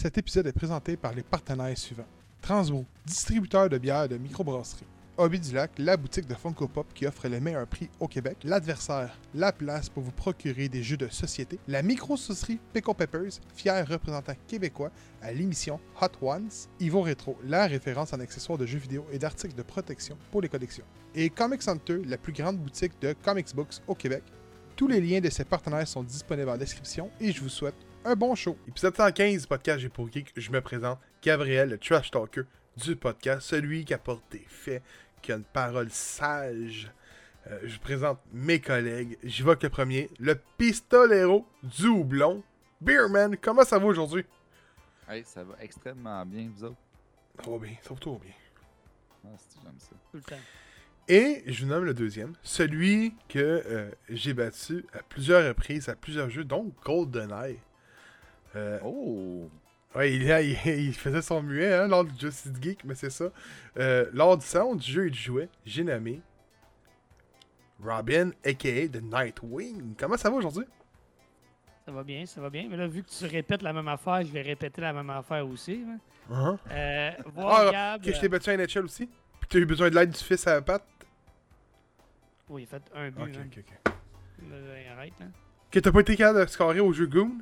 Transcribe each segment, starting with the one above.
Cet épisode est présenté par les partenaires suivants. Transmo, distributeur de bières de microbrasserie. Hobby du Lac, la boutique de Funko Pop qui offre les meilleurs prix au Québec. L'Adversaire, la place pour vous procurer des jeux de société. La micro-saucerie Pickle Peppers, fier représentant québécois à l'émission Hot Ones. Ivo Retro, la référence en accessoires de jeux vidéo et d'articles de protection pour les collections. Et Comics Hunter, la plus grande boutique de comics books au Québec. Tous les liens de ces partenaires sont disponibles en description et je vous souhaite un bon show. Épisode 115, podcast J'ai pour Geek. Je me présente, Gabriel, le trash talker du podcast, celui qui apporte des faits, qui a une parole sage. Je vous présente mes collègues. J'y vais avec le premier, le pistolero du houblon, Beerman. Comment ça va aujourd'hui? Hey, ça va extrêmement bien, vous autres. Ça va bien, ça va tout bien. Ah, j'aime ça. Tout le temps. Et je vous nomme le deuxième, celui que j'ai battu à plusieurs reprises, à plusieurs jeux, dont GoldenEye. Oh! Ouais, il faisait son muet hein, lors du Justice Geek, mais c'est ça. Lors du salon du jeu et du jouet, j'ai nommé Robin, a.k.a. The Nightwing. Comment ça va aujourd'hui? Ça va bien, ça va bien. Mais là, vu que tu répètes la même affaire, je vais répéter la même affaire aussi. Hein. Voir Gab... que je t'ai battu à NHL aussi? Puis que t'as eu besoin de l'aide du fils à la patte? Oui, il a fait un but. Ok, hein. ok. Là, arrête, hein. Que t'as pas été capable de scorer au jeu Goon?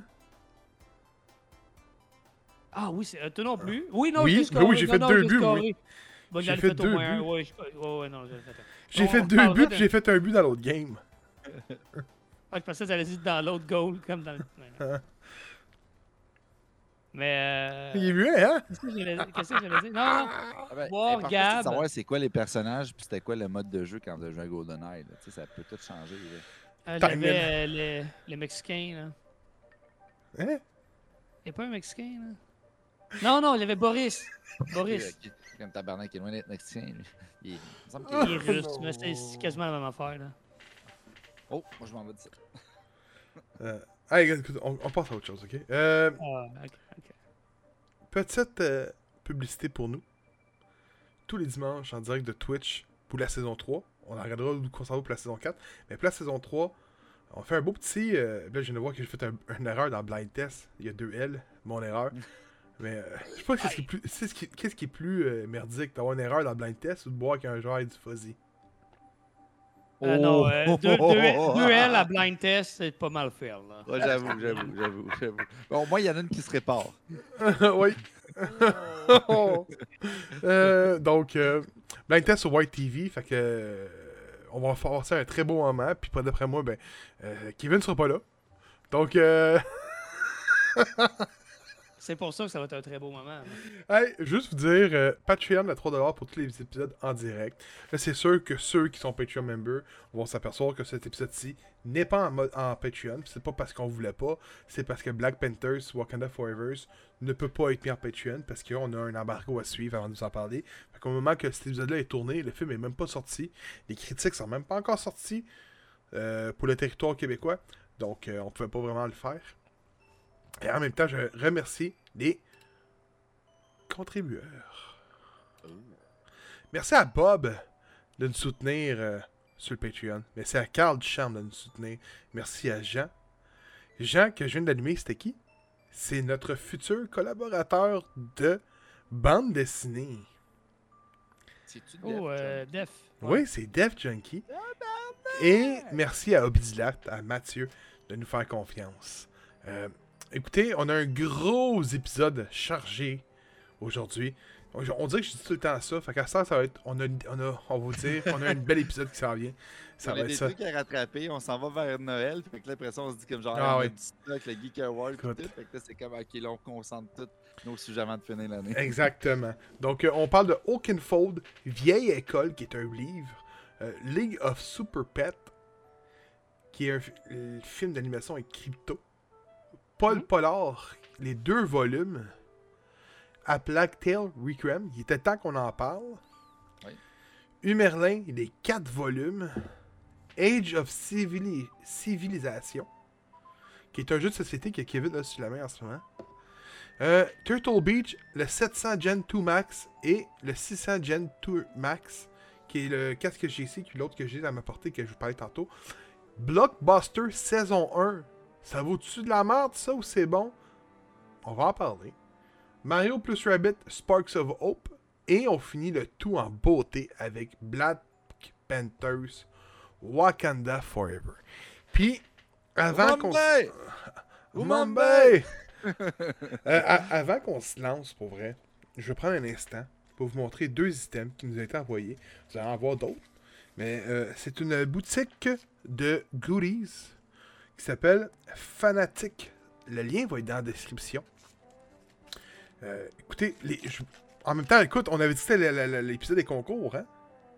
Ah oui, c'est toi non plus. Oui, non, Oui, j'ai scoré. oui, j'ai fait Non, deux j'ai buts, scoré. oui. Bon, J'ai j'en ai fait fait au deux moins un. buts. Ouais, non, j'ai fait. J'ai fait On 2 parlera buts, de- puis j'ai fait un but dans l'autre game. Ah, je pensais que ça allait dire dans l'autre goal, comme dans le... Mais... Il est muet, hein? Qu'est-ce que j'allais dire? Non, non. Ah ben, Voir l'important, c'est Gab. de savoir c'est quoi les personnages puis c'était quoi le mode de jeu quand vous avez joué à GoldenEye. Là. Tu sais, ça peut tout changer. Là. J'avais le Mexicain, là. Hein? Il n'y a pas un Mexicain, là? Non, il y avait Boris. Boris. Ok, comme tabarnak, il est loin d'être mexicain. Lui. Il me semble Il qu'il est est... russe, mais c'est quasiment la même affaire, là. Oh, moi je m'en vais de ça. Allez, écoute, on passe à autre chose, ok? Ah, ok. Petite publicité pour nous. Tous les dimanches en direct de Twitch pour la saison 3. On en regardera où on s'en va pour la saison 4. Mais pour la saison 3, on fait un beau petit... là, je viens de voir que j'ai fait une erreur dans Blind Test. Il y a 2 L, mon erreur. Mais je sais pas qu'est-ce qui est plus merdique, d'avoir une erreur dans Blind Test ou de boire qu'un joueur ait du fuzzy. Non, deux L à blind test, c'est pas mal fait, là. Ouais, j'avoue. Bon, au moins, il y en a une qui se répare. Oui. Donc, Blind Test sur White TV, fait que on va faire ça un très beau moment, puis pas d'après moi, Kevin sera pas là. Donc, C'est pour ça que ça va être un très beau moment. hey, juste vous dire, Patreon à $3 pour tous les épisodes en direct. Là, c'est sûr que ceux qui sont Patreon members vont s'apercevoir que cet épisode-ci n'est pas en Patreon. C'est pas parce qu'on voulait pas, c'est parce que Black Panthers Wakanda Forever ne peut pas être mis en Patreon parce qu'on a un embargo à suivre avant de vous en parler. Fait qu'au moment que cet épisode-là est tourné, le film est même pas sorti. Les critiques sont même pas encore sorties pour le territoire québécois. Donc, on pouvait pas vraiment le faire. Et en même temps, je remercie les contributeurs. Merci à Bob de nous soutenir sur le Patreon. Merci à Carl Ducharme de nous soutenir. Merci à Jean. Jean, que je viens d'allumer, c'était qui? C'est notre futur collaborateur de bande dessinée. C'est-tu Def. Oui, c'est Def Junkie. Et merci à Obidilat, à Mathieu, de nous faire confiance. Écoutez, on a un gros épisode chargé aujourd'hui. On dirait que je dis tout le temps ça. Fait qu'à ça va être. On va vous dire, on a un bel épisode qui s'en vient. Ça on va a être des ça. trucs à rattraper, on s'en va vers Noël. Fait que là, après ça, on se dit comme genre, Ah on a ouais. du stock, le Geek Award, tout. Écoute. Fait que là, c'est comme, ok, là, on concentre tous nos sujets avant de finir l'année. Exactement. Donc, on parle de Oakenfold, Vieille École, qui est un livre. League of Super Pets, qui est un film d'animation avec Crypto. Paul Pollard, les 2 volumes. À Black Tail Requiem, il était temps qu'on en parle. Oui. Humerlin, les 4 volumes. Age of Civilization, qui est un jeu de société que Kevin a sur la main en ce moment. Turtle Beach, le 700 Gen 2 Max et le 600 Gen 2 Max, qui est le casque que j'ai ici, qui est l'autre que j'ai à ma portée que je vous parlais tantôt. Blockbuster saison 1, ça vaut-tu de la merde ça ou c'est bon? On va en parler. Mario plus Rabbit Sparks of Hope. Et on finit le tout en beauté avec Black Panthers Wakanda Forever. Puis, avant qu'on... Umambe! Avant qu'on se lance, pour vrai, je vais prendre un instant pour vous montrer 2 items qui nous ont été envoyés. Vous allez en voir d'autres. Mais c'est une boutique de goodies qui s'appelle Fanatic. Le lien va être dans la description. Écoutez, en même temps, écoute, on avait dit que c'était l'épisode des concours, hein?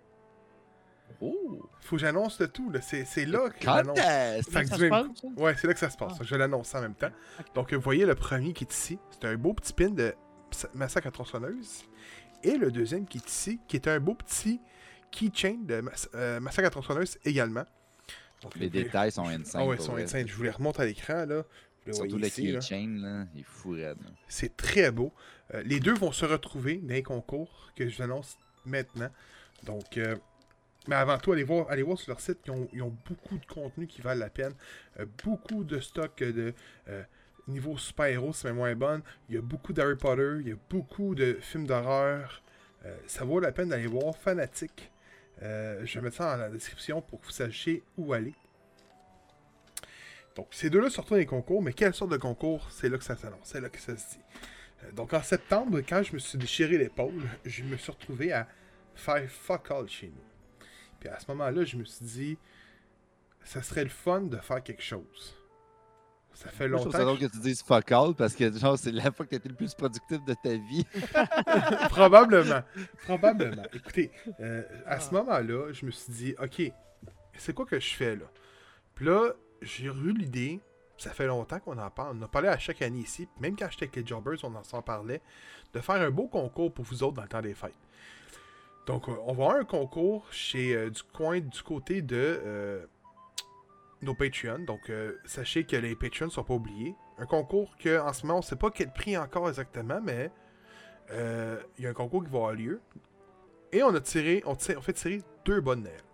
Oh! Faut que j'annonce le tout, là. C'est là que Contest! j'annonce. Fait que Ça du se même passe, coup- ça? Ouais, c'est là que ça se passe. Ah. Je l'annonce en même temps. Donc, vous voyez le premier qui est ici. C'est un beau petit pin de Massacre à tronçonneuse. Et le deuxième qui est ici, qui est un beau petit keychain de Massacre à tronçonneuse également. Donc, Les détails sont insane. Ah ouais, ils pour sont vrai. insane. Je vous les remonte à l'écran, là. Vous le Surtout voyez le ici, là. keychain, là, il est fou raide. là. C'est très beau. Les deux vont se retrouver dans les concours que je vous annonce maintenant. Donc, mais avant tout, allez voir sur leur site. Ils ont beaucoup de contenu qui valent la peine. Beaucoup de stock de niveau super-héros, c'est même moins bonne. Il y a beaucoup d'Harry Potter. Il y a beaucoup de films d'horreur. Ça vaut la peine d'aller voir Fanatic. Je vais mettre ça dans la description pour que vous sachiez où aller. Donc, ces deux-là sortent dans les concours, mais quelle sorte de concours? C'est là que ça s'annonce, c'est là que ça se dit. Donc, en septembre, quand je me suis déchiré l'épaule, je me suis retrouvé à faire fuck all chez nous. Puis à ce moment-là, je me suis dit, ça serait le fun de faire quelque chose. Ça fait Moi, je trouve ça longtemps drôle que tu dises fuck all parce que genre, c'est la fois que tu été le plus productif de ta vie. Probablement. Écoutez, à ce moment-là, je me suis dit, OK, c'est quoi que je fais là? Puis là, j'ai eu l'idée, ça fait longtemps qu'on en parle, on en a parlé à chaque année ici, même quand j'étais avec les Jobbers, on s'en parlait, de faire un beau concours pour vous autres dans le temps des fêtes. Donc, on va avoir un concours chez du côté de nos Patreons. Donc, sachez que les Patreons ne sont pas oubliés. Un concours que, en ce moment, on ne sait pas quel prix encore exactement, mais il y a un concours qui va avoir lieu. Et on fait tirer 2 bonnes Noël.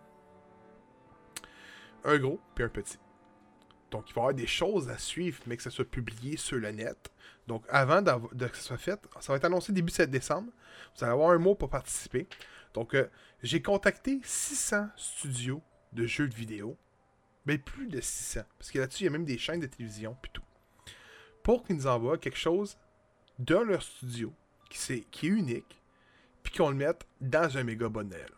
Un gros puis un petit. Donc, il va y avoir des choses à suivre, mais que ça soit publié sur le net. Donc, avant que ça soit fait, ça va être annoncé début 7 décembre. Vous allez avoir un mois pour participer. Donc, j'ai contacté 600 studios de jeux de vidéo. Mais plus de 600. Parce que là-dessus, il y a même des chaînes de télévision puis tout. Pour qu'ils nous envoient quelque chose dans leur studio qui est unique, puis qu'on le mette dans un méga bon Noël.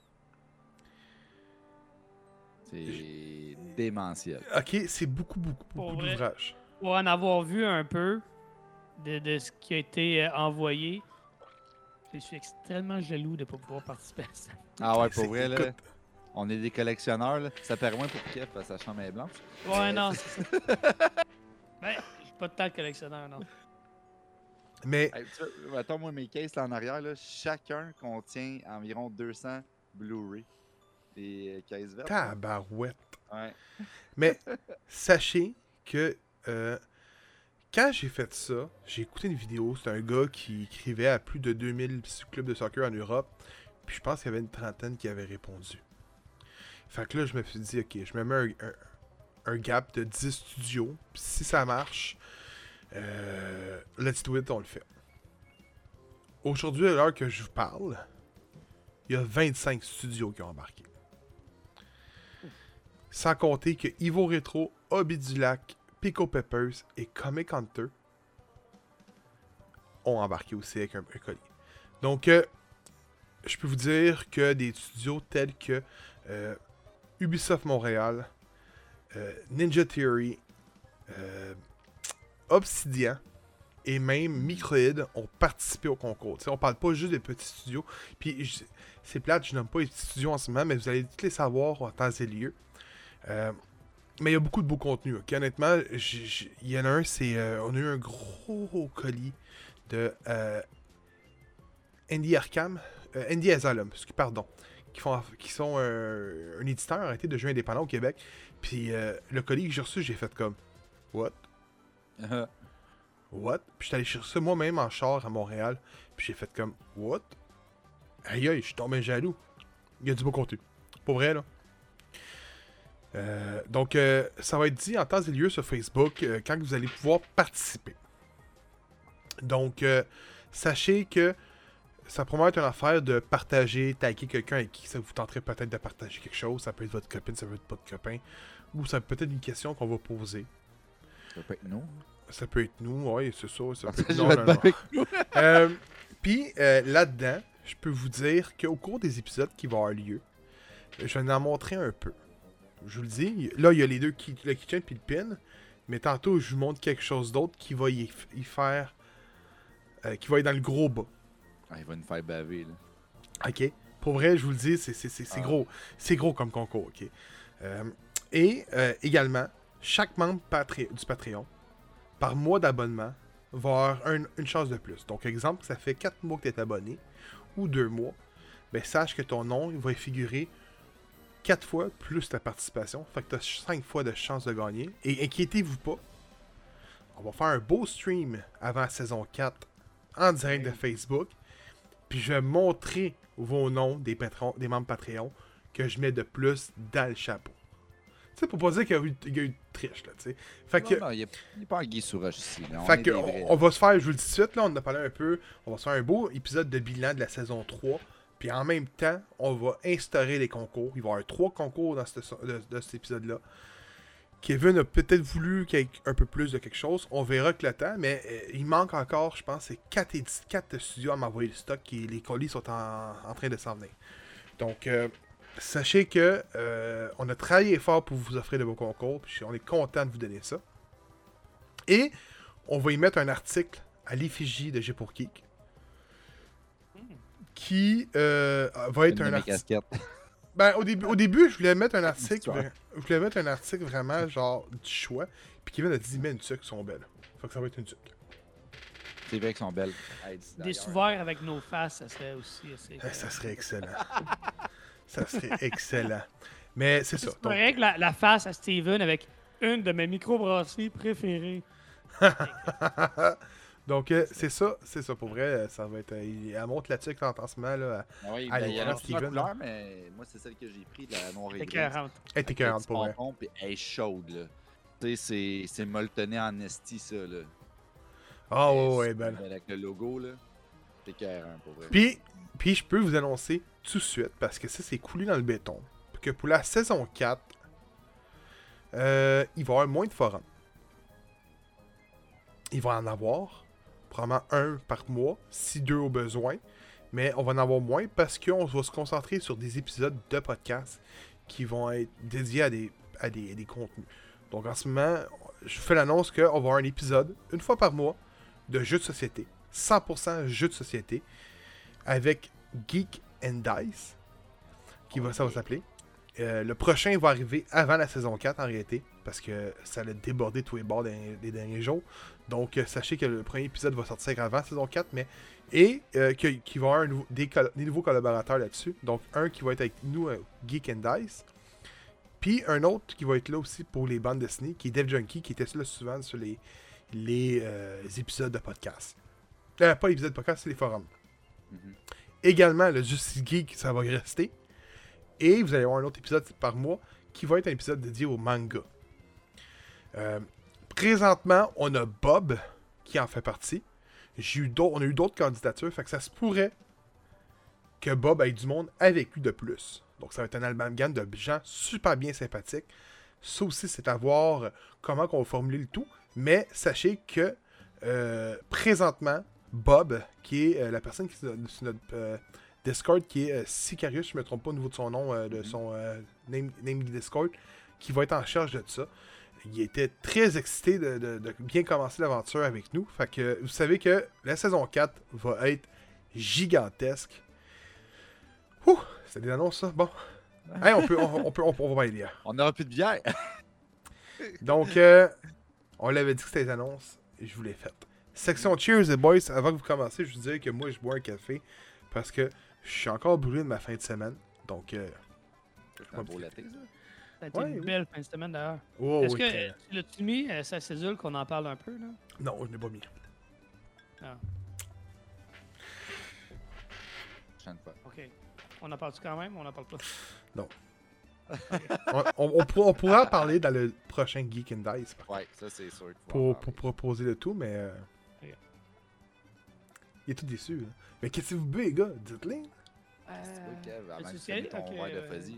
C'est démentiel. Ok, c'est beaucoup Pour vrai. d'ouvrages. Pour en avoir vu un peu de ce qui a été envoyé, je suis extrêmement jaloux de ne pas pouvoir participer à ça. Ah ouais, pour C'est- vrai, là, écoute, on est des collectionneurs. Là. Ça perd moins pour Kev parce que sa chambre est blanche. Ouais, non, c'est ça. Ben, je suis pas de temps collectionneur, non. mais Hey, tu vois, attends, moi, mes cases là en arrière, là, chacun contient environ 200 Blu-ray. Des caisses vertes. tabarouette. Ouais. Mais sachez que quand j'ai fait ça, j'ai écouté une vidéo. C'est un gars qui écrivait à plus de 2000 clubs de soccer en Europe. Puis je pense qu'il y avait une trentaine qui avaient répondu. Fait que là, je me suis dit, ok, je me mets un gap de 10 studios. Puis si ça marche, let's do it, on le fait. Aujourd'hui, à l'heure que je vous parle, il y a 25 studios qui ont embarqué. Sans compter que Evo Retro, Hobby du Lac, Pico Peppers et Comic Hunter ont embarqué aussi avec un colis. Donc, je peux vous dire que des studios tels que Ubisoft Montréal, Ninja Theory, Obsidian et même Microïd ont participé au concours. T'sais, on parle pas juste des petits studios. Puis c'est plate, je nomme pas les petits studios en ce moment, mais vous allez tous les savoir en temps et lieu. Mais il y a beaucoup de beau contenu. Okay? Honnêtement, il y en a un, c'est on a eu un gros colis de Indie Arkham, Indie Asylum, pardon, qui sont un éditeur arrêté de jeux indépendants au Québec. Puis le colis que j'ai reçu, j'ai fait comme what? What? Puis je suis allé chercher ça moi-même en char à Montréal. Puis j'ai fait comme what? Aïe aïe, je suis tombé jaloux. Il y a du beau contenu. Pour vrai, là. Donc, ça va être dit en temps et lieu sur Facebook quand vous allez pouvoir participer. Donc, sachez que ça pourrait être une affaire de partager, taguer quelqu'un avec qui ça vous tenterait peut-être de partager quelque chose. Ça peut être votre copine, ça peut être votre copain. Ou ça peut être une question qu'on va poser. Ça peut être nous. Ça peut être nous, oui, c'est ça. Ça peut être... Je Non, vais non, te non. battre avec nous. Puis, là-dedans, je peux vous dire qu'au cours des épisodes qui vont avoir lieu, je vais en montrer un peu. Je vous le dis, là, il y a les deux, le kitchen et le pin. Mais tantôt, je vous montre quelque chose d'autre qui va y faire... qui va être dans le gros bas. Ah, il va nous faire baver, là. OK? Pour vrai, je vous le dis, c'est gros. C'est gros comme concours, OK? Également, chaque membre du Patreon, par mois d'abonnement, va avoir une chance de plus. Donc, exemple, ça fait 4 mois que tu es abonné, ou 2 mois, ben sache que ton nom il va y figurer 4 fois plus ta participation. Fait que tu as 5 fois de chance de gagner. Et inquiétez-vous pas, on va faire un beau stream avant la saison 4 en direct de Facebook. Puis je vais montrer vos noms des membres Patreon que je mets de plus dans le chapeau. Tu sais, pour pas dire qu'il y a eu de triche, là, tu sais. Fait que... Non, il n'est pas en Guy Souroche ici, là. Fait que on va se faire, je vous le dis tout de suite, là, on en a parlé un peu, on va se faire un beau épisode de bilan de la saison 3. Puis en même temps, on va instaurer les concours. Il va y avoir 3 concours dans cet épisode-là. Kevin a peut-être voulu qu'il y ait un peu plus de quelque chose. On verra que le temps, mais il manque encore, je pense, c'est 4 studios à m'envoyer le stock et les colis sont en train de s'en venir. Donc, sachez que on a travaillé fort pour vous offrir de beaux concours, puis on est content de vous donner ça. Et on va y mettre un article à l'effigie de G pour Geek qui va être un article. Ben, au début, je voulais mettre un article. Je voulais mettre un article vraiment genre du choix. Puis Kevin a dit, mais une tuque sont belles. Fait que ça va être une tuque. C'est vrai qu'elles sont belles. Des sous-verts avec nos faces, ça serait aussi assez. Ça serait excellent. Ça serait excellent. Mais c'est ça. C'est vrai que la face à Steven avec une de mes microbrasseries préférées. Donc, c'est ça pour vrai. Ça va être. Elle montre la tuque en ce moment. Là, oui, à il y en a Steven, plusieurs couleurs, mais moi, c'est celle que j'ai prise, la noire et grise. Elle est écœurante pour vrai. Puis elle est chaude, là. Tu sais, c'est molletonné en esti, ça, là. Ah, ouais, belle. Avec le logo, là. C'est écœurant, pour vrai. Puis, je peux vous annoncer tout de suite, parce que ça, c'est coulé dans le béton, que pour la saison 4, il va y avoir moins de forums. Il va en avoir probablement 1 par mois, si 2 au besoin, mais on va en avoir moins parce qu'on va se concentrer sur des épisodes de podcast qui vont être dédiés à des contenus. Donc en ce moment, je fais l'annonce qu'on va avoir un épisode, une fois par mois, de jeux de société, 100% jeux de société, avec Geek and Dice, ça va s'appeler. Le prochain va arriver avant la saison 4 en réalité, parce que ça allait déborder tous les bords des derniers jours. Donc sachez que le premier épisode va sortir avant la saison 4, qu'il va y avoir des nouveaux collaborateurs là-dessus. Donc un qui va être avec nous, Geek and Dice, puis un autre qui va être là aussi pour les bandes dessinées, qui est Dev Junkie, qui était là souvent sur les épisodes de podcast. Pas les épisodes de podcast, c'est les forums. Également, le Justice Geek, ça va rester. Et vous allez avoir un autre épisode par mois qui va être un épisode dédié au manga. Présentement, on a Bob qui en fait partie. On a eu d'autres candidatures, fait que ça se pourrait que Bob ait du monde avec lui de plus. Donc ça va être un amalgame de gens super bien sympathiques. Ça aussi, c'est à voir comment on va formuler le tout. Mais sachez que présentement, Bob, qui est la personne qui est sur notre Discord, qui est Sicarius, je ne me trompe pas au niveau de son nom, de son name Discord, qui va être en charge de ça. Il était très excité de bien commencer l'aventure avec nous. Fait que vous savez que la saison 4 va être gigantesque. Ouh, c'est des annonces, ça? Bon. Hey, on va y lire. On n'aura plus de bière. Donc, on l'avait dit que c'était des annonces et je vous l'ai fait. Section Cheers, les boys. Avant que vous commenciez, je vous dirais que moi, je bois un café parce que je suis encore brûlé de ma fin de semaine. Donc, C'est un beau latte, ça. Ça a été une belle fin de semaine d'ailleurs. Oh, Est-ce que l'as-tu mis sa cédule qu'on en parle un peu là? Non, je ne l'ai pas mis. Ah. Prochaine fois. Ok. On en parle-tu quand même ou on en parle pas? Non. on pourra en parler dans le prochain Geek and Dice. Ouais, ça c'est sûr. Pour proposer le tout, mais. Il est tout déçu. Là. Mais qu'est-ce que vous buvez, les gars? Dites-le. C'est toi, Kev, avant veux-tu que tu y aller? finisses ton Ok, verre de fuzzy.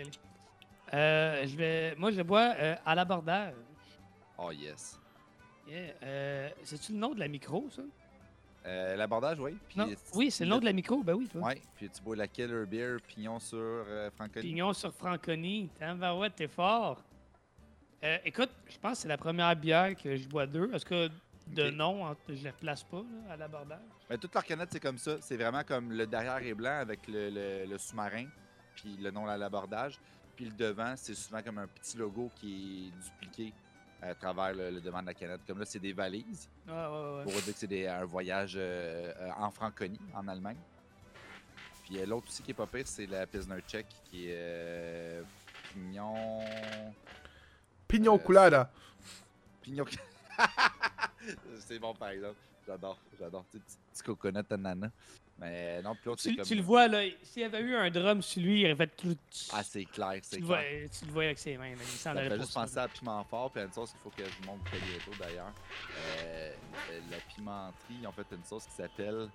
Moi, je bois à l'abordage. Oh yes. Yeah. C'est-tu le nom de la micro, ça? L'abordage, oui. Puis, Non. Oui, c'est le nom de la micro. Ben oui, toi. Ouais, puis tu bois la Killer Beer, pignon sur Franconie. Pignon sur Franconie. Ouais, t'es fort. Écoute, je pense que c'est la première bière que je bois d'eux. Est-ce que de Ok. nom, je les replace pas là, à l'abordage? Mais toute leur canette, c'est comme ça. C'est vraiment comme le derrière est blanc avec le sous-marin, puis le nom à l'abordage. Puis le devant, c'est souvent comme un petit logo qui est dupliqué à travers le devant de la canette. Comme là, c'est des valises. Ouais. Pour dire que c'est un voyage en Franconie, en Allemagne. Puis l'autre aussi qui est pas pire, c'est la Pilsner Tchèque, qui est pignon... Pignon colada. Pignon... c'est bon, par exemple. J'adore. Tu sais, petit coconut ananas. Mais non, puis l'autre, c'est comme... Tu le vois, là. S'il y avait eu un drum sur lui, il aurait fait tout. Ah, c'est clair, c'est Tu le clair. vois, tu le vois avec ses mains. Là. Il s'en Ça me allait fait pour juste ça. penser à piment fort, puis à une sauce qu'il faut que je montre bientôt d'ailleurs. La pimenterie, ils ont fait une sauce qui s'appelle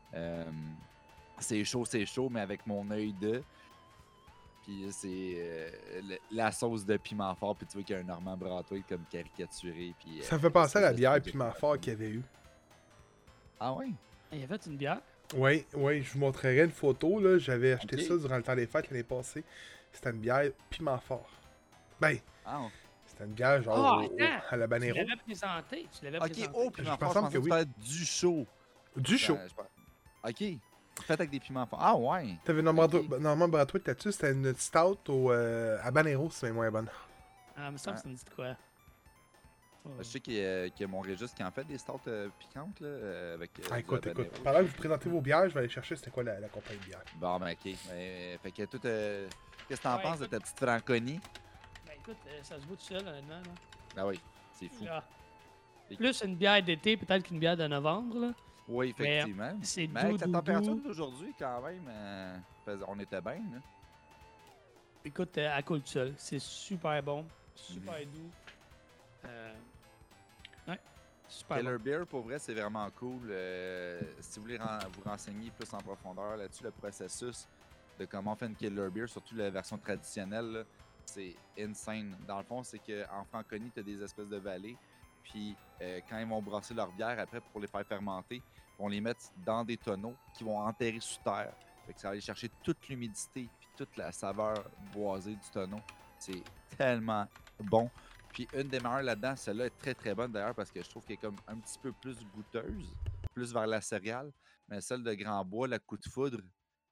c'est chaud, mais avec mon œil de. Puis c'est la sauce de piment fort, puis tu vois qu'il y a un Normand Bratois comme caricaturé. Puis, Ça me fait penser à la c'est- bière piment fort qu'il y avait eu. Ah ouais? Il a fait une bière. Oui, je vous montrerai une photo. Là. J'avais acheté Ok. ça durant le temps des fêtes l'année passée. C'était une bière piment fort. Ben, Ah, c'était une bière genre Ah, attends! à la Tu Banero. l'avais présenté. ok, présenté. oh, piment Je fort, pense je pensais que que oui. tu parlais du chaud. Du chaud. Ok, fait avec des piments forts. Ah ouais! T'avais Normand Bratois là-dessus, c'était une stout à Banero, c'est moins bonne. Ah, il me semble que ça me dit de quoi. Je sais qu'il y a mon Régis qui en fait des stouts piquantes là, avec. Ah, écoute, du habanero. pendant que vous présentez vos bières, je vais aller chercher c'était quoi la compagnie de bière. Bon, ben ok. Fait que tout. Qu'est-ce que t'en Ouais, penses de écoute. ta petite franconie? Ben écoute, ça se voit tout seul, honnêtement. Là. Ah oui, c'est fou. Là. Plus une bière d'été, peut-être qu'une bière de novembre. Là. Oui, effectivement. C'est Mais avec la doux, température doux. d'aujourd'hui, quand même, on était bien. Là. Écoute, elle coule tout seul. C'est super bon. Super doux. Ouais, super Keller bon. Beer, pour vrai, c'est vraiment cool. Si vous voulez vous renseigner plus en profondeur là-dessus, le processus de comment on fait une Keller Beer, surtout la version traditionnelle, là, c'est insane. Dans le fond, c'est qu'en Franconie, tu as des espèces de vallées. Puis quand ils vont brasser leur bière après pour les faire fermenter, ils vont les mettre dans des tonneaux qui vont enterrer sous terre. Fait que ça va aller chercher toute l'humidité puis toute la saveur boisée du tonneau. C'est tellement bon. Puis une des meilleures là-dedans, celle-là est très très bonne d'ailleurs parce que je trouve qu'elle est comme un petit peu plus goûteuse, plus vers la céréale. Mais celle de Grand Bois, la Coup de Foudre,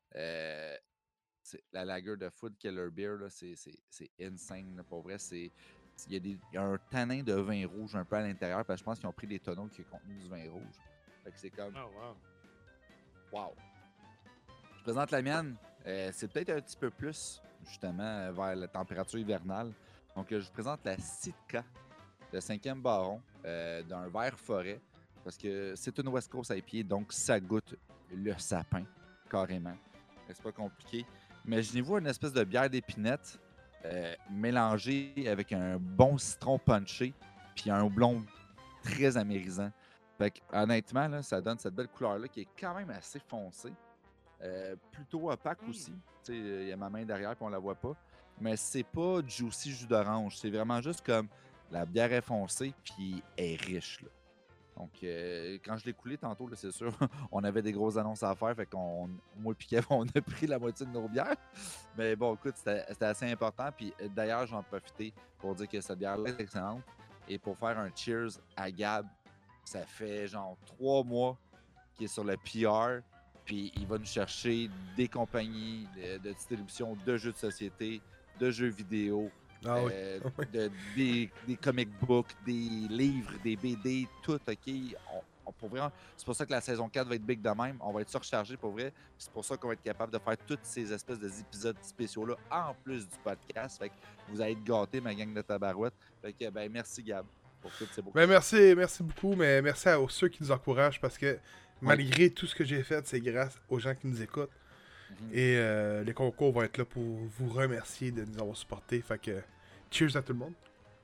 c'est la lager de Food Keller Beer, là, c'est insane. Là, pour vrai, il y a un tanin de vin rouge un peu à l'intérieur parce que je pense qu'ils ont pris des tonneaux qui contenaient du vin rouge. Fait que c'est comme Oh, wow. wow. Je présente la mienne. C'est peut-être un petit peu plus justement vers la température hivernale. Donc je vous présente la Sitka de 5e baron d'un vert forêt parce que c'est une West Coast IPA, donc ça goûte le sapin carrément. C'est pas compliqué. Imaginez-vous une espèce de bière d'épinette mélangée avec un bon citron punché puis un houblon très amérisant. Fait que, honnêtement, là, ça donne cette belle couleur-là qui est quand même assez foncée. Plutôt opaque aussi. Il y a ma main derrière puis on la voit pas. Mais c'est pas juicy jus d'orange. C'est vraiment juste comme la bière est foncée puis elle est riche. Là. Donc, quand je l'ai coulé tantôt, là, c'est sûr, on avait des grosses annonces à faire. Fait qu'on, moi et Kev, on a pris la moitié de nos bières. Mais bon, écoute, c'était assez important. Puis d'ailleurs, j'en profite pour dire que cette bière-là est excellente. Et pour faire un cheers à Gab, ça fait genre 3 mois qu'il est sur le PR. Puis il va nous chercher des compagnies de distribution de jeux de société, de jeux vidéo, Ah oui. des comic books, des livres, des BD, tout, OK? Pour vrai, c'est pour ça que la saison 4 va être big de même. On va être surchargé pour vrai. C'est pour ça qu'on va être capable de faire toutes ces espèces d'épisodes spéciaux-là en plus du podcast. Fait que vous allez être gâtés, ma gang de tabarouettes. Fait que, ben, merci, Gab, pour toutes ces beaux Ben merci beaucoup, mais merci à ceux qui nous encouragent parce que malgré tout ce que j'ai fait, c'est grâce aux gens qui nous écoutent. Et les concours vont être là pour vous remercier de nous avoir supportés. Fait que cheers à tout le monde.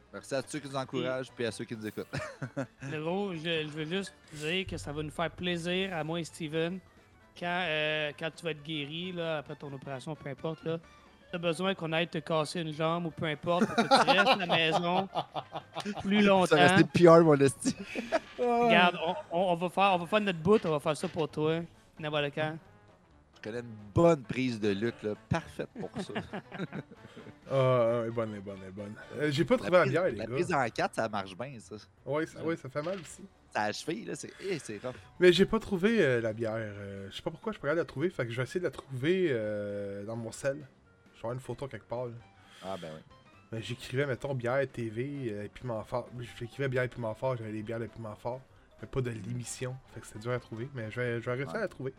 Merci à ceux qui nous encouragent et à ceux qui nous écoutent. Le gros, je veux juste dire que ça va nous faire plaisir, à moi et Steven, quand tu vas être guéri, là, après ton opération, peu importe, là, tu as besoin qu'on aille te casser une jambe ou peu importe, pour que tu restes à la maison plus Ça longtemps. restait pire, mon esti. Regarde, on va faire notre bout, on va faire ça pour toi, n'importe quand. Je connais une bonne prise de lutte, là, parfaite pour ça. Elle est bonne, elle est bonne, elle est bonne. J'ai pas trouvé la bière, les La gars. prise en 4, ça marche bien, ça. Ouais, ça fait mal aussi. Ça a cheville, là, c'est rough. Mais j'ai pas trouvé la bière. Je sais pas pourquoi je pourrais la trouver, fait que je vais essayer de la trouver dans mon sel. Je vais avoir une photo quelque part. Là. Ah, ben oui. Mais j'écrivais, mettons, bière TV, piment fort. J'écrivais bière et piment fort, j'avais les bières de piment fort. Mais pas de l'émission. Fait que c'était dur à trouver. Mais je vais réussir à la trouver.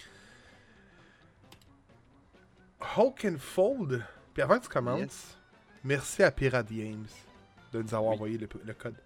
Hulk and Fold. Puis avant que tu commences, merci à Pirate Games de nous avoir envoyé le code.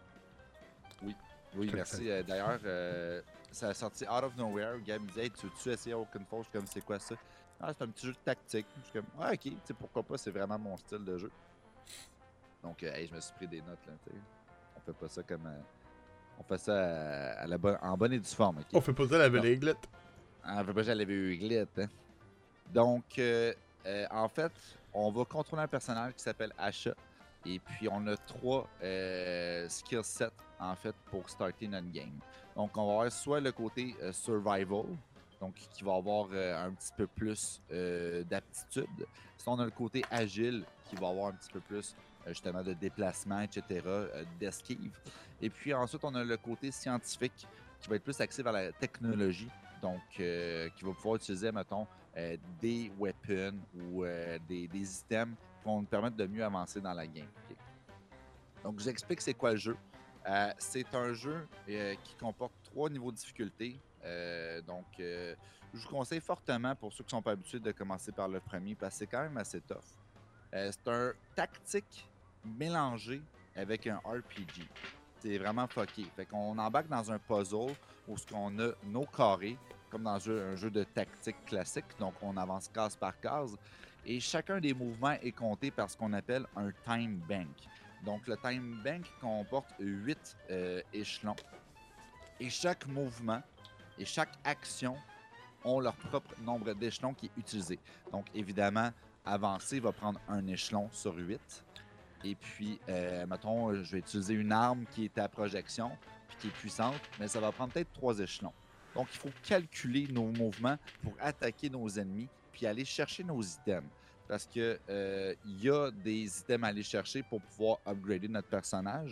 Oui, merci. D'ailleurs, ça a sorti out of nowhere. Gab me disait, hey, tu veux-tu essayer Hulk and Fold? Je suis comme, c'est quoi ça? Ah, c'est un petit jeu de tactique. Je suis comme, ah, ok, tu sais, pourquoi pas, c'est vraiment mon style de jeu. Donc, je me suis pris des notes, là, tu sais. On fait pas ça comme. On fait ça en bonne et due forme, ok? On fait pas ça la belle aiglette. On fait pas ça à la aiglette, hein? Donc, en fait, on va contrôler un personnage qui s'appelle Asha. Et puis, on a 3 skill sets, en fait, pour starter notre game. Donc, on va avoir soit le côté survival, donc qui va avoir un petit peu plus d'aptitude. Sinon, on a le côté agile, qui va avoir un petit peu plus, justement, de déplacement, etc., d'esquive. Et puis, ensuite, on a le côté scientifique, qui va être plus axé vers la technologie. Donc, qui va pouvoir utiliser, mettons, des weapons ou des items qui vont nous permettre de mieux avancer dans la game. Okay? Donc, je vous explique c'est quoi le jeu. C'est un jeu qui comporte 3 niveaux de difficulté. Donc, je vous conseille fortement pour ceux qui ne sont pas habitués de commencer par le premier parce que c'est quand même assez tough. C'est un tactique mélangé avec un RPG. C'est vraiment fucké. Fait qu'on embarque dans un puzzle où on a nos carrés, comme dans un jeu de tactique classique. Donc, on avance case par case. Et chacun des mouvements est compté par ce qu'on appelle un time bank. Donc, le time bank comporte 8 échelons. Et chaque mouvement et chaque action ont leur propre nombre d'échelons qui est utilisé. Donc, évidemment, avancer va prendre un échelon sur 8. Et puis, mettons, je vais utiliser une arme qui est à projection puis qui est puissante, mais ça va prendre peut-être 3 échelons. Donc, il faut calculer nos mouvements pour attaquer nos ennemis puis aller chercher nos items. Parce que il y a des items à aller chercher pour pouvoir upgrader notre personnage.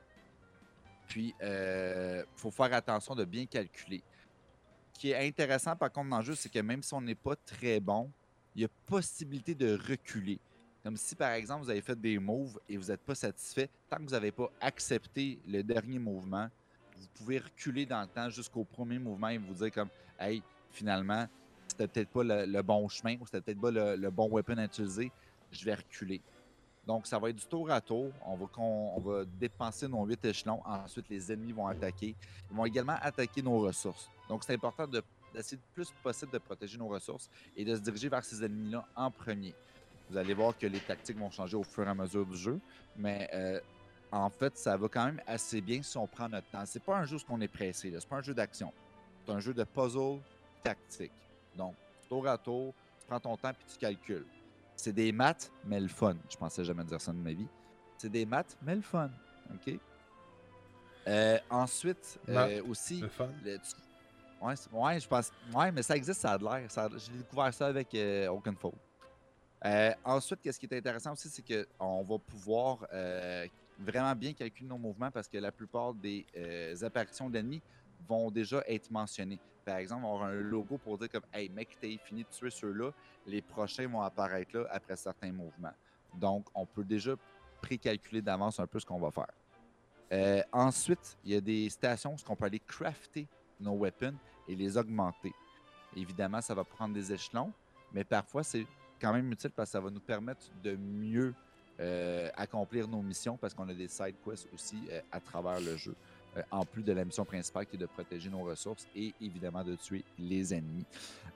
Puis, faut faire attention de bien calculer. Ce qui est intéressant, par contre, dans le jeu, c'est que même si on n'est pas très bon, il y a possibilité de reculer. Comme si, par exemple, vous avez fait des moves et vous n'êtes pas satisfait, tant que vous n'avez pas accepté le dernier mouvement, vous pouvez reculer dans le temps jusqu'au premier mouvement et vous dire comme « Hey, finalement, c'était peut-être pas le bon chemin ou c'était peut-être pas le bon weapon à utiliser, je vais reculer. » Donc, ça va être du tour à tour. On va dépenser nos 8 échelons. Ensuite, les ennemis vont attaquer. Ils vont également attaquer nos ressources. Donc, c'est important d'essayer le plus possible de protéger nos ressources et de se diriger vers ces ennemis-là en premier. Vous allez voir que les tactiques vont changer au fur et à mesure du jeu. Mais en fait, ça va quand même assez bien si on prend notre temps. C'est pas un jeu où on est pressé. C'est pas un jeu d'action. C'est un jeu de puzzle tactique. Donc, tour à tour, tu prends ton temps puis tu calcules. C'est des maths, mais le fun. Je pensais jamais dire ça de ma vie. C'est des maths, mais le fun. OK? Ensuite, aussi... Le fun. Ouais, je pense... Ouais, mais ça existe, ça a de l'air. J'ai découvert ça avec Hulk and Fold. Ensuite, ce qui est intéressant aussi, c'est qu'on va pouvoir vraiment bien calculer nos mouvements parce que la plupart des apparitions d'ennemis vont déjà être mentionnées. Par exemple, on va avoir un logo pour dire comme « Hey, mec, t'as fini de tuer ceux-là. Les prochains vont apparaître là après certains mouvements. » Donc, on peut déjà précalculer d'avance un peu ce qu'on va faire. Ensuite, il y a des stations où on peut aller crafter nos weapons et les augmenter. Évidemment, ça va prendre des échelons, mais parfois, c'est quand même utile parce que ça va nous permettre de mieux accomplir nos missions parce qu'on a des side quests aussi à travers le jeu. En plus de la mission principale qui est de protéger nos ressources et évidemment de tuer les ennemis.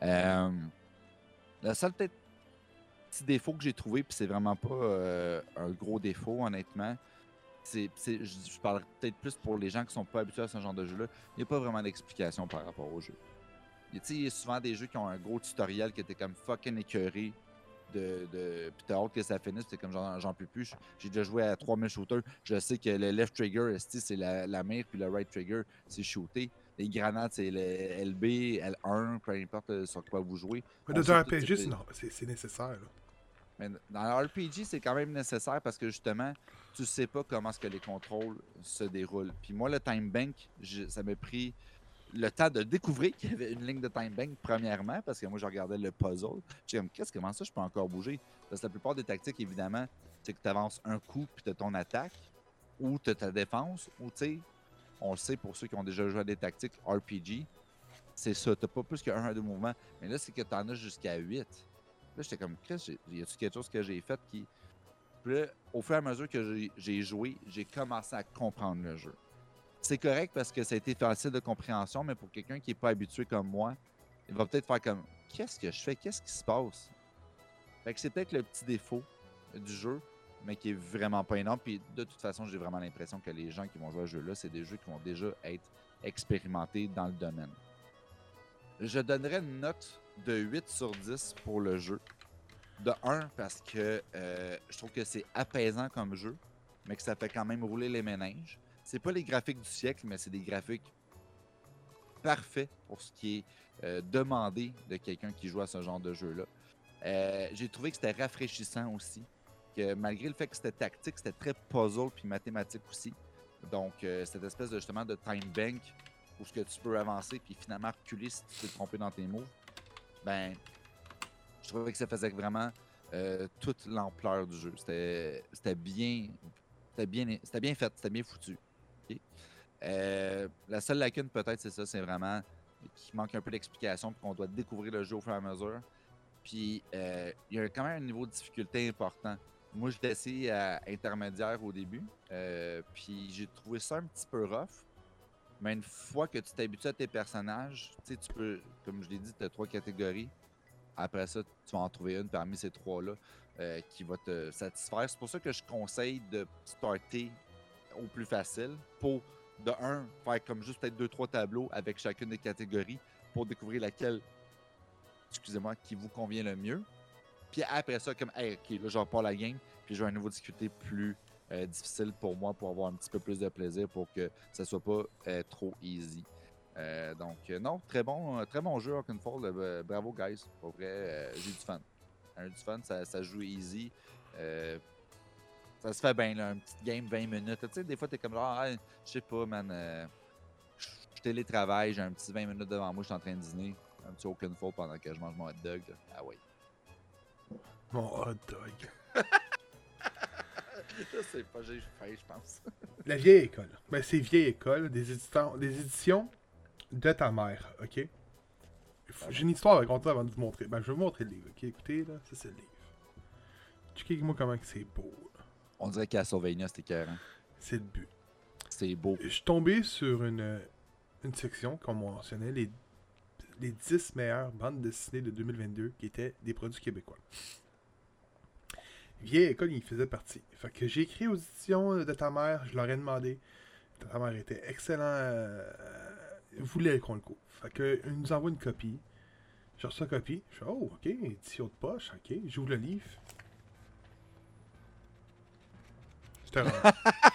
Le seul peut-être petit défaut que j'ai trouvé, puis c'est vraiment pas un gros défaut honnêtement, je parle peut-être plus pour les gens qui sont pas habitués à ce genre de jeu-là. Il n'y a pas vraiment d'explication par rapport au jeu. Il y a souvent des jeux qui ont un gros tutoriel qui était comme fucking écœuré. Puis t'as hâte que ça finisse, puis t'es comme j'en peux plus. J'ai déjà joué à 3000 shooters. Je sais que le left trigger, c'est la mire, puis le right trigger, c'est shooter. Les grenades, c'est le LB, L1, peu importe sur quoi vous jouez. Mais dans un RPG, c'est nécessaire. Là. Mais dans le RPG, c'est quand même nécessaire parce que justement, tu sais pas comment est-ce que les contrôles se déroulent. Puis moi, le time bank, ça m'a pris le temps de découvrir qu'il y avait une ligne de time bank, premièrement, parce que moi, je regardais le puzzle. J'ai comme, comment ça, je peux encore bouger? Parce que la plupart des tactiques, évidemment, c'est que tu avances un coup, puis tu as ton attaque, ou tu as ta défense, ou tu sais, on le sait pour ceux qui ont déjà joué à des tactiques RPG, c'est ça, tu n'as pas plus qu'un à deux mouvements. Mais là, c'est que tu en as jusqu'à 8. Là, j'étais comme, Chris, y a-tu quelque chose que j'ai fait qui. Puis là, au fur et à mesure que j'ai joué, j'ai commencé à comprendre le jeu. C'est correct parce que ça a été facile de compréhension, mais pour quelqu'un qui n'est pas habitué comme moi, il va peut-être faire comme qu'est-ce que je fais? Qu'est-ce qui se passe? Fait que c'est peut-être le petit défaut du jeu, mais qui est vraiment pas énorme. Puis de toute façon, j'ai vraiment l'impression que les gens qui vont jouer à ce jeu-là, c'est des jeux qui vont déjà être expérimentés dans le domaine. Je donnerais une note de 8 sur 10 pour le jeu. De 1, parce que je trouve que c'est apaisant comme jeu, mais que ça fait quand même rouler les méninges. C'est pas les graphiques du siècle, mais c'est des graphiques parfaits pour ce qui est demandé de quelqu'un qui joue à ce genre de jeu-là. J'ai trouvé que c'était rafraîchissant aussi, que malgré le fait que c'était tactique, c'était très puzzle puis mathématique aussi. Donc, cette espèce de justement de time bank où ce que tu peux avancer puis finalement reculer si tu t'es trompé dans tes moves, ben, je trouvais que ça faisait vraiment toute l'ampleur du jeu. C'était bien fait, c'était bien foutu. Okay? La seule lacune peut-être, c'est ça, c'est vraiment qu'il manque un peu d'explication puis qu'on doit découvrir le jeu au fur et à mesure. Puis, il y a quand même un niveau de difficulté important. Moi, j'étais assez intermédiaire au début, puis j'ai trouvé ça un petit peu rough. Mais une fois que tu t'habitues à tes personnages, tu sais, tu peux, comme je l'ai dit, tu as 3 catégories. Après ça, tu vas en trouver une parmi ces 3-là qui va te satisfaire. C'est pour ça que je conseille de starter au plus facile pour, de un, faire comme juste peut-être 2-3 tableaux avec chacune des catégories pour découvrir laquelle, excusez-moi, qui vous convient le mieux. Puis après ça, comme, hey, OK, là, je repars la game, puis je vais à nouveau discuter plus difficile pour moi pour avoir un petit peu plus de plaisir pour que ça soit pas trop easy. Donc, non, très bon jeu, Oakenfold. Bravo, guys. Pour vrai, j'ai du fun. Du fun, ça joue easy. Ça se fait bien, là, un petit game 20 minutes. Tu sais, des fois, t'es comme genre, ah, je sais pas, man. Je télétravaille, j'ai un petit 20 minutes devant moi, je suis en train de dîner. Un petit Oakenfold pendant que je mange mon hot dog. Là. Ah ouais. Mon hot dog. Je sais pas, j'ai faim, je pense. La vieille école. Ben, c'est vieille école, des éditions de ta mère, ok? J'ai une histoire à raconter avant de vous montrer. Ben, je vais vous montrer le livre, ok? Écoutez, là, ça c'est le livre. Checkez-moi comment c'est beau. Là. On dirait qu'à Castlevania, c'était écœurant. C'est le but. C'est beau. Je suis tombé sur une section, comme on mentionnait, les 10 meilleures bandes dessinées de 2022 qui étaient des produits québécois. Vieille école, il faisait partie. Fait que j'ai écrit aux éditions de ta mère, je leur ai demandé. Ta mère était excellent. Voulait qu'on le couvre. Fait que il nous envoie une copie. Je reçois la copie. Je fais, oh, ok, édition de poche, ok. J'ouvre le livre. C'était rare.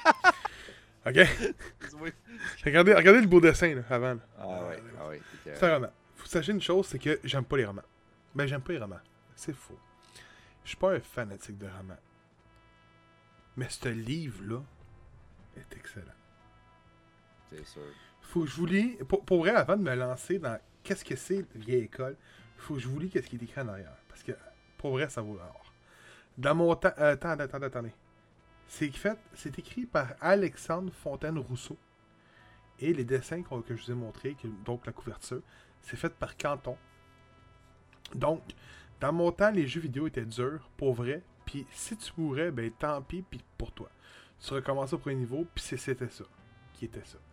Ok? regardez le beau dessin, là, avant. Là. Ah ouais. C'est un roman. Faut sachez une chose, c'est que j'aime pas les romans. Ben, j'aime pas les romans. C'est faux. Je suis pas un fanatique de romans. Mais ce livre-là est excellent. C'est sûr. Faut que je vous lis... Pour vrai, avant de me lancer dans qu'est-ce que c'est vieille école, faut que je vous lis qu'est-ce qui est écrit en arrière. Parce que, pour vrai, ça vaut l'or. Dans mon temps... Attendez. C'est écrit par Alexandre Fontaine-Rousseau. Et les dessins que je vous ai montrés, donc la couverture, c'est fait par Canton. Donc, dans mon temps, les jeux vidéo étaient durs, pour vrai. Puis si tu mourais, ben tant pis, puis pour toi. Tu recommençais au premier niveau, puis c'était ça. Qui était ça.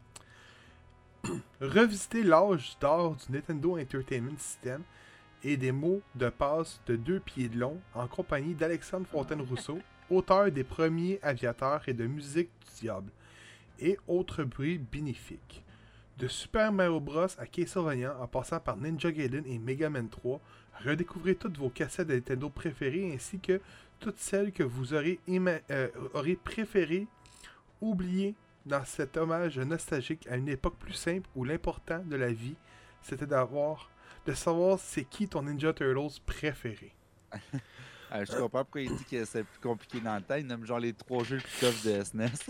Revisiter l'âge d'or du Nintendo Entertainment System et des mots de passe de 2 pieds de long en compagnie d'Alexandre Fontaine-Rousseau auteur des premiers aviateurs et de musique du diable, et autres bruits bénéfiques. De Super Mario Bros à Castlevania, en passant par Ninja Gaiden et Mega Man 3, redécouvrez toutes vos cassettes de Nintendo préférées ainsi que toutes celles que vous aurez préférées, oubliées dans cet hommage nostalgique à une époque plus simple où l'important de la vie, c'était de savoir c'est qui ton Ninja Turtles préféré. Je comprends pourquoi il dit que c'est plus compliqué dans le temps. Il nomme genre les 3 jeux le plus tough de SNES.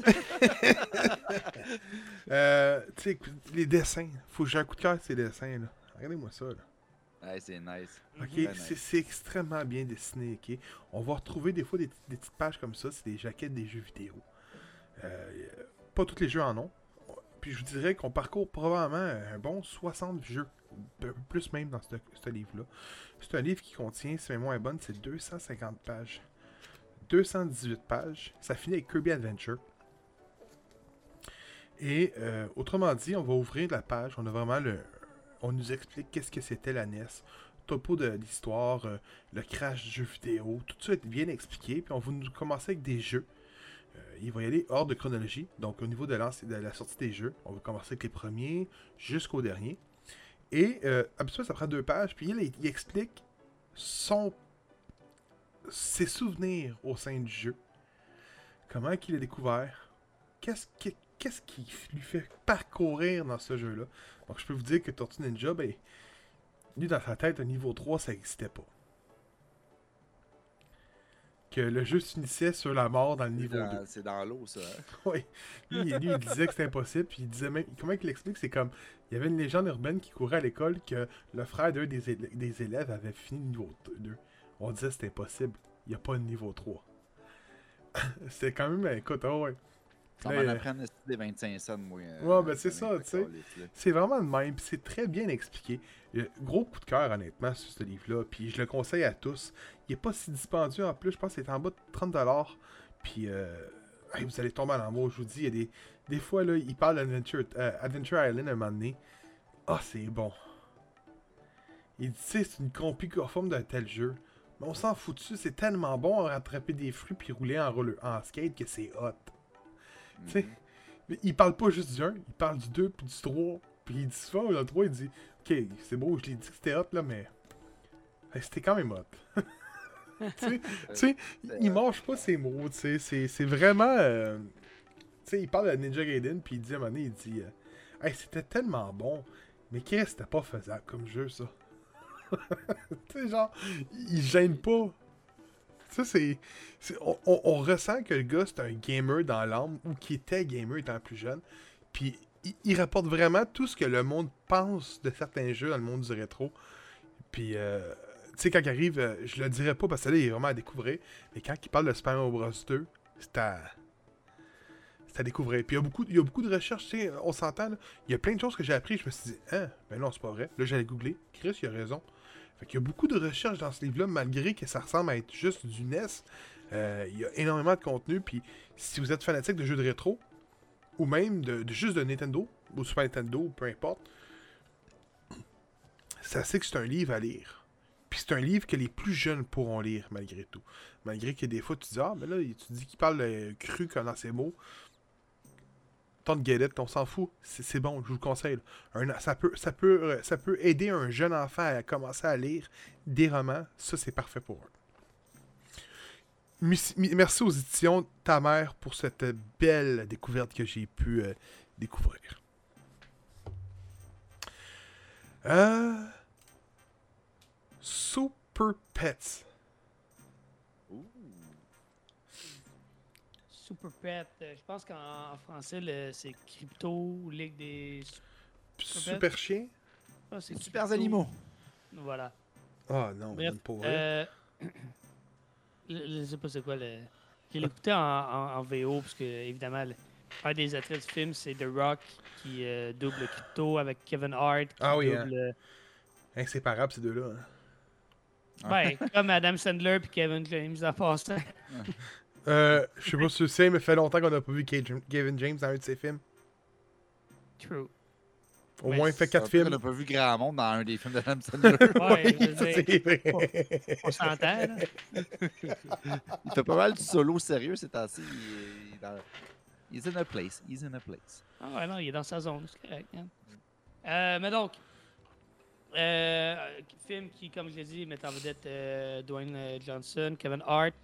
Tu sais, les dessins. Faut que j'ai un coup de cœur ces dessins, là. Regardez-moi ça, là. Ouais, c'est nice. Ok, Très nice. c'est extrêmement bien dessiné, ok. On va retrouver des fois des petites pages comme ça, c'est des jaquettes des jeux vidéo. Pas tous les jeux en ont. Puis je vous dirais qu'on parcourt probablement un bon 60 jeux. Plus même dans ce livre-là. C'est un livre qui contient, si ma mémoire est bonne, c'est 250 pages. 218 pages. Ça finit avec Kirby Adventure. Et autrement dit, on va ouvrir la page. On a vraiment on nous explique qu'est-ce que c'était la NES. Topo de l'histoire, le crash du jeu vidéo. Tout ça est bien expliqué. Puis on va nous commencer avec des jeux. Il va y aller hors de chronologie. Donc au niveau de la sortie des jeux, on va commencer avec les premiers jusqu'au dernier. Et habituellement, ça prend 2 pages. Puis il explique ses souvenirs au sein du jeu. Comment il a découvert. Qu'est-ce qui lui fait parcourir dans ce jeu-là. Donc je peux vous dire que Tortue Ninja, ben, lui dans sa tête, un niveau 3, ça n'existait pas. Que le jeu s'initiait sur la mort dans le niveau 2. C'est dans l'eau, ça. Hein? Oui. Lui, il disait que c'était impossible. Puis il disait même. Comment il l'explique? C'est comme. Il y avait une légende urbaine qui courait à l'école que le frère d'un des élèves avait fini le niveau 2. On disait que c'était impossible. Il n'y a pas de niveau 3. C'était quand même. Écoute, oh ouais. Ça m'en apprend des 25 cents, moi. Ouais, ben c'est ça, tu sais. C'est vraiment le même. Puis c'est très bien expliqué. Gros coup de cœur, honnêtement, sur ce livre-là. Puis je le conseille à tous. Il est pas si dispendieux en plus. Je pense qu'il est en bas de 30$. Puis vous allez tomber en amour. Je vous dis, il y a des fois, là, il parle d'Adventure Island un moment donné. Ah, c'est bon. Il dit, tu sais, c'est une compil conforme d'un tel jeu. Mais on s'en fout dessus. C'est tellement bon à rattraper des fruits puis rouler en skate que c'est hot. Tu sais, il parle pas juste du 1, il parle du 2 puis du 3. Puis il dit souvent, le 3, il dit ok, c'est beau, je l'ai dit que c'était hot là, mais c'était quand même hot. Tu sais, il mange pas ses mots, tu sais, c'est vraiment. Tu sais, il parle de Ninja Gaiden, puis il dit à un moment donné, il dit hey, c'était tellement bon, mais qu'est-ce que c'était pas faisable comme jeu ça? Tu sais, genre, il gêne pas. Ça, on ressent que le gars, c'est un gamer dans l'âme, ou qui était gamer étant plus jeune. Puis, il rapporte vraiment tout ce que le monde pense de certains jeux dans le monde du rétro. Puis, tu sais, quand il arrive, je le dirais pas parce que là, il est vraiment à découvrir. Mais quand il parle de Super Mario Bros 2, c'est à découvrir. Puis, il y a beaucoup de recherches, tu sais, on s'entend, là. Il y a plein de choses que j'ai appris. Je me suis dit, ben non, c'est pas vrai. Là, j'allais googler. Chris, il a raison. Fait qu'il y a beaucoup de recherches dans ce livre-là, malgré que ça ressemble à être juste du NES. Il y a énormément de contenu, puis si vous êtes fanatique de jeux de rétro, ou même de juste de Nintendo, ou Super Nintendo, peu importe, sachez que c'est un livre à lire. Puis c'est un livre que les plus jeunes pourront lire, malgré tout. Malgré que des fois, tu dis, mais là, tu dis qu'il parle cru comme dans ses mots. Tant de galette, on s'en fout. C'est bon, je vous le conseille. Ça peut aider un jeune enfant à commencer à lire des romans. Ça, c'est parfait pour eux. Merci aux éditions Ta Mère pour cette belle découverte que j'ai pu découvrir. Super Pets. Super Pet, je pense qu'en français, c'est Crypto, Ligue des Super Chien? Ah, c'est Super Crypto. Animaux. Voilà. Ah non, Bref, pas vrai. je sais pas c'est quoi le. Je l'ai écouté en VO, parce que, évidemment, un des attraits du film, c'est The Rock qui double Crypto avec Kevin Hart. Qui double. Inséparables, ces deux-là. Hein. Ben, comme Adam Sandler et Kevin James en passant. Je sais pas si tu sais, mais ça fait longtemps qu'on n'a pas vu Kevin James dans un de ses films. True. Au Ouais, moins, il fait On 4 films. n'a pas vu grand monde dans un des films de Adam Sandler. Ouais, je veux Ça, dire, c'est vrai. on s'entend, là. Il fait pas mal du solo sérieux, c'est assez. He's in a place. He's in a place. Ah ouais, non, il est dans sa zone, c'est correct. Hein. Mais donc, film qui, comme je l'ai dit, met en vedette Dwayne Johnson, Kevin Hart,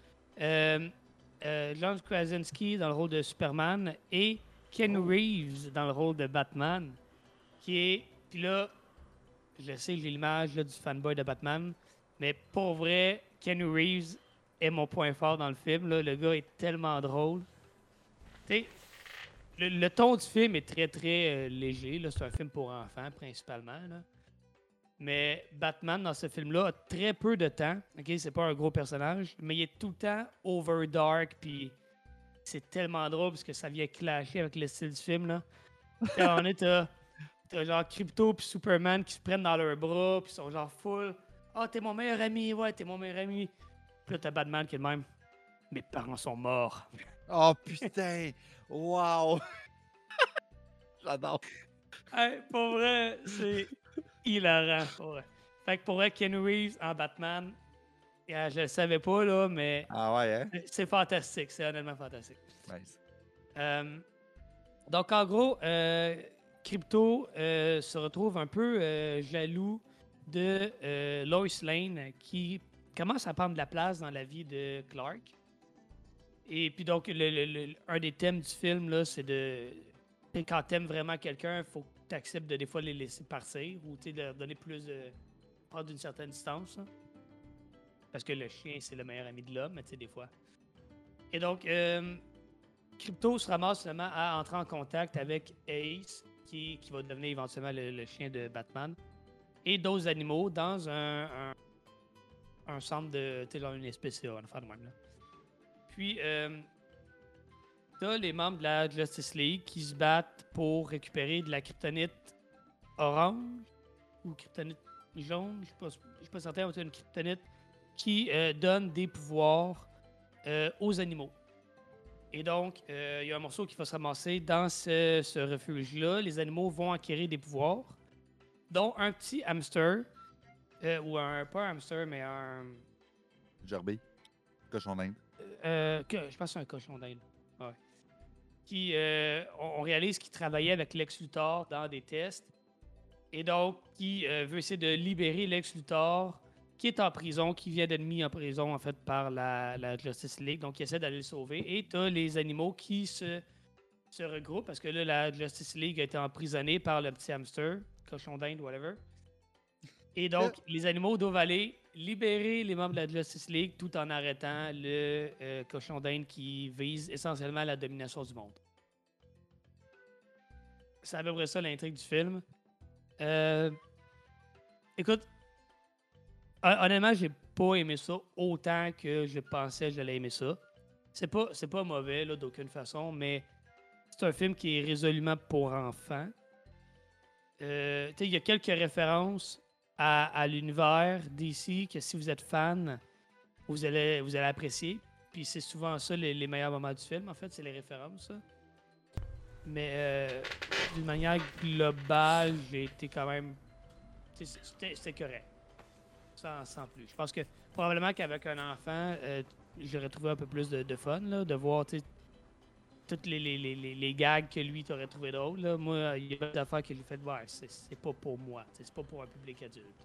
John Krasinski dans le rôle de Superman et Ken Reeves dans le rôle de Batman, qui est... Puis là, je sais que j'ai l'image là, du fanboy de Batman, mais pour vrai, Ken Reeves est mon point fort dans le film. Là. Le gars est tellement drôle. Tu sais, le ton du film est très, très léger. Là. C'est un film pour enfants, principalement. Là. Mais Batman, dans ce film-là, a très peu de temps. OK, c'est pas un gros personnage, mais il est tout le temps over dark, puis c'est tellement drôle parce que ça vient clasher avec le style du film. Là. On est t'as genre Crypto puis Superman qui se prennent dans leurs bras, puis sont genre full. Ah, t'es mon meilleur ami, ouais, t'es mon meilleur ami. Puis là, t'as Batman qui est le même. Mes parents sont morts. Oh putain! Wow! J'adore. Hey, pour vrai, c'est hilarant. Pour vrai. Fait que pour vrai, Ken Reeves en Batman, je le savais pas, là, mais Ah ouais, hein? c'est fantastique. C'est honnêtement fantastique. Nice. Donc, en gros, Crypto se retrouve un peu jaloux de Lois Lane qui commence à prendre de la place dans la vie de Clark. Et puis donc, un des thèmes du film, là, c'est de... Quand t'aimes vraiment quelqu'un, il faut que tu acceptes de des fois les laisser partir ou de leur donner plus de... prendre une certaine distance. Hein. Parce que le chien, c'est le meilleur ami de l'homme, mais tu sais, des fois. Et donc, Crypto se ramasse seulement à entrer en contact avec Ace, qui va devenir éventuellement le chien de Batman, et d'autres animaux dans un centre de. Tu sais, genre une SPCA, une affaire de même. Là. Puis, t'as les membres de la Justice League qui se battent pour récupérer de la kryptonite orange ou kryptonite jaune, je ne suis pas certain, c'est une kryptonite qui donne des pouvoirs aux animaux. Et donc, il y a un morceau qui va se ramasser dans ce refuge-là. Les animaux vont acquérir des pouvoirs, dont un petit hamster, ou pas un hamster, mais un... Gerbé. Cochon d'Inde. je pense que c'est un cochon d'Inde. Ouais. Qui, on réalise qu'il travaillait avec Lex Luthor dans des tests. Et donc, qui veut essayer de libérer Lex Luthor, qui est en prison, qui vient d'être mis en prison, en fait, par la Justice League. Donc, il essaie d'aller le sauver. Et tu as les animaux qui se regroupent, parce que là, la Justice League a été emprisonnée par le petit hamster, cochon d'Inde, whatever. Et donc, les animaux doivent aller libérer les membres de la Justice League tout en arrêtant le cochon d'Inde qui vise essentiellement la domination du monde. C'est à peu près ça l'intrigue du film. Écoute, honnêtement, j'ai pas aimé ça autant que je pensais que j'allais aimer ça. C'est pas mauvais là, d'aucune façon, mais c'est un film qui est résolument pour enfants. Il y a quelques références à l'univers DC que si vous êtes fan, vous allez apprécier. Puis c'est souvent ça les meilleurs moments du film, en fait, c'est les références. Ça. Mais d'une manière globale, j'ai été quand même... C'était correct. Sans plus. Je pense que probablement qu'avec un enfant, j'aurais trouvé un peu plus de fun, là, de voir toutes les gags que lui t'aurait trouvé drôles. Là. Moi, il y a des affaires que j'ai fait voir. C'est pas pour moi. C'est pas pour un public adulte.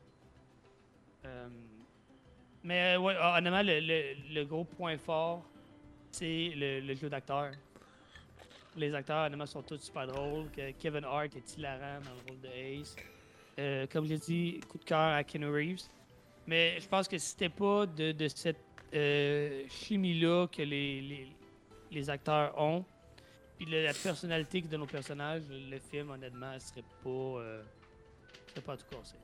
Mais ouais, honnêtement, le gros point fort, c'est le jeu d'acteur. Les acteurs, honnêtement, sont tous super drôles. Kevin Hart est hilarant dans le rôle de Ace. Comme j'ai dit, coup de cœur à Keanu Reeves. Mais je pense que si c'était pas de cette chimie-là que les acteurs ont, puis la personnalité qu'ils donnent aux personnages, le film, honnêtement, serait pas à tout casser.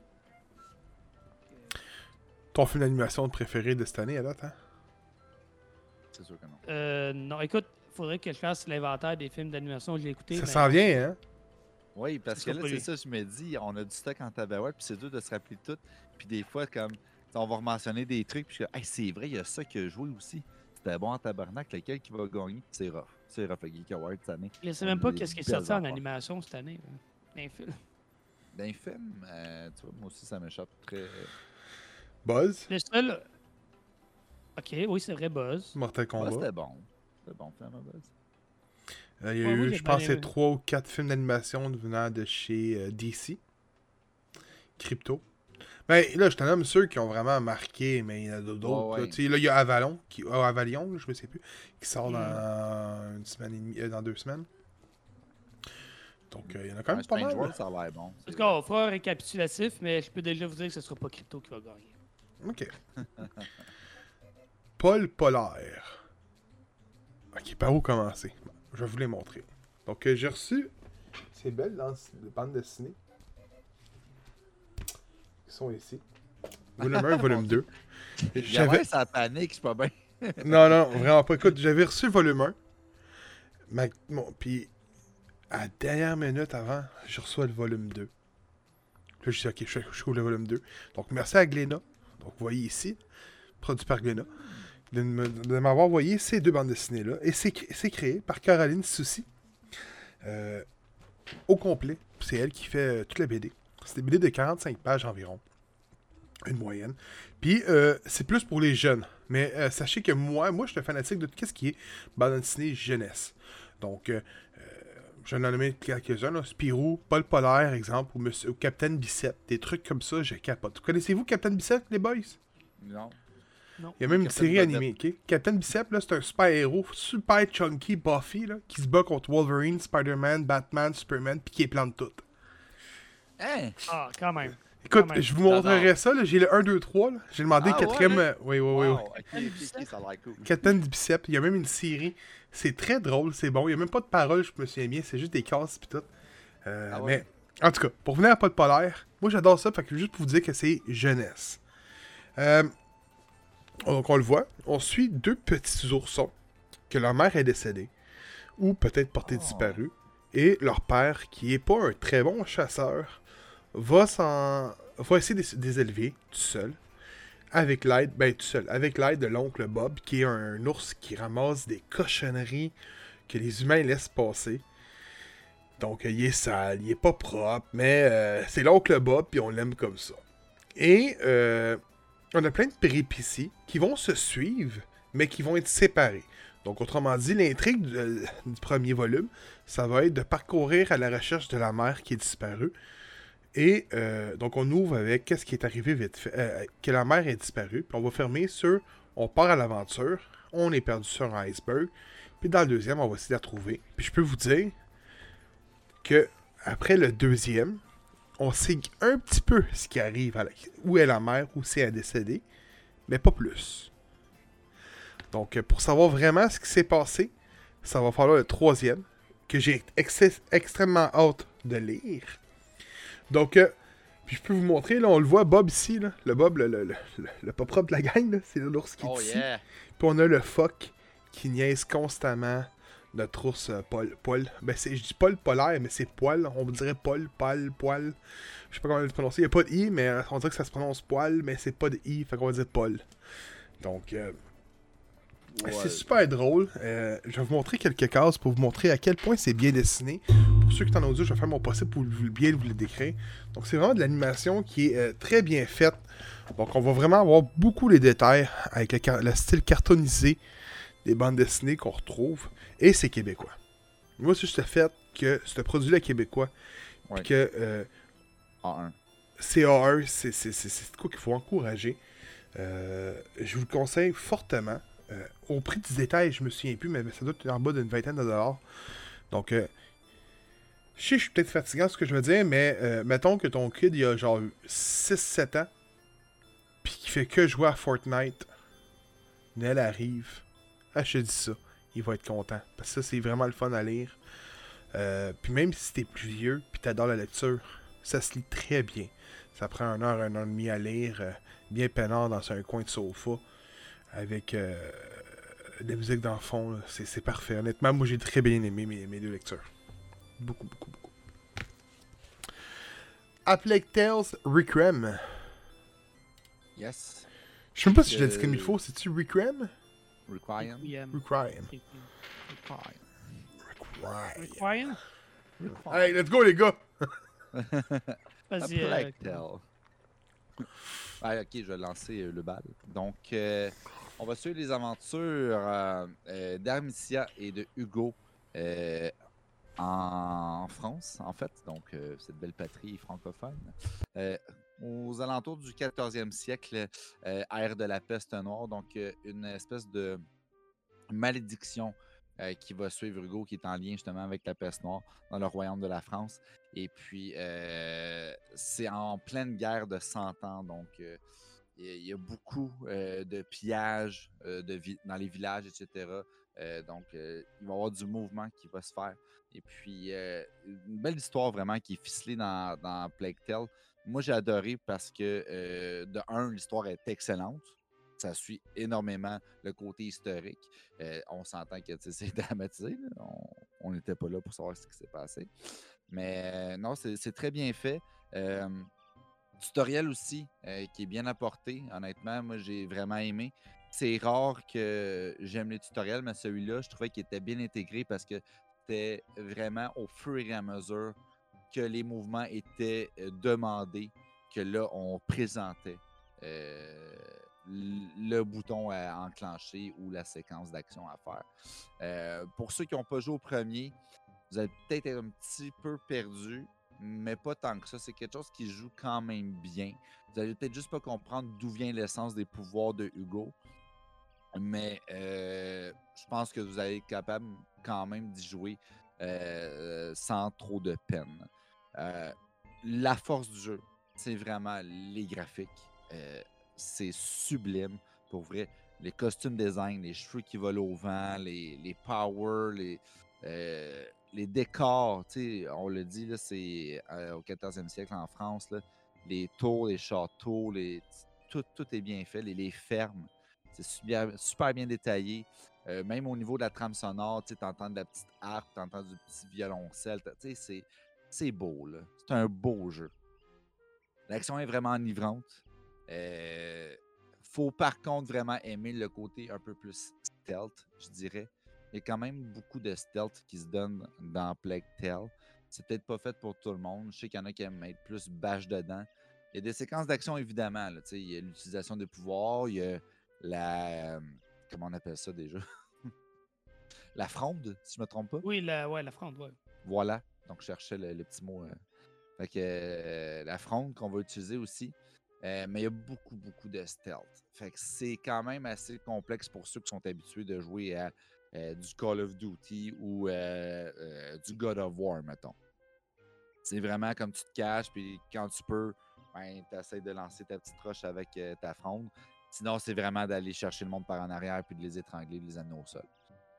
Ton film d'animation préféré de cette année, à date, hein? C'est sûr que non. Non, écoute, faudrait que je fasse l'inventaire des films d'animation que j'ai écoutés. Ça s'en vient, hein? Oui, parce que là, pas c'est lui. ça, je me dis, on a du stock en tabarouette, puis c'est dur de se rappeler tout. Puis des fois, comme, on va mentionner des trucs, puis je suis hey, c'est vrai, il y a ça qui a joué aussi. C'était bon en tabarnak, lequel qui va gagner? C'est rough. C'est rough, le Geek Award cette année. Je sais même pas qu'est-ce qui est sorti en animation cette année. Un film. d'un film, tu vois, moi aussi, ça m'échappe très. Buzz, Le seul. Ok, oui, c'est vrai, Buzz. Mortal Ouais, Kombat. c'était bon. C'était bon, finalement, Buzz. Il y a Ouais, moi, eu, j'ai je bien pense, aimé. 3 ou 4 films d'animation venant de chez DC. Crypto. Ben là, je t'en nomme ceux qui ont vraiment marqué, mais il y en a d'autres. Ouais, Là, ouais. Tu sais, là, il y a Avalon, Avalion, je ne sais plus, qui sort Mhm. dans une semaine et demie, dans 2 semaines. Donc, il y en a quand Ouais, même pas Strange mal. World, ça a l'air bon. En c'est tout cas, on va faire un récapitulatif, mais je peux déjà vous dire que ce sera pas Crypto qui va gagner. Ok. Paul Polaire. Ok, par où commencer? Bon, je vais vous les montrer. Donc, j'ai reçu ces belles bandes dessinées qui sont ici. Volume 1 volume 2. J'avais ça panique, je suis pas bien. Non, non, vraiment pas. Écoute, j'avais reçu le volume 1. Puis, à la dernière minute avant, je reçois le volume 2. Puis là, je dis, ok, je couvre le volume 2. Donc, merci à Glénat. Donc, vous voyez ici, produit par Glénat, de m'avoir envoyé ces 2 bandes dessinées-là. Et c'est créé par Caroline Soucy. Au complet. C'est elle qui fait toute la BD. C'est des BD de 45 pages environ. Une moyenne. Puis, c'est plus pour les jeunes. Mais sachez que moi, je suis un fanatique de tout ce qui est bande dessinée jeunesse. Donc, je vais en nommer quelques-uns. Là. Spirou, Paul Polaire, exemple, ou Captain Bicep. Des trucs comme ça, je capote. Connaissez-vous Captain Bicep, les boys? Non. Non. Il y a même une Captain série Bicep. animée, ok? Captain Bicep, là, c'est un super-héros super chunky, Buffy, là, qui se bat contre Wolverine, Spider-Man, Batman, Superman, puis qui les plante toutes. Hein? Ah, quand même. Écoute, Quand même. je vous montrerai ça, là. J'ai le 1, 2, 3, là. J'ai demandé Ah, le 4e... ouais? Oui. Wow, ok, ça a l'air cool. Captain Bicep, il y a même une série. C'est très drôle, c'est bon. Il n'y a même pas de paroles, je me souviens bien. C'est juste des cases pis tout. Ah ouais? Mais, en tout cas, pour venir à Paul Polaire, moi j'adore ça, fait que juste pour vous dire que c'est jeunesse. Donc on le voit, on suit 2 petits oursons que leur mère est décédée, ou peut-être portée disparue, et leur père, qui est pas un très bon chasseur, va essayer de les élever tout seul. Avec l'aide, avec l'aide de l'oncle Bob, qui est un ours qui ramasse des cochonneries que les humains laissent passer. Donc, il est sale, il est pas propre, mais c'est l'oncle Bob, puis on l'aime comme ça. Et on a plein de péripéties qui vont se suivre, mais qui vont être séparées. Donc, autrement dit, l'intrigue du premier volume, ça va être de parcourir à la recherche de la mère qui est disparue. Et donc, on ouvre avec qu'est-ce qui est arrivé vite fait, que la mère est disparue. Puis on va fermer sur on part à l'aventure, on est perdu sur un iceberg. Puis dans le deuxième, on va essayer de la trouver. Puis je peux vous dire que après le deuxième, on sait un petit peu ce qui arrive, où est la mère, où c'est elle décédée, mais pas plus. Donc, pour savoir vraiment ce qui s'est passé, ça va falloir le troisième, que j'ai extrêmement hâte de lire. Donc, puis je peux vous montrer, là, on le voit, Bob ici, là, le Bob, le pas propre de la gang, là, c'est l'ours qui est Oh ici. yeah! Puis on a le phoque qui niaise constamment notre ours Paul. Ben, je dis Paul Polaire, mais c'est Poil, on dirait Poil. Je sais pas comment le prononcer, il n'y a pas de I, mais on dirait que ça se prononce Poil, mais c'est pas de I, fait qu'on va dire Paul. Donc, Ouais. c'est super drôle. Je vais vous montrer quelques cases pour vous montrer à quel point c'est bien dessiné. Pour ceux qui sont en audio, je vais faire mon possible pour bien vous le décrire. Donc, c'est vraiment de l'animation qui est très bien faite. Donc, on va vraiment avoir beaucoup les détails avec le style cartonisé des bandes dessinées qu'on retrouve. Et c'est québécois. Moi, c'est juste le fait que ce produit-là est québécois. Ouais. Puis que A1. CA1, c'est quoi qu'il faut encourager. Je vous le conseille fortement. Au prix du détail, je me souviens plus, mais ça doit être en bas d'une vingtaine de dollars. Donc, je suis peut-être fatigant ce que je veux dire, mais mettons que ton kid il a genre 6-7 ans, puis qu'il fait que jouer à Fortnite. Noël arrive. Ah, je te dis ça. Il va être content. Parce que ça, c'est vraiment le fun à lire. Puis même si t'es plus vieux, puis t'adores la lecture, ça se lit très bien. Ça prend 1 heure et demie à lire, bien peinard dans un coin de sofa, avec de la musique dans le fond. C'est parfait. Honnêtement, moi, j'ai très bien aimé mes 2 lectures. Beaucoup. A Plague Tales Requiem. Yes. Je sais même pas si je l'ai dit comme il faut. C'est-tu Requiem? Requiem. Requiem. Requiem? Hey, let's go, les gars! Vas-y. Plague Tale. Ok, je vais lancer le bal. Donc, on va suivre les aventures d'Armicia et de Hugo en France, en fait. Donc, cette belle patrie francophone. Aux alentours du 14e siècle, ère de la peste noire. Donc, une espèce de malédiction qui va suivre Hugo, qui est en lien justement avec la peste noire dans le royaume de la France. Et puis, c'est en pleine guerre de 100 ans. Donc, il y a beaucoup de pillages dans les villages, etc. Donc, il va y avoir du mouvement qui va se faire. Et puis, une belle histoire vraiment qui est ficelée dans Plague Tale. Moi, j'ai adoré parce que, de un, l'histoire est excellente. Ça suit énormément le côté historique. On s'entend que c'est dramatisé. Là. On n'était pas là pour savoir ce qui s'est passé. Mais non, c'est très bien fait. Tutoriel aussi, qui est bien apporté. Honnêtement, moi, j'ai vraiment aimé. C'est rare que j'aime les tutoriels, mais celui-là, je trouvais qu'il était bien intégré parce que c'était vraiment au fur et à mesure que les mouvements étaient demandés, que là, on présentait le bouton à enclencher ou la séquence d'action à faire. Pour ceux qui n'ont pas joué au premier, vous allez peut-être être un petit peu perdu, mais pas tant que ça. C'est quelque chose qui joue quand même bien. Vous allez peut-être juste pas comprendre d'où vient l'essence des pouvoirs de Hugo, mais je pense que vous allez être capable quand même d'y jouer sans trop de peine. La force du jeu, c'est vraiment les graphiques. C'est sublime, pour vrai. Les costumes design, les cheveux qui volent au vent, les powers, les décors. On le dit, là, c'est au 14e siècle en France. Là, les tours, les châteaux, tout est bien fait. Les fermes, c'est super bien détaillé. Même au niveau de la trame sonore, tu entends de la petite harpe, tu entends du petit violoncelle. C'est beau, là. C'est un beau jeu. L'action est vraiment enivrante. Faut par contre vraiment aimer le côté un peu plus stealth, je dirais. Il y a quand même beaucoup de stealth qui se donne dans Plague Tale. C'est peut-être pas fait pour tout le monde. Je sais qu'il y en a qui aiment être plus bâche dedans. Il y a des séquences d'action, évidemment. Là, il y a l'utilisation de pouvoirs, il y a la... comment on appelle ça déjà? La fronde, si je me trompe pas. Oui, la fronde, ouais. Voilà. Donc, je cherchais le petit mot. Fait que la fronde qu'on va utiliser aussi. Mais il y a beaucoup, beaucoup de stealth. Fait que c'est quand même assez complexe pour ceux qui sont habitués de jouer à du Call of Duty ou du God of War, mettons. C'est vraiment comme tu te caches, puis quand tu peux, ben, tu essaies de lancer ta petite roche avec ta fronde. Sinon, c'est vraiment d'aller chercher le monde par en arrière, puis de les étrangler, de les amener au sol.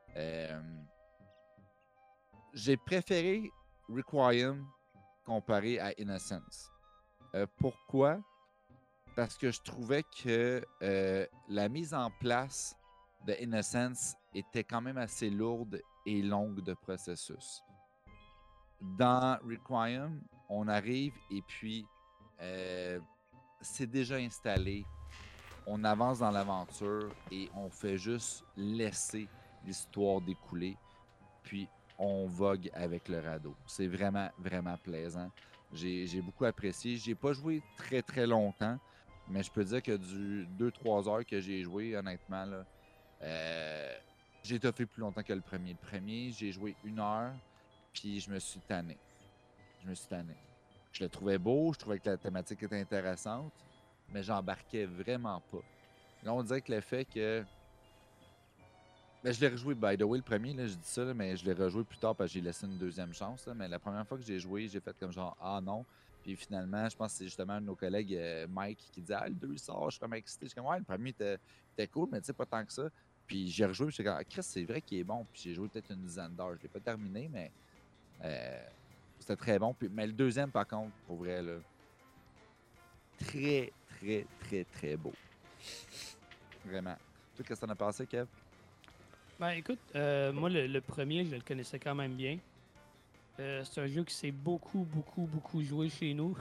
J'ai préféré Requiem comparé à Innocence. Pourquoi? Parce que je trouvais que la mise en place de Innocence était quand même assez lourde et longue de processus. Dans Requiem, on arrive et puis c'est déjà installé. On avance dans l'aventure et on fait juste laisser l'histoire découler. Puis on vogue avec le radeau. C'est vraiment, vraiment plaisant. J'ai beaucoup apprécié. J'ai pas joué très, très longtemps, mais je peux dire que du 2-3 heures que j'ai joué, honnêtement, là, j'ai toffé plus longtemps que le premier. Le premier, j'ai joué 1 heure, puis je me suis tanné. Je le trouvais beau, je trouvais que la thématique était intéressante, mais j'embarquais vraiment pas. Là, on dirait que le fait que ben, je l'ai rejoué, by the way, le premier, là, je dis ça, là, mais je l'ai rejoué plus tard parce que j'ai laissé une deuxième chance. Là, mais la première fois que j'ai joué, j'ai fait comme genre, ah non. Puis finalement, je pense que c'est justement un de nos collègues, Mike, qui dit, ah, le 2 il sort, je suis comme excité. Je suis comme, ouais, le premier était cool, mais tu sais, pas tant que ça. Puis j'ai rejoué, puis j'étais comme, ah, Chris, c'est vrai qu'il est bon. Puis j'ai joué peut-être une dizaine d'heures. Je l'ai pas terminé, mais c'était très bon. Puis, mais le deuxième, par contre, pour vrai, là, très, très, très, très beau. Vraiment. Toi, qu'est-ce que t'en as pensé, Kev? Ben écoute, moi le premier, je le connaissais quand même bien. C'est un jeu qui s'est beaucoup, beaucoup, beaucoup joué chez nous.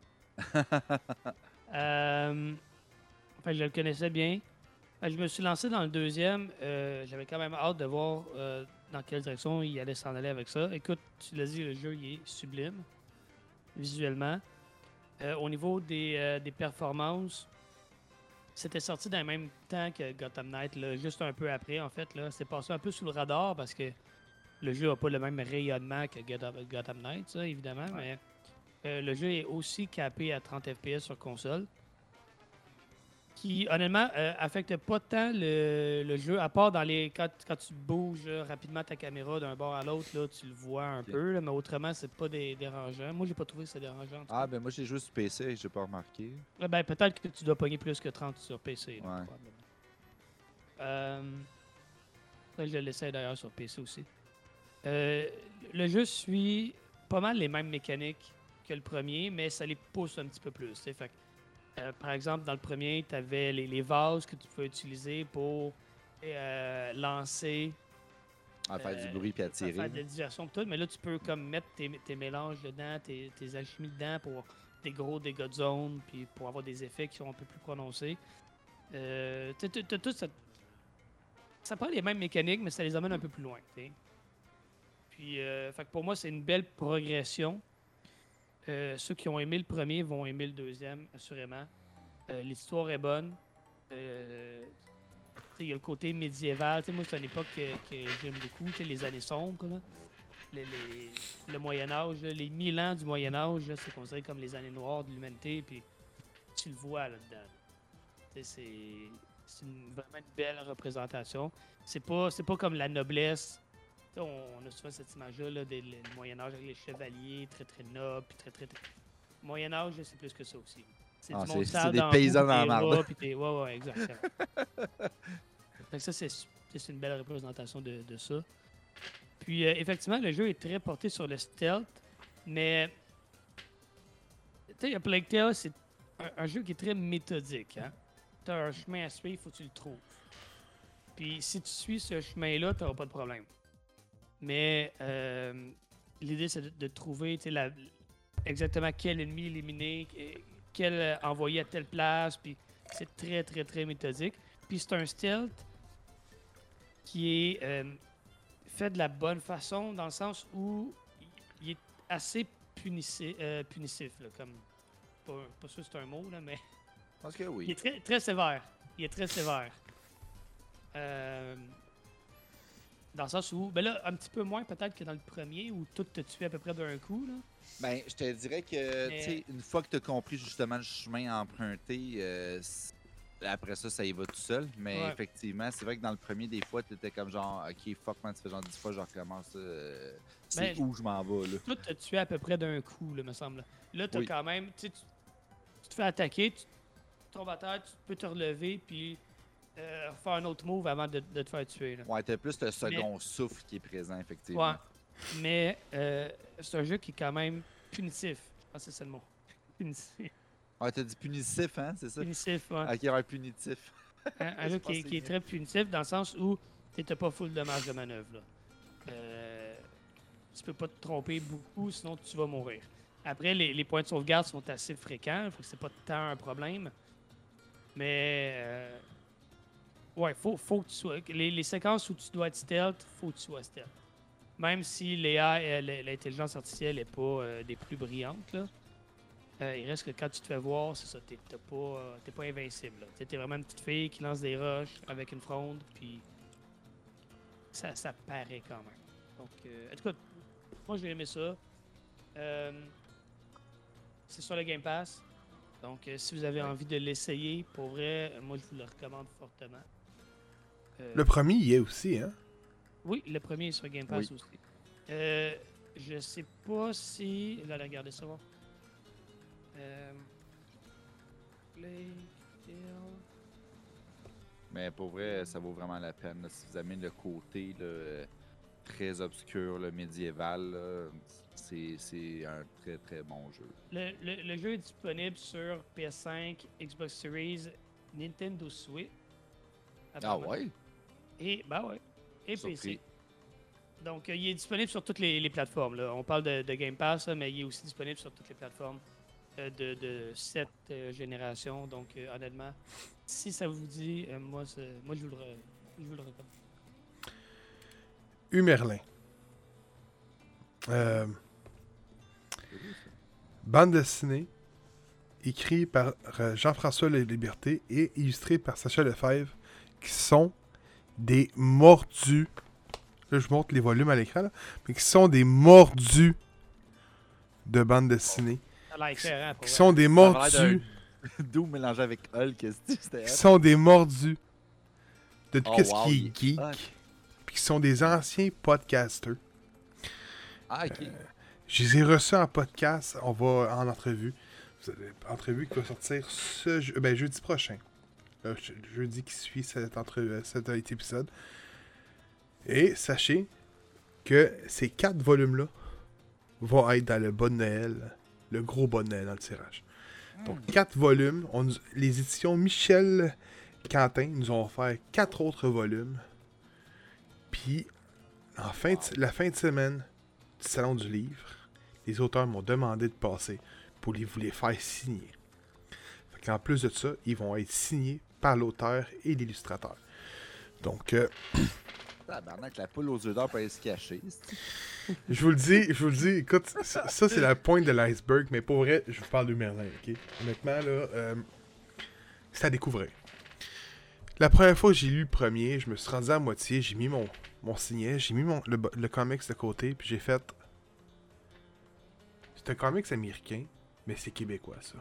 Enfin, je le connaissais bien. Je me suis lancé dans le deuxième. J'avais quand même hâte de voir dans quelle direction il allait s'en aller avec ça. Écoute, tu l'as dit, le jeu il est sublime, visuellement. Au niveau des performances, c'était sorti dans le même temps que Gotham Knight, là, juste un peu après, en fait. Là. C'est passé un peu sous le radar parce que le jeu n'a pas le même rayonnement que Gotham Knight, ça, évidemment, mais le jeu est aussi capé à 30 FPS sur console, qui, honnêtement, affecte pas tant le jeu, à part quand tu bouges rapidement ta caméra d'un bord à l'autre, là, tu le vois un peu, là, mais autrement, c'est pas dérangeant. Moi, j'ai pas trouvé ça dérangeant. En tout cas. Ben moi j'ai joué sur PC et j'ai pas remarqué. Ben, peut-être que tu dois pogner plus que 30 sur PC. Là, Ouais. probablement. Je l'essaie d'ailleurs sur PC aussi. Le jeu suit pas mal les mêmes mécaniques que le premier, mais ça les pousse un petit peu plus. Fait que, par exemple, dans le premier, tu avais les vases que tu pouvais utiliser pour lancer, Faire du bruit puis attirer. faire de la diversion, tout, mais là, tu peux comme mettre tes mélanges dedans, tes alchimies dedans pour des gros dégâts de zone, puis pour avoir des effets qui sont un peu plus prononcés. T'as tout ça prend les mêmes mécaniques, mais ça les amène un peu plus loin. T'sais. Puis, fait que pour moi, c'est une belle progression. Ceux qui ont aimé le premier vont aimer le deuxième, assurément. L'histoire est bonne. Il y a le côté médiéval. Moi, c'est une époque que j'aime beaucoup. Les années sombres. Là. Le Moyen-Âge, les 1000 ans du Moyen-Âge, c'est considéré comme les années noires de l'humanité. Puis tu le vois là-dedans. C'est vraiment une belle représentation. C'est pas comme la noblesse. On a souvent cette image-là là, du Moyen-Âge avec les chevaliers très très nobles. Très... Moyen-Âge, c'est plus que ça aussi. C'est du monde sale des dans paysans bout, dans la des marde. rats, ouais, exactement. Fait que ça, c'est une belle représentation de ça. Puis, effectivement, le jeu est très porté sur le stealth, mais tu sais, Plague Tale, c'est un jeu qui est très méthodique. Hein? Tu as un chemin à suivre, il faut que tu le trouves. Puis, si tu suis ce chemin-là, tu n'auras pas de problème. Mais l'idée, c'est de trouver exactement quel ennemi éliminer, quel envoyer à telle place. Puis, c'est très, très, très méthodique. Puis, c'est un stealth qui est fait de la bonne façon, dans le sens où il est assez punisif là, comme pas sûr que c'est un mot, là, mais Je pense que oui. il est très, très sévère. Il est très sévère. Dans le sens où, ben là, un petit peu moins peut-être que dans le premier, où tout te tue à peu près d'un coup, là. Ben, je te dirais que, tu sais, une fois que tu as compris justement le chemin à emprunter, après ça, ça y va tout seul. Mais Ouais. effectivement, c'est vrai que dans le premier, des fois, tu étais comme genre, OK, fuck, man, ça fait genre 10 fois, je recommence. C'est Ben, où je m'en vais, là. Tout te tue à peu près d'un coup, là, me semble. Là, t'as Oui. quand même, tu te fais attaquer, tu tombes à terre, tu peux te relever, puis faire un autre move avant de te faire tuer. Là. Ouais, t'as plus le second souffle qui est présent, Ouais. effectivement. Mais c'est un jeu qui est quand même punitif. Je pense que c'est ça le mot. Punitif. Ouais, t'as dit punitif, hein, c'est ça? Punitif, ouais. Ok, ouais, punitif. Un jeu qui est très punitif dans le sens où tu n'as pas full de marge de manœuvre. Là. Tu peux pas te tromper beaucoup, sinon tu vas mourir. Après, les points de sauvegarde sont assez fréquents, faut que c'est pas tant un problème. Mais ouais, faut que tu sois. Les séquences où tu dois être stealth, faut que tu sois stealth. Même si l'intelligence artificielle n'est pas des plus brillantes, là, il reste que quand tu te fais voir, c'est ça, t'es pas invincible. T'es vraiment une petite fille qui lance des roches avec une fronde, puis ça paraît quand même. Donc, en tout cas, moi j'ai aimé ça. C'est sur le Game Pass. Donc, si vous avez envie de l'essayer, pour vrai, moi je vous le recommande fortement. Le premier y est aussi, hein? Oui, le premier est sur Game Pass aussi. Je sais pas si. Là, regardez ça. Plague Tale. Mais pour vrai, ça vaut vraiment la peine. Là, si vous aimez le côté là, très obscur, le médiéval, là, c'est un très très bon jeu. Le jeu est disponible sur PS5, Xbox Series, Nintendo Switch. apparemment. ouais? Et, ben ouais. Et Surpris. PC. Donc, il est disponible sur toutes les plateformes. Là. On parle de Game Pass, là, mais il est aussi disponible sur toutes les plateformes de cette génération. Donc, honnêtement, si ça vous dit, moi, je vous le recommande. Humerlin. Bande dessinée. écrit par Jean-François Liberté et illustré par Sacha Lefebvre, qui sont des mordus. Là, je montre les volumes à l'écran, là, mais qui sont des mordus de bande dessinée. Ça a l'air écœurant, pour Qui vrai. sont des Ça a mordus. Doom mélangé avec Hulk, c'était Qui sont des mordus de tout Oh, ce wow, qui il est est geek. hot. Puis qui sont des anciens podcasters. Ah, ok. Je les ai reçus en podcast. On va en entrevue. Entrevue qui va sortir jeudi prochain. Jeudi qui suit cet épisode. Et sachez que ces 4 volumes-là vont être dans le bas de Noël. Le gros bas de Noël dans le tirage. Donc 4 volumes. Les éditions Michel Quentin nous ont offert 4 autres volumes. Puis, la fin de semaine du Salon du Livre, les auteurs m'ont demandé de passer pour vous les faire signer. Fait qu'en plus de ça, ils vont être signés par l'auteur et l'illustrateur. Donc, Tabarnak, la poule aux œufs d'or peut aller se cacher. je vous le dis, écoute, ça c'est la pointe de l'iceberg, mais pour vrai, je vous parle de Merlin, ok? Honnêtement, là, c'est à découvrir. La première fois que j'ai lu le premier, je me suis rendu à moitié, j'ai mis mon signet, j'ai mis le comics de côté, puis j'ai fait... C'est un comics américain, mais c'est québécois, ça.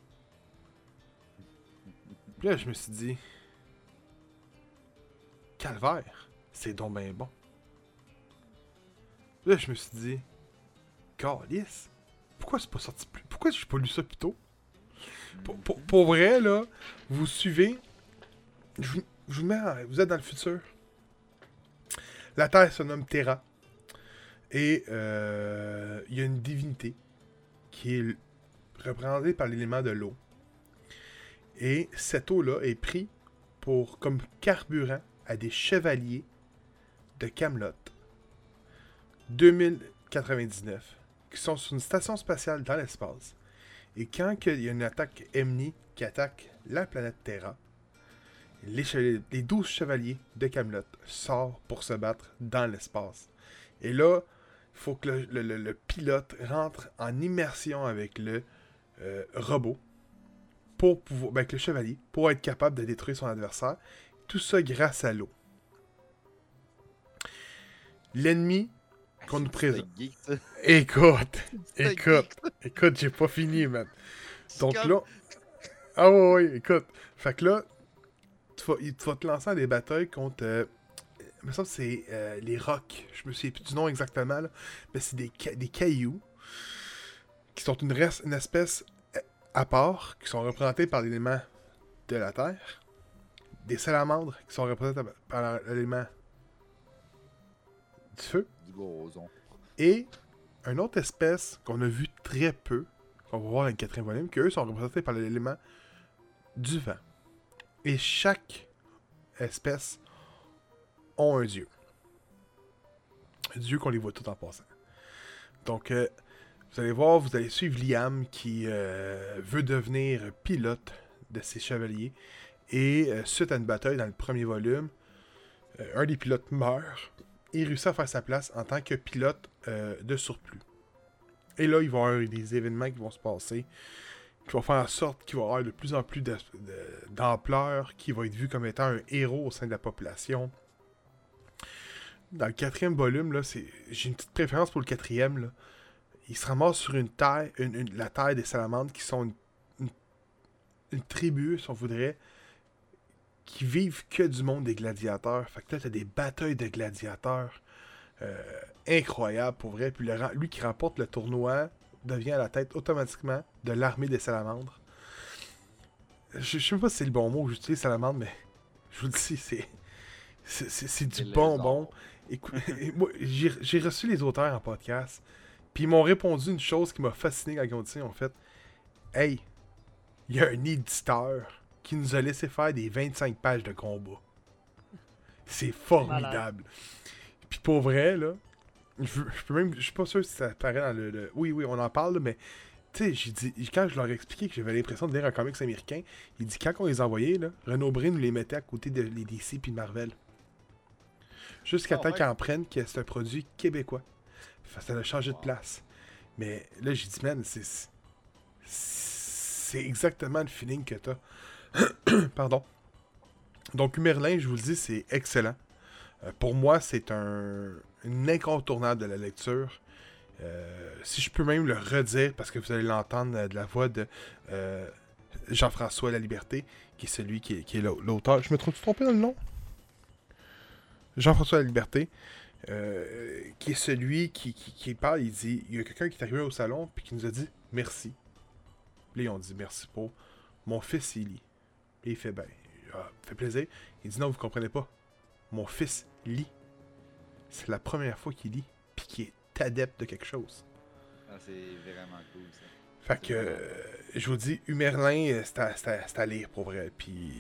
Puis là, je me suis dit... Calvaire, c'est donc ben bon. Puis là, je me suis dit... Calice, pourquoi c'est pas sorti plus... Pourquoi j'ai pas lu ça plus tôt? Pour vrai, là, vous suivez... Je vous mets... Vous êtes dans le futur. La Terre se nomme Terra. Et il y a une divinité qui est représentée par l'élément de l'eau. Et cette eau-là est prise comme carburant à des chevaliers de Camelot 2099 qui sont sur une station spatiale dans l'espace. Et quand il y a une attaque Emni qui attaque la planète Terra, les 12 chevaliers de Camelot sortent pour se battre dans l'espace. Et là, il faut que le pilote rentre en immersion avec le robot, avec le chevalier, pour être capable de détruire son adversaire. Tout ça grâce à l'eau. L'ennemi qu'on nous présente... Écoute, j'ai pas fini, man. Donc là... Ah ouais, écoute. Fait que là, tu vas te lancer à des batailles contre... il me semble que c'est les rocs. Je me souviens plus du nom exactement, là. Mais c'est des cailloux qui sont une espèce à part, qui sont représentés par l'élément de la terre. Des salamandres qui sont représentés par l'élément du feu. Du gozon. Et une autre espèce qu'on a vu très peu, qu'on va voir dans le 4e volume, qu'eux sont représentés par l'élément du vent. Et chaque espèce ont un dieu. Un dieu qu'on les voit tout en passant. Donc, vous allez voir, vous allez suivre Liam qui veut devenir pilote de ses chevaliers. Et suite à une bataille dans le premier volume, un des pilotes meurt et réussit à faire sa place en tant que pilote de surplus. Et là, il va y avoir des événements qui vont se passer, qui vont faire en sorte qu'il va y avoir de plus en plus d'ampleur, qui va être vu comme étant un héros au sein de la population. Dans le 4e volume, là, j'ai une petite préférence pour le 4e. Là. Il se ramasse sur une terre, la terre des salamandres, qui sont une tribu, si on voudrait, qui vivent que du monde des gladiateurs. Fait que là, t'as des batailles de gladiateurs incroyables, pour vrai. Puis lui qui remporte le tournoi devient à la tête automatiquement de l'armée des salamandres. Je sais pas si c'est le bon mot que j'utilise, salamandre, mais je vous le dis, c'est du bonbon. Écoute, moi, j'ai reçu les auteurs en podcast, puis ils m'ont répondu une chose qui m'a fasciné quand ils ont dit, en fait, « Hey, il y a un éditeur qui nous a laissé faire des 25 pages de combat. » C'est formidable. Puis pour vrai, là, je suis pas sûr si ça paraît dans le... Oui, on en parle, mais tu sais, j'ai dit, quand je leur ai expliqué que j'avais l'impression de lire un comics américain, il dit quand on les envoyait, là, Renaud Bré nous les mettait à côté de les DC puis Marvel. Jusqu'à temps qu'ils en prennent que c'est un produit québécois. Ça a changé de place. Mais là, j'ai dit, man, c'est exactement le feeling que t'as. Pardon. Donc, Merlin, je vous le dis, c'est excellent. Pour moi, c'est une incontournable de la lecture. Si je peux même le redire, parce que vous allez l'entendre de la voix de Jean-François Laliberté, qui est celui qui est l'auteur. Je me trouve trompé dans le nom? Jean-François Laliberté, qui est celui qui parle, il dit, il y a quelqu'un qui est arrivé au salon, puis qui nous a dit « Merci ». Puis là, on dit « Merci pour mon fils, il lit ». Et il fait « Ben, ça fait plaisir ». Il dit « Non, vous comprenez pas. Mon fils lit. C'est la première fois qu'il lit, puis qu'il est adepte de quelque chose. » Ah, c'est vraiment cool, ça. Fait que, je vous dis, Humerlin, c'est à lire pour vrai. Puis,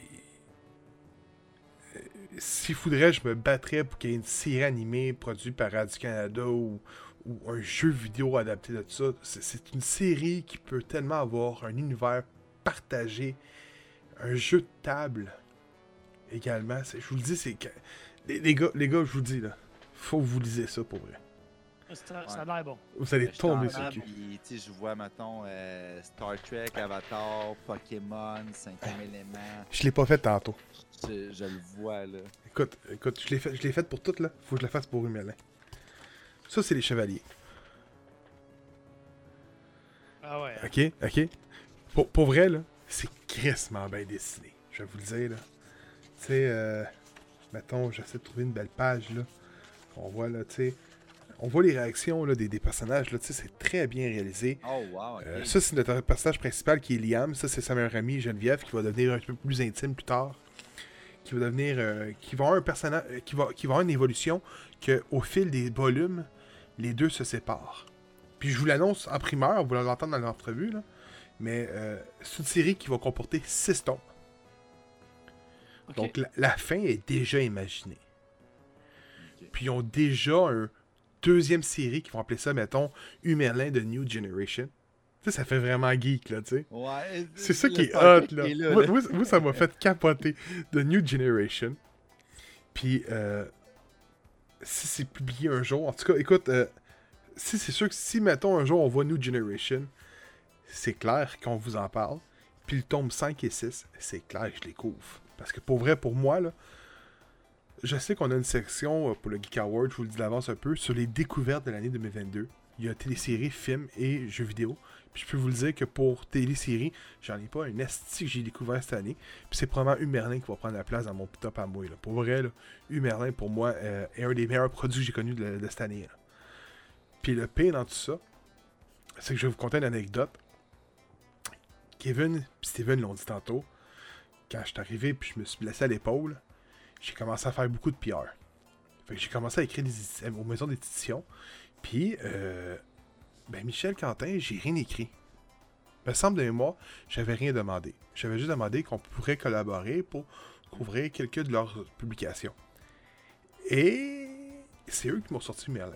s'il faudrait, je me battrais pour qu'il y ait une série animée produite par Radio-Canada ou un jeu vidéo adapté de ça. C'est une série qui peut tellement avoir un univers partagé, un jeu de table également. Je vous le dis, c'est que les gars, je vous le dis, là, faut que vous lisez ça pour vrai. Ça a l'air bon. Vous allez Je tomber t'en sur le parle, cul. puis, tu sais, je vois, mettons, Star Trek, Avatar, Pokémon, 5e élément. Je l'ai pas fait tantôt. Je le vois, là. Écoute, je l'ai fait pour toutes, là. Faut que je le fasse pour Humerlin. Ça, c'est les chevaliers. Ah ouais. Ok? Pour vrai, là, c'est crissement bien dessiné. Je vais vous le dire, là. Tu sais, mettons, j'essaie de trouver une belle page, là. On voit, là, tu sais... On voit les réactions là, des personnages, là, tu sais, c'est très bien réalisé. Oh, wow, ok. Ça, c'est notre personnage principal qui est Liam. Ça, c'est sa meilleure amie Geneviève qui va devenir un peu plus intime plus tard. Qui va devenir... qui va avoir un personnage... qui va avoir une évolution qu'au fil des volumes, les deux se séparent. Puis je vous l'annonce en primeur, vous allez l'entendre dans l'entrevue, là. Mais c'est une série qui va comporter 6 tomes. Ok. Donc la fin est déjà imaginée. Ok. Puis ils ont déjà un deuxième série qui vont appeler ça, mettons, Humerlin de New Generation. Tu sais, ça fait vraiment geek, là, tu sais. Ouais, C'est ça le qui est Star hot, Trek là. est là, Moi, là. moi, ça m'a fait capoter. The New Generation. Puis, si c'est publié un jour... En tout cas, écoute, si c'est sûr que si, mettons, un jour, on voit New Generation, c'est clair qu'on vous en parle. Puis le tome 5 et 6, c'est clair que je les couvre. Parce que pour vrai, pour moi, là, je sais qu'on a une section pour le Geek Award, je vous le dis d'avance un peu, sur les découvertes de l'année 2022. Il y a téléséries, films et jeux vidéo. Puis je peux vous le dire que pour téléséries, j'en ai pas un esti que j'ai découvert cette année. Puis c'est probablement Humerlin qui va prendre la place dans mon top à moi. Là. Pour vrai, là, Humerlin, pour moi, est un des meilleurs produits que j'ai connus de cette année. Là. Puis le pire dans tout ça, c'est que je vais vous conter une anecdote. Kevin et Steven l'ont dit tantôt. Quand je suis arrivé puis je me suis blessé à l'épaule, j'ai commencé à faire beaucoup de PR. Fait que j'ai commencé à écrire aux maisons d'édition. Puis, Michel Quentin, j'ai rien écrit. Il me semble de mémoire, j'avais rien demandé. J'avais juste demandé qu'on pourrait collaborer pour couvrir quelques de leurs publications. Et c'est eux qui m'ont sorti Merlin.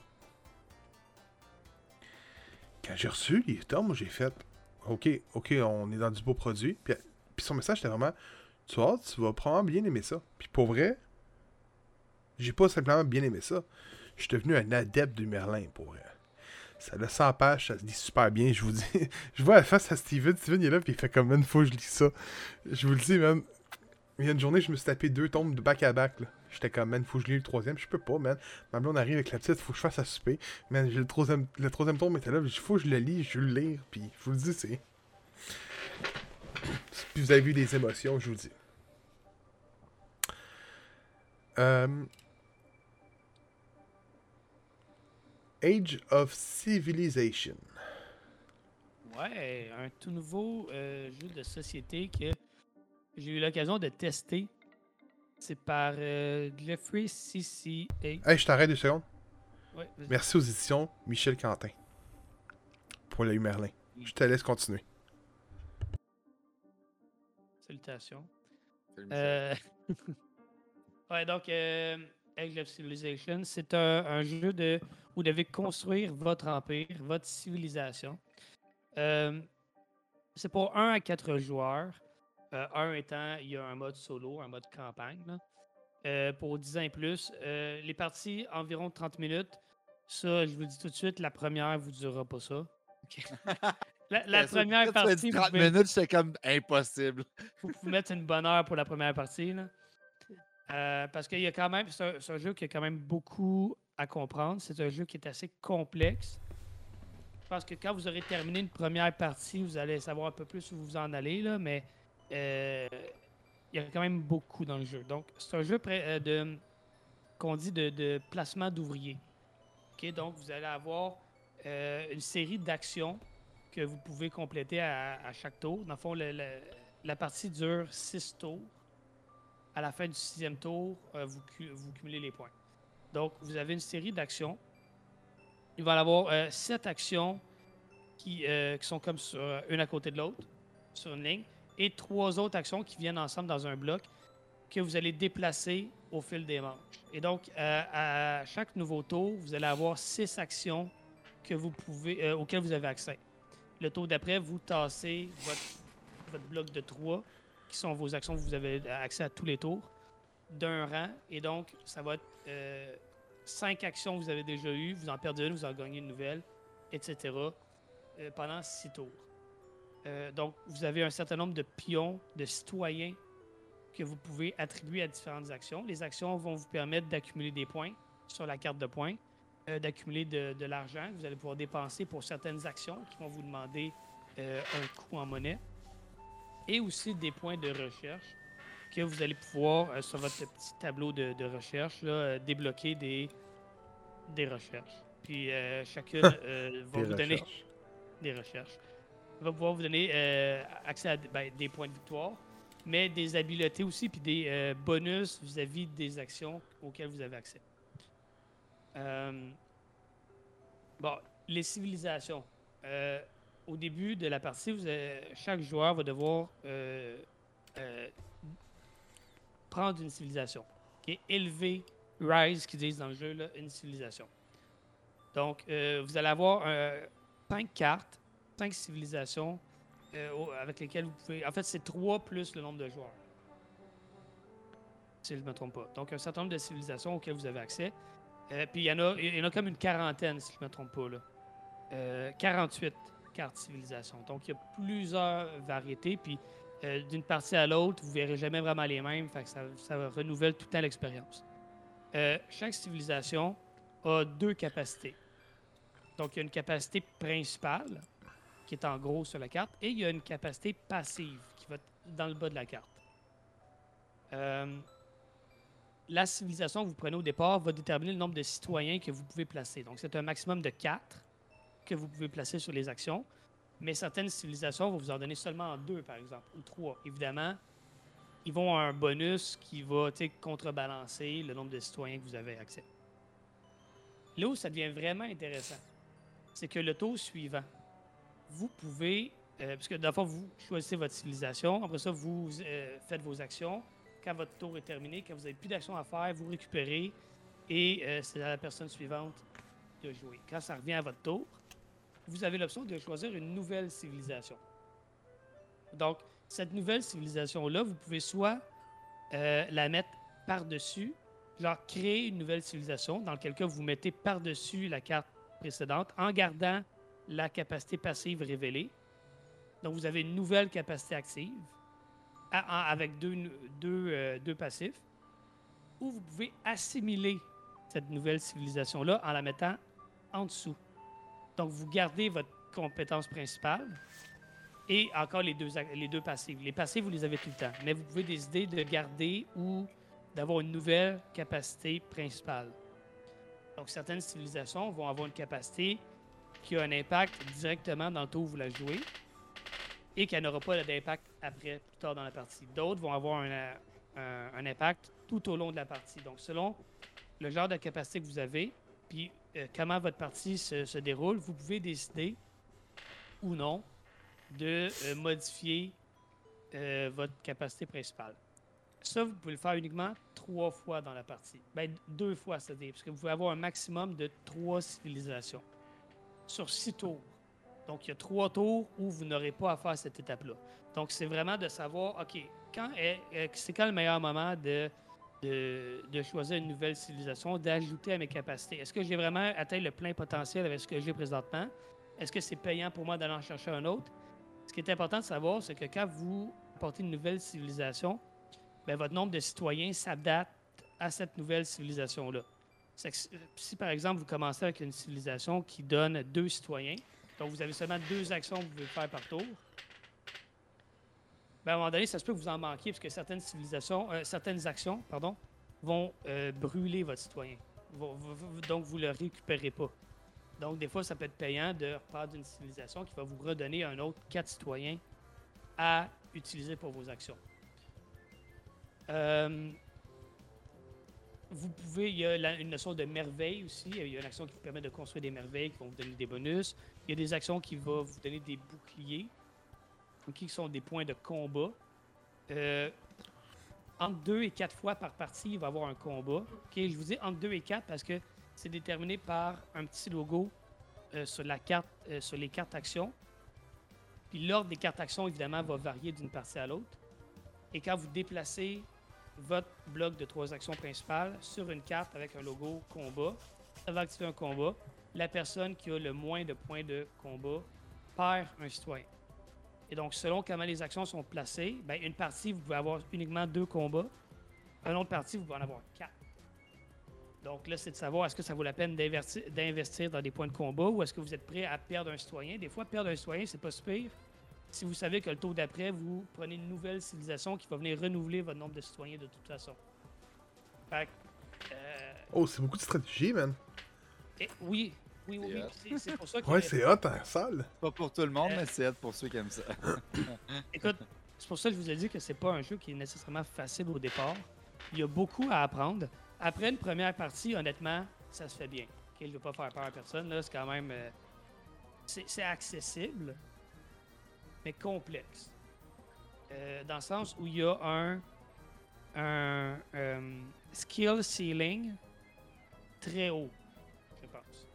Quand j'ai reçu les tomes, j'ai fait OK, on est dans du beau produit. Puis son message était vraiment tu vas probablement bien aimer ça. Puis pour vrai, j'ai pas simplement bien aimé ça. Je suis devenu un adepte du Merlin, pour vrai. Ça a 100 pages, ça se lit super bien, je vous dis. Je vois la face à Steven. Steven, il est là, puis il fait comme une fois que je lis ça. Je vous le dis, man. Il y a une journée, je me suis tapé 2 tomes de back-à-back, là. J'étais comme, man, faut que je lis le 3e. Je peux pas, man. Ma blonde arrive avec la petite, faut que je fasse à souper. Man, j'ai le 3e tome était là, il faut que je le lis, je veux le lire, puis je vous le dis, c'est... Puis vous avez vu des émotions, je vous le dis. Age of Civilization. Ouais, un tout nouveau jeu de société que j'ai eu l'occasion de tester. C'est par Geoffrey CCA. Hey, je t'arrête 2 secondes. Ouais, vas-y. Merci aux éditions Michel Quentin pour le Humerlin. Je te laisse continuer. Salutations. Salut, Michel. Ouais, donc, Age of Civilization, c'est un jeu où vous devez construire votre empire, votre civilisation. C'est pour 1 à 4 joueurs. 1 étant, il y a un mode solo, un mode campagne. Là. Pour 10 ans et plus. Les parties, environ 30 minutes. Ça, je vous dis tout de suite, la première ne vous durera pas ça. OK? La première Quand tu m'as partie, dit vous 30 pouvez, minutes, j'étais comme impossible. vous pouvez mettre une bonne heure pour la première partie. Là. Parce qu'il y a quand même. C'est un jeu qui a quand même beaucoup à comprendre. C'est un jeu qui est assez complexe. Je pense que quand vous aurez terminé une première partie, vous allez savoir un peu plus où vous en allez, là, mais euh, il y a quand même beaucoup dans le jeu. Donc, c'est un jeu qu'on dit de placement d'ouvriers. OK? Donc, vous allez avoir une série d'actions que vous pouvez compléter à chaque tour. Dans le fond, la partie dure 6 tours. À la fin du 6e tour, vous cumulez les points. Donc, vous avez une série d'actions. Il va y avoir 7 actions qui sont comme une à côté de l'autre, sur une ligne, et 3 autres actions qui viennent ensemble dans un bloc que vous allez déplacer au fil des manches. Et donc, à chaque nouveau tour, vous allez avoir 6 actions auxquelles vous avez accès. Le tour d'après, vous tassez votre bloc de 3, qui sont vos actions, vous avez accès à tous les tours, d'un rang. Et donc, ça va être 5 actions que vous avez déjà eues, vous en perdez une, vous en gagnez une nouvelle, etc. Pendant 6 tours. Donc, vous avez un certain nombre de pions, de citoyens que vous pouvez attribuer à différentes actions. Les actions vont vous permettre d'accumuler des points sur la carte de points, d'accumuler de l'argent que vous allez pouvoir dépenser pour certaines actions qui vont vous demander un coût en monnaie, et aussi des points de recherche que vous allez pouvoir, sur votre petit tableau de recherche, là, débloquer des recherches. Puis chacune va Des vous donner recherches. des recherches. Va pouvoir vous donner accès à des points de victoire, mais des habiletés aussi, puis des bonus vis-à-vis des actions auxquelles vous avez accès. Bon, les civilisations. Au début de la partie, chaque joueur va devoir euh, prendre une civilisation. Okay? Élever, rise, qu'ils disent dans le jeu, là, une civilisation. Donc, vous allez avoir 5 cartes, 5 civilisations avec lesquelles vous pouvez. En fait, c'est 3 plus le nombre de joueurs. Si je ne me trompe pas. Donc, un certain nombre de civilisations auxquelles vous avez accès. Puis, il y en a comme une quarantaine, si je ne me trompe pas. Là. 48 cartes civilisation. Donc, il y a plusieurs variétés. Puis, d'une partie à l'autre, vous ne verrez jamais vraiment les mêmes. Fait que ça renouvelle tout le temps l'expérience. Chaque civilisation a 2 capacités. Donc, il y a une capacité principale, qui est en gros sur la carte, et il y a une capacité passive, qui va être dans le bas de la carte. La civilisation que vous prenez au départ va déterminer le nombre de citoyens que vous pouvez placer. Donc, c'est un maximum de 4 que vous pouvez placer sur les actions, mais certaines civilisations vont vous en donner seulement 2, par exemple, ou 3. Évidemment, ils vont avoir un bonus qui va contrebalancer le nombre de citoyens que vous avez accès. Là où ça devient vraiment intéressant, c'est que le tour suivant, vous pouvez, parce que d'abord, vous choisissez votre civilisation, après ça, vous faites vos actions. Quand votre tour est terminé, quand vous n'avez plus d'actions à faire, vous récupérez et c'est à la personne suivante de jouer. Quand ça revient à votre tour, vous avez l'option de choisir une nouvelle civilisation. Donc, cette nouvelle civilisation-là, vous pouvez soit la mettre par-dessus, genre créer une nouvelle civilisation, dans lequel cas vous mettez par-dessus la carte précédente en gardant la capacité passive révélée. Donc, vous avez une nouvelle capacité active avec deux passifs, ou vous pouvez assimiler cette nouvelle civilisation-là en la mettant en dessous. Donc, vous gardez votre compétence principale et encore les deux passifs. Les passifs, vous les avez tout le temps, mais vous pouvez décider de garder ou d'avoir une nouvelle capacité principale. Donc, certaines civilisations vont avoir une capacité qui a un impact directement dans le tour où vous la jouez et qui n'aura pas d'impact après, plus tard dans la partie. D'autres vont avoir un impact tout au long de la partie. Donc, selon le genre de capacité que vous avez, puis comment votre partie se déroule, vous pouvez décider ou non de modifier votre capacité principale. Ça, vous pouvez le faire uniquement 3 fois dans la partie. Bien, 2 fois, c'est-à-dire, parce que vous pouvez avoir un maximum de 3 civilisations sur 6 tours. Donc, il y a 3 tours où vous n'aurez pas à faire cette étape-là. Donc, c'est vraiment de savoir, OK, c'est quand le meilleur moment de choisir une nouvelle civilisation, d'ajouter à mes capacités. Est-ce que j'ai vraiment atteint le plein potentiel avec ce que j'ai présentement? est-ce que c'est payant pour moi d'aller en chercher un autre? Ce qui est important de savoir, c'est que quand vous portez une nouvelle civilisation, ben, votre nombre de citoyens s'adapte à cette nouvelle civilisation-là. Si, par exemple, vous commencez avec une civilisation qui donne 2 citoyens, donc vous avez seulement 2 actions que vous pouvez faire par tour, ben, à un moment donné, ça se peut que vous en manquiez, parce que certaines actions vont brûler votre citoyen. Donc, vous ne le récupérez pas. Donc, des fois, ça peut être payant de reprendre une civilisation qui va vous redonner un autre 4 citoyens à utiliser pour vos actions. Il y a une notion de merveille aussi. Il y a une action qui vous permet de construire des merveilles qui vont vous donner des bonus. Il y a des actions qui vont vous donner des boucliers, qui sont des points de combat. Entre 2 et 4 fois par partie, il va y avoir un combat. Okay? Je vous dis entre 2 et 4 parce que c'est déterminé par un petit logo sur la carte, sur les cartes actions. Puis l'ordre des cartes actions, évidemment, va varier d'une partie à l'autre. Et quand vous déplacez votre bloc de 3 actions principales sur une carte avec un logo combat, ça va activer un combat. La personne qui a le moins de points de combat perd un citoyen. Et donc, selon comment les actions sont placées, ben, une partie, vous pouvez avoir uniquement 2 combats. Une autre partie, vous pouvez en avoir 4. Donc là, c'est de savoir est-ce que ça vaut la peine d'investir dans des points de combat ou est-ce que vous êtes prêt à perdre un citoyen. Des fois, perdre un citoyen, c'est pas si pire. Si vous savez que le tour d'après, vous prenez une nouvelle civilisation qui va venir renouveler votre nombre de citoyens de toute façon. Fait que, Oh, c'est beaucoup de stratégie, man. oui. C'est pour ça que... Ouais, c'est hot en salle. Pas pour tout le monde, mais c'est hot pour ceux qui aiment ça. Écoute, c'est pour ça que je vous ai dit que c'est pas un jeu qui est nécessairement facile au départ. Il y a beaucoup à apprendre. Après une première partie, honnêtement, ça se fait bien. Okay, je ne veux pas faire peur à personne. Là, c'est quand même... c'est accessible, mais complexe. Dans le sens où il y a un skill ceiling très haut, je pense.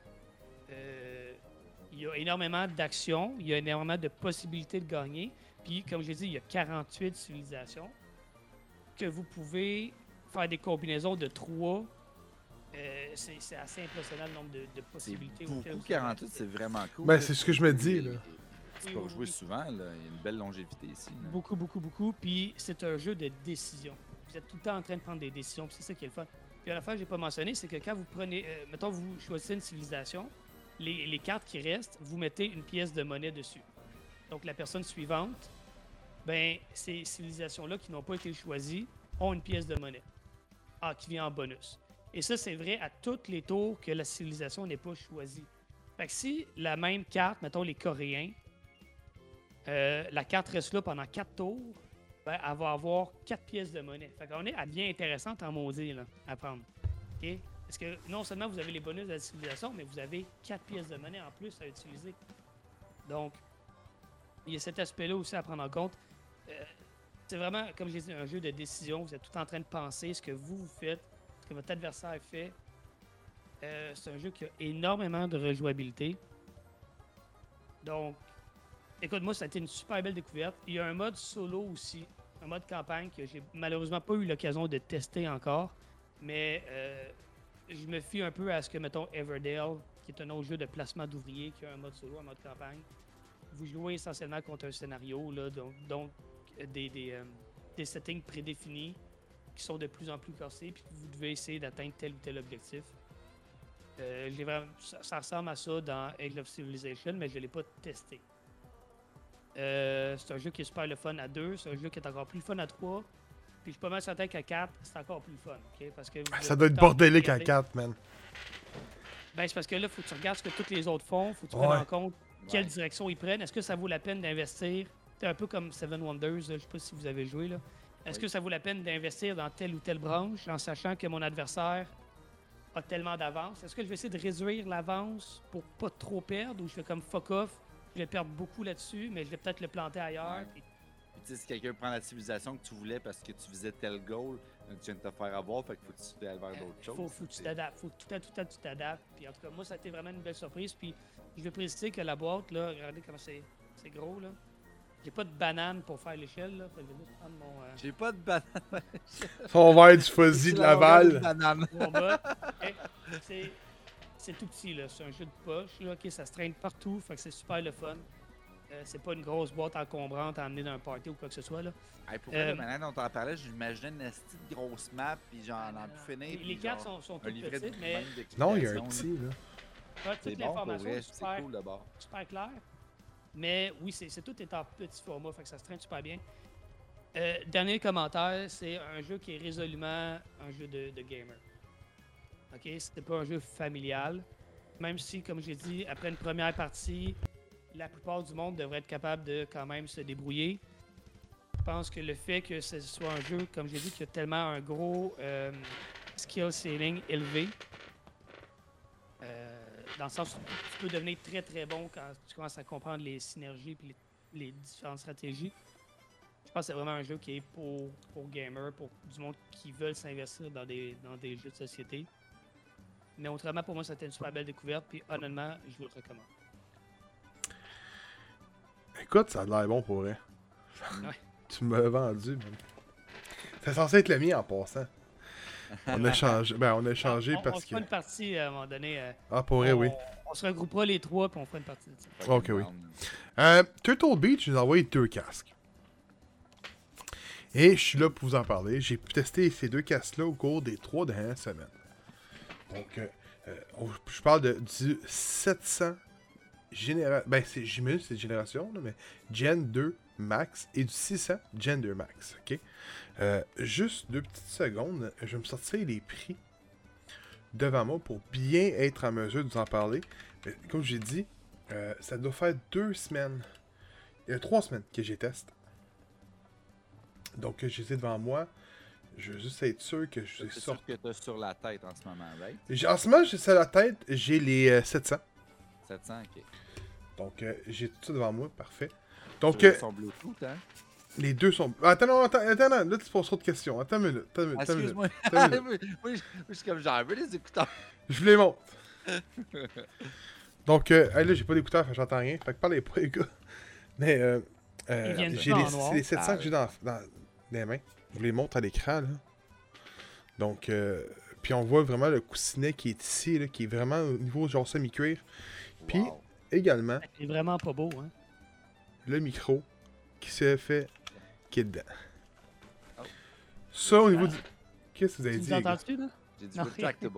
Il y a énormément d'actions, il y a énormément de possibilités de gagner. Puis, comme je l'ai dit, il y a 48 civilisations que vous pouvez faire des combinaisons de 3. C'est assez impressionnant le nombre de possibilités. C'est beaucoup, 48, c'est vraiment cool. Ben, c'est ce que je me dis, là. C'est pour jouer souvent, là. Il y a une belle longévité ici. Là. Beaucoup. Puis, c'est un jeu de décision. Vous êtes tout le temps en train de prendre des décisions, puis c'est ça qui est le fun. Puis, une affaire que je n'ai pas mentionné, c'est que quand vous prenez, mettons, vous choisissez une civilisation, les cartes qui restent, vous mettez une pièce de monnaie dessus. Donc, la personne suivante, ben, ces civilisations-là qui n'ont pas été choisies ont une pièce de monnaie qui vient en bonus. Et ça, c'est vrai à tous les tours que la civilisation n'est pas choisie. Fait que si la même carte, mettons les Coréens, la carte reste là pendant 4 tours, ben, elle va avoir 4 pièces de monnaie. Fait qu'on est à bien intéressante en maudit là, à prendre. Okay? Parce que non seulement vous avez les bonus de la civilisation, mais vous avez 4 pièces de monnaie en plus à utiliser. Donc, il y a cet aspect-là aussi à prendre en compte. C'est vraiment, comme je l'ai dit, un jeu de décision. Vous êtes tout en train de penser ce que vous faites, ce que votre adversaire fait. C'est un jeu qui a énormément de rejouabilité. Donc, écoute, moi, ça a été une super belle découverte. Il y a un mode solo aussi, un mode campagne que j'ai malheureusement pas eu l'occasion de tester encore. Mais je me fie un peu à ce que, mettons, Everdale, qui est un autre jeu de placement d'ouvriers, qui a un mode solo, un mode campagne. Vous jouez essentiellement contre un scénario, là, donc des settings prédéfinis qui sont de plus en plus corsés, puis vous devez essayer d'atteindre tel ou tel objectif. Ça ressemble à ça dans Age of Civilization, mais je ne l'ai pas testé. C'est un jeu qui est super le fun à 2, c'est un jeu qui est encore plus fun à 3, puis je suis pas mal certain qu'à 4, c'est encore plus fun. Okay? Parce que ça doit être bordélique à 4, man. Ben, c'est parce que là, il faut que tu regardes ce que tous les autres font, faut que tu prennes en compte quelle direction ils prennent. Est-ce que ça vaut la peine d'investir? C'est un peu comme Seven Wonders, je ne sais pas si vous avez joué. Est-ce que ça vaut la peine d'investir dans telle ou telle branche en sachant que mon adversaire a tellement d'avance? Est-ce que je vais essayer de réduire l'avance pour pas trop perdre ou je fais comme fuck off, je vais perdre beaucoup là-dessus, mais je vais peut-être le planter ailleurs? Ouais. Puis, si quelqu'un prend la civilisation que tu voulais parce que tu visais tel goal, tu viens de te faire avoir, fait qu'il faut que tu ailles vers d'autres choses. Faut que tu t'adaptes. Faut tout le temps tu t'adaptes. Puis en tout cas, moi, ça a été vraiment une belle surprise. Puis je veux préciser que la boîte, là, regardez comment c'est gros, là. J'ai pas de banane pour faire l'échelle, là. Fait que je vais juste prendre mon... J'ai pas de banane. On va être du fuzzy de Laval. Mon bas. Okay. c'est tout petit, là. C'est un jeu de poche, là. OK, ça se traîne partout, fait que c'est super le fun. C'est pas une grosse boîte encombrante à emmener dans un party ou quoi que ce soit, là. Hey, pour vrai, maintenant dont on en parlait, j'imaginais une petite grosse map, puis j'en ai pu finir. Les cartes sont toutes petites, mais... Non, il y a un petit, là. Ouais, C'est toute bon, pour l'information vrai, est c'est super, cool d'abord. super claire. Mais oui, tout est en petit format, fait que ça se traîne super bien. Dernier commentaire, c'est un jeu qui est résolument un jeu de gamer. OK? C'est pas un jeu familial. Même si, comme j'ai dit, après une première partie, la plupart du monde devrait être capable de quand même se débrouiller. Je pense que le fait que ce soit un jeu, comme j'ai dit, qui a tellement un gros skill ceiling élevé, dans le sens où tu peux devenir très très bon quand tu commences à comprendre les synergies et les différentes stratégies. Je pense que c'est vraiment un jeu qui est pour gamers, pour du monde qui veulent s'investir dans des jeux de société. Mais autrement, pour moi, c'était une super belle découverte. Puis honnêtement, je vous le recommande. Écoute, ça a l'air bon pour vrai. Ouais. Tu m'as vendu, man. C'est censé être le mien en passant. On a changé. Ben, on a changé On parce se fera que. une partie à un moment donné. Ah, pour vrai, oui. On se regroupera les trois puis on fera une partie de ça. Ok, oui. Turtle Beach nous a envoyé 2 casques. Et je suis là pour vous en parler. J'ai pu tester ces 2 casques-là au cours des 3 dernières semaines. Donc, je parle du 700 génération. Ben, j'imagine que c'est génération, là, mais Gen 2 Max et du 600 Gen 2 Max. Ok? Juste 2 petites secondes. Je vais me sortir les prix devant moi pour bien être en mesure de vous en parler. Mais, comme j'ai dit, ça doit faire 2 semaines. Il y a 3 semaines que j'ai testé. Donc, j'ai devant moi. Je veux juste être sûr que je C'est sors. sûr que t'as sur la tête en ce moment, right? En ce moment, j'ai sur la tête, j'ai les 700. 700, ok. Donc, j'ai tout ça devant moi, parfait. Donc, Ils sont Bluetooth, hein? les deux sont. Attends, non, là, tu te poses trop de questions. Attends une minute. Excuse-moi. Attends une minute. Moi, je suis comme j'en veux les écouteurs. Je vous les montre. Donc, là, j'ai pas d'écouteurs, fait que j'entends rien. Fait que parlez pas, les gars. Mais, viennent j'ai tous en noir. c'est les 700 que j'ai dans les mains. Je vous les montre à l'écran, là. Donc, puis on voit vraiment le coussinet qui est ici, là, qui est vraiment au niveau genre semi-cuir. Puis, Wow. également, C'est vraiment pas beau, hein? le micro qui se fait qui est dedans. Oh. Ça, au niveau du... Qu'est-ce que vous avez Tu dit, nous les gars? entends-tu, là? J'ai dit Non. retractable.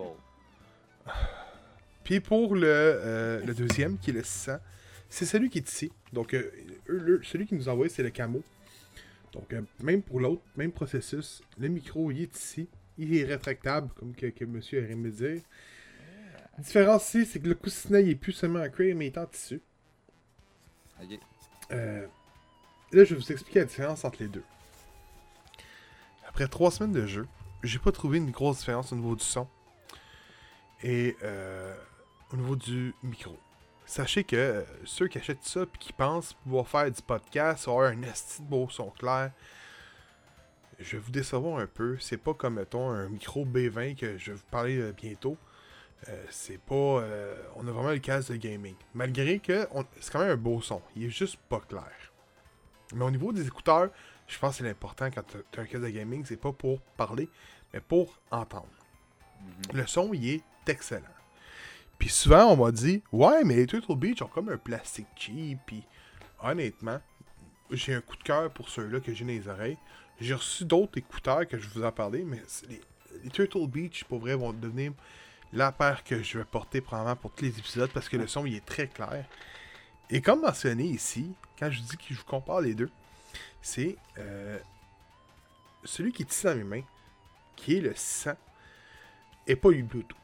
Puis pour le deuxième, qui est le 600, c'est celui qui est ici. Donc, celui qui nous a envoyé, c'est le camo. Donc, même pour l'autre, même processus, le micro, il est ici. Il est rétractable, comme que monsieur aurait aimé dire. La différence ici, c'est que le coussinet, il est plus seulement en cuir, mais il est en tissu. Ok. Là, je vais vous expliquer la différence entre les deux. Après 3 semaines de jeu, j'ai pas trouvé une grosse différence au niveau du son et au niveau du micro. Sachez que ceux qui achètent ça et qui pensent pouvoir faire du podcast, avoir un esti de beau son clair, je vais vous décevoir un peu. C'est pas comme, mettons, un micro B20 que je vais vous parler bientôt. C'est pas... on a vraiment le casque de gaming. Malgré que c'est quand même un beau son. Il est juste pas clair. Mais au niveau des écouteurs, je pense que c'est l'important quand tu as un casque de gaming, c'est pas pour parler, mais pour entendre. Le son, il est excellent. Puis souvent, on m'a dit, ouais, mais les Turtle Beach ont comme un plastique cheap. Puis honnêtement, j'ai un coup de cœur pour ceux-là que j'ai dans les oreilles. J'ai reçu d'autres écouteurs que je vous en parlais, mais les Turtle Beach, pour vrai, vont devenir la paire que je vais porter probablement pour tous les épisodes parce que le son, il est très clair. Et comme mentionné ici, quand je dis que je vous compare les deux, c'est celui qui est ici dans mes mains, qui est le 600, et pas eu Bluetooth.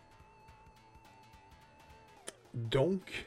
Donc,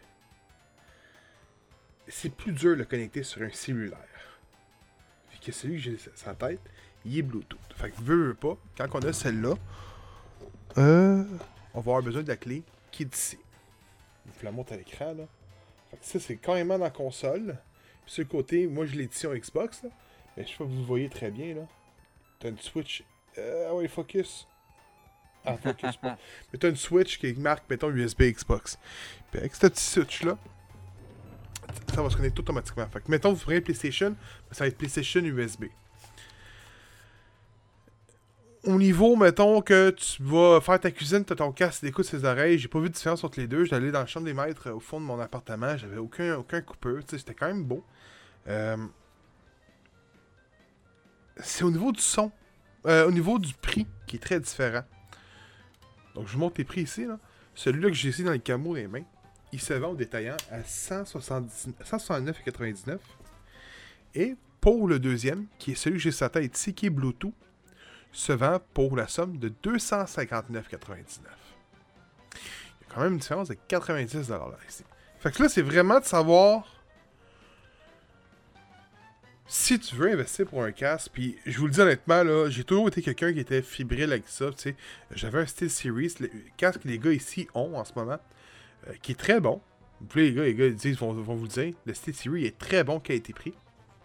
c'est plus dur de le connecter sur un cellulaire. Fait que celui que j'ai sur la tête, il est Bluetooth. Fait que veux pas, quand on a celle-là, on va avoir besoin de la clé qui est ici. Je vous la montre à l'écran, là. Fait que ça, c'est carrément dans la console. Puis sur le côté, moi je l'ai dit sur Xbox, là. Mais je sais pas que vous le voyez très bien, là. T'as une Switch. Ah ouais, focus. Ah, focus pas. Mais t'as une Switch qui marque, mettons, USB Xbox. Puis avec cette petite Switch-là, ça va se connecter automatiquement. Fait que, mettons, vous prenez PlayStation, ça va être PlayStation USB. au niveau, mettons, que tu vas faire ta cuisine, t'as ton casque d'écoute ses oreilles, j'ai pas vu de différence entre les deux. J'allais dans la chambre des maîtres au fond de mon appartement, j'avais aucun coupeur, tu sais, c'était quand même beau. C'est au niveau du son, au niveau du prix qui est très différent. Donc je vous montre les prix ici, là. Celui-là que j'ai ici dans les camos les mains, il se vend au détaillant à 169,99$. Et pour le deuxième, qui est celui que j'ai sur la tête ici, qui est Bluetooth, se vend pour la somme de 259,99$. Il y a quand même une différence de 90$ là ici. Fait que là, c'est vraiment de savoir si tu veux investir pour un casque. Puis je vous le dis honnêtement, là, j'ai toujours été quelqu'un qui était fébrile avec ça. Tu sais, j'avais un SteelSeries, le casque que les gars ici ont en ce moment, qui est très bon. Puis les gars ils disent, vont vous le dire, le SteelSeries est très bon qualité-prix.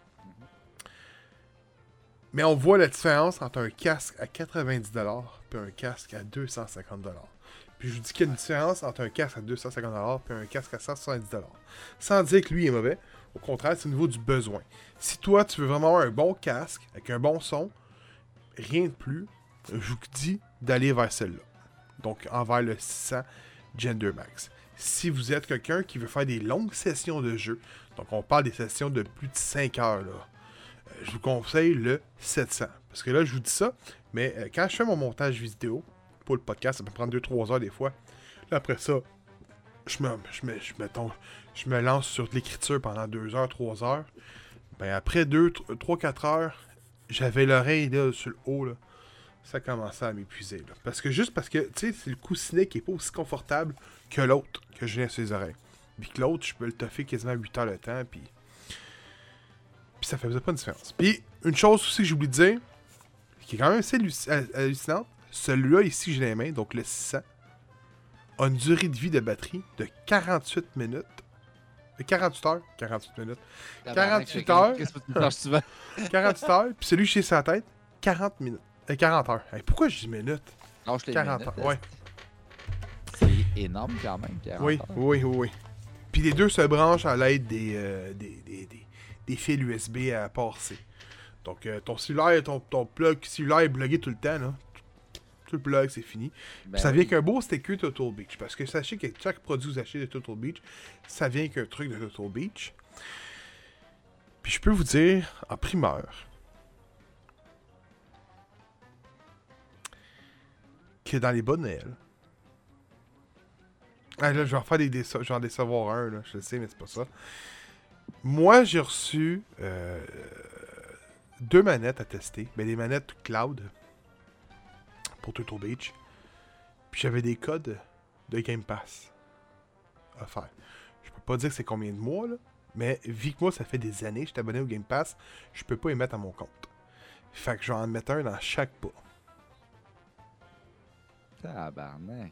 Mais on voit la différence entre un casque à 90$ et un casque à 250$. Puis je vous dis qu'il y a une différence entre un casque à 250$ et un casque à 170$. Sans dire que lui est mauvais. Au contraire, c'est au niveau du besoin. Si toi, tu veux vraiment avoir un bon casque, avec un bon son, rien de plus, je vous dis d'aller vers celle-là. Donc, envers le 600 Gender Max. Si vous êtes quelqu'un qui veut faire des longues sessions de jeu, donc on parle des sessions de plus de 5 heures, là, je vous conseille le 700. Parce que là, je vous dis ça, mais quand je fais mon montage vidéo, pour le podcast, ça peut prendre 2-3 heures des fois. Là, après ça, je me lance sur l'écriture pendant 2 heures, 3 heures. Ben après 3-4 heures, j'avais l'oreille là, sur le haut. Là. Ça commençait à m'épuiser. Là. Parce que, tu sais, c'est le coussinet qui est pas aussi confortable que l'autre que je viens sur les oreilles. Puis que l'autre, je peux le toffer quasiment 8 heures le temps, puis ça faisait pas de différence. Puis, une chose aussi que j'ai oublié de dire, qui est quand même assez hallucinante, celui-là ici, j'ai les mains, donc le 600, a une durée de vie de batterie de 48 minutes. 48 heures. 48 minutes. 48 heures. Qu'est-ce que tu changes souvent? 48 heures. Puis celui chez sa tête, 40 minutes. 40 heures. Hey, pourquoi je dis minutes? Lâche les 40 minutes, heures, ouais. C'est énorme quand même, 40 Oui, heures. oui. Puis les deux se branchent à l'aide des fils USB à passer. Donc ton cellulaire, ton plug cellulaire est bloqué tout le temps, là. Tout le plug, c'est fini. Ben Ça oui. vient qu'un beau sticker Turtle Beach. Parce que sachez que chaque produit que vous achetez de Turtle Beach, ça vient qu'un truc de Turtle Beach. Puis je peux vous dire, en primeur, que dans les bas de Noël, ah là, je vais en faire genre des savoirs un, là, je le sais, mais c'est pas ça. Moi, j'ai reçu 2 manettes à tester. Ben, des manettes cloud pour Turtle Beach. Puis j'avais des codes de Game Pass à faire. Je peux pas dire c'est combien de mois, là, mais vu que moi, ça fait des années que je suis abonné au Game Pass, je peux pas y mettre à mon compte. Fait que je vais en mettre un dans chaque pas. Tabarnak.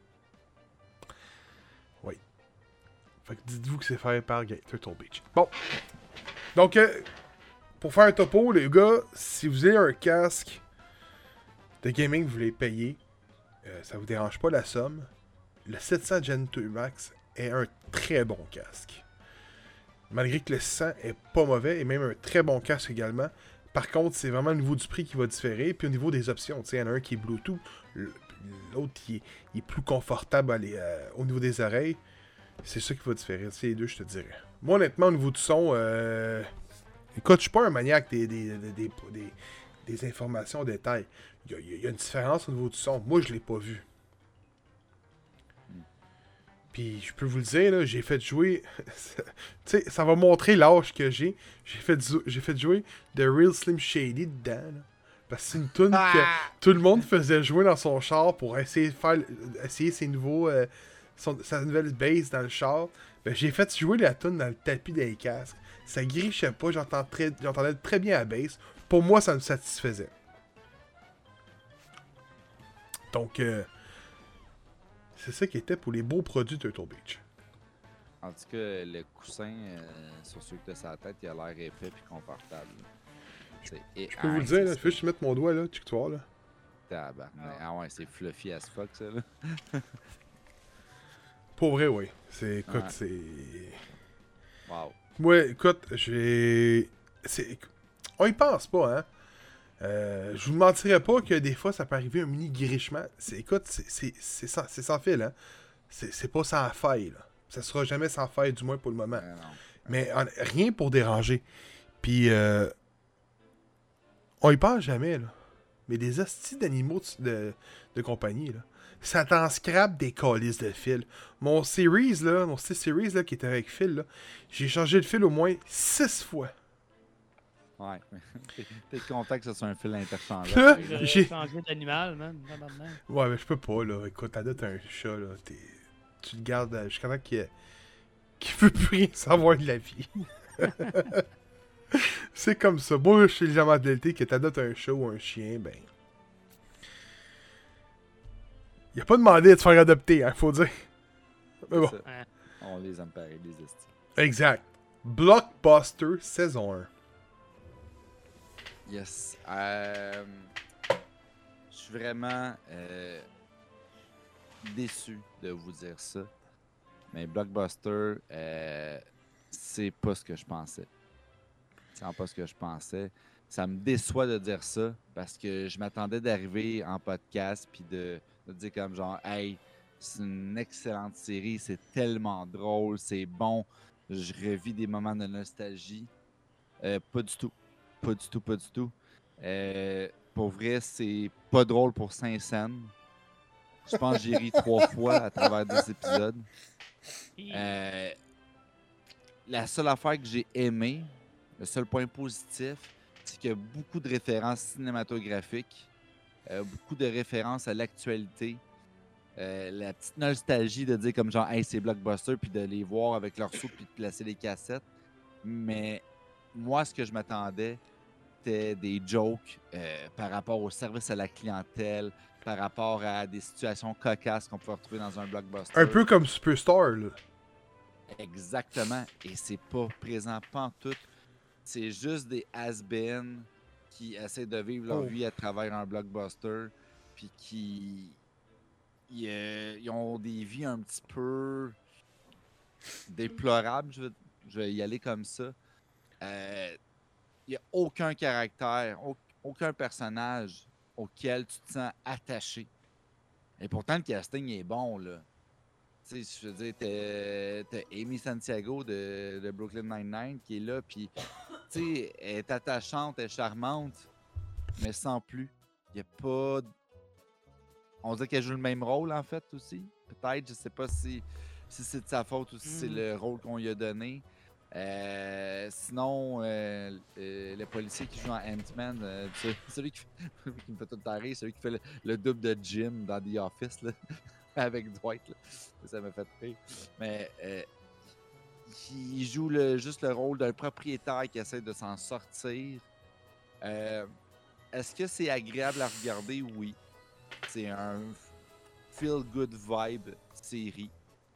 Oui. Fait que dites-vous que c'est fait par Turtle Beach. Bon. Donc, pour faire un topo, les gars, si vous avez un casque de gaming que vous voulez payer, ça vous dérange pas la somme. Le 700 Gen 2 Max est un très bon casque. Malgré que le 600 est pas mauvais et même un très bon casque également. Par contre, c'est vraiment au niveau du prix qui va différer. Puis au niveau des options, il y en a un qui est Bluetooth, l'autre il est plus confortable au niveau des oreilles. C'est ça qui va différer. C'est les deux, je te dirais. Moi, honnêtement, au niveau du son, écoute, je suis pas un maniaque des informations en détail. Il y a une différence au niveau du son. Moi, je l'ai pas vu. Puis, je peux vous le dire, là, j'ai fait jouer... tu sais, ça va montrer l'âge que j'ai. J'ai fait jouer The Real Slim Shady dedans, là. Parce que c'est une tune que tout le monde faisait jouer dans son char pour essayer ses nouveaux... sa nouvelle bass dans le char. Ben, j'ai fait jouer la tune dans le tapis des casques. Ça grichait pas, j'entendais très bien la bass. Pour moi, ça me satisfaisait. Donc, c'est ça qui était pour les beaux produits de Turtle Beach. En tout cas, le coussin sur celui que tu as sur la tête, il a l'air épais et confortable. Je peux vous le dire, là, je vais juste mettre mon doigt, là, tu vois, là. Tabarnak. Ah ouais, c'est fluffy as fuck, ça, là. Pour vrai, oui. Écoute, Ouais. c'est... Wow. Moi, écoute, on y pense pas, hein. Je vous mentirais pas que des fois, ça peut arriver un mini grichement. Écoute, c'est sans fil, hein. C'est pas sans faille, là. Ça sera jamais sans faille, du moins pour le moment. Non. Mais rien pour déranger. Puis, on y pense jamais, là. Mais des hosties d'animaux de compagnie, là. Ça t'en scrape des calices de fil. Mon series, là, mon C-Series, là, qui était avec fil, là, j'ai changé de fil au moins 6 fois. Ouais. T'es content que ce soit un fil Là, interchangeable. J'aurais j'ai... changé d'animal, man. Tabarnak. Ouais, mais je peux pas, là. Écoute, t'adoptes un chat, là. Tu le gardes jusqu'à temps qu'il veut plus rien savoir de la vie. C'est comme ça. Moi, je suis légèrement adulté que t'adoptes un chat ou un chien, ben... Il a pas demandé de te faire adopter, hein, faut dire. Mais bon. C'est ça. On les aime pareil, les estis. Exact. Blockbuster saison 1. Yes. Je suis vraiment déçu de vous dire ça. Mais Blockbuster, c'est pas ce que je pensais. C'est vraiment pas ce que je pensais. Ça me déçoit de dire ça parce que je m'attendais d'arriver en podcast puis de dire comme genre, hey, c'est une excellente série, c'est tellement drôle, c'est bon, je revis des moments de nostalgie. Pas du tout. Pas du tout, pas du tout. Pour vrai, c'est pas drôle pour Saint-Saëns. Je pense que j'ai ri 3 fois à travers 2 épisodes. La seule affaire que j'ai aimée, le seul point positif, c'est qu'il y a beaucoup de références cinématographiques, beaucoup de références à l'actualité. La petite nostalgie de dire comme genre, hey, c'est Blockbuster, puis de les voir avec leur soupe, puis de placer les cassettes. Mais moi, ce que je m'attendais, c'était des jokes par rapport au service à la clientèle, par rapport à des situations cocasses qu'on peut retrouver dans un Blockbuster. Un peu comme Superstar, là. Exactement. Et c'est pas présent pantoute. C'est juste des has-been qui essaient de vivre leur vie à travers un Blockbuster, puis qui ils ont des vies un petit peu déplorables, je vais y aller comme ça. Il n'y a aucun caractère, aucun personnage auquel tu te sens attaché. Et pourtant, le casting est bon, là. Tu sais, je veux dire, t'as Amy Santiago de Brooklyn Nine-Nine qui est là, puis, tu sais, elle est attachante, elle est charmante, mais sans plus. Il n'y a pas... On dirait qu'elle joue le même rôle, en fait, aussi. Peut-être, je sais pas si c'est de sa faute ou si c'est le rôle qu'on lui a donné. Sinon, le policier qui joue en Ant-Man, celui qui me fait tout rire, celui qui fait le double de Jim dans The Office, là, avec Dwight, là. Ça m'a fait rire. Mais il joue juste le rôle d'un propriétaire qui essaie de s'en sortir. Est-ce que c'est agréable à regarder? Oui. C'est un feel-good vibe série.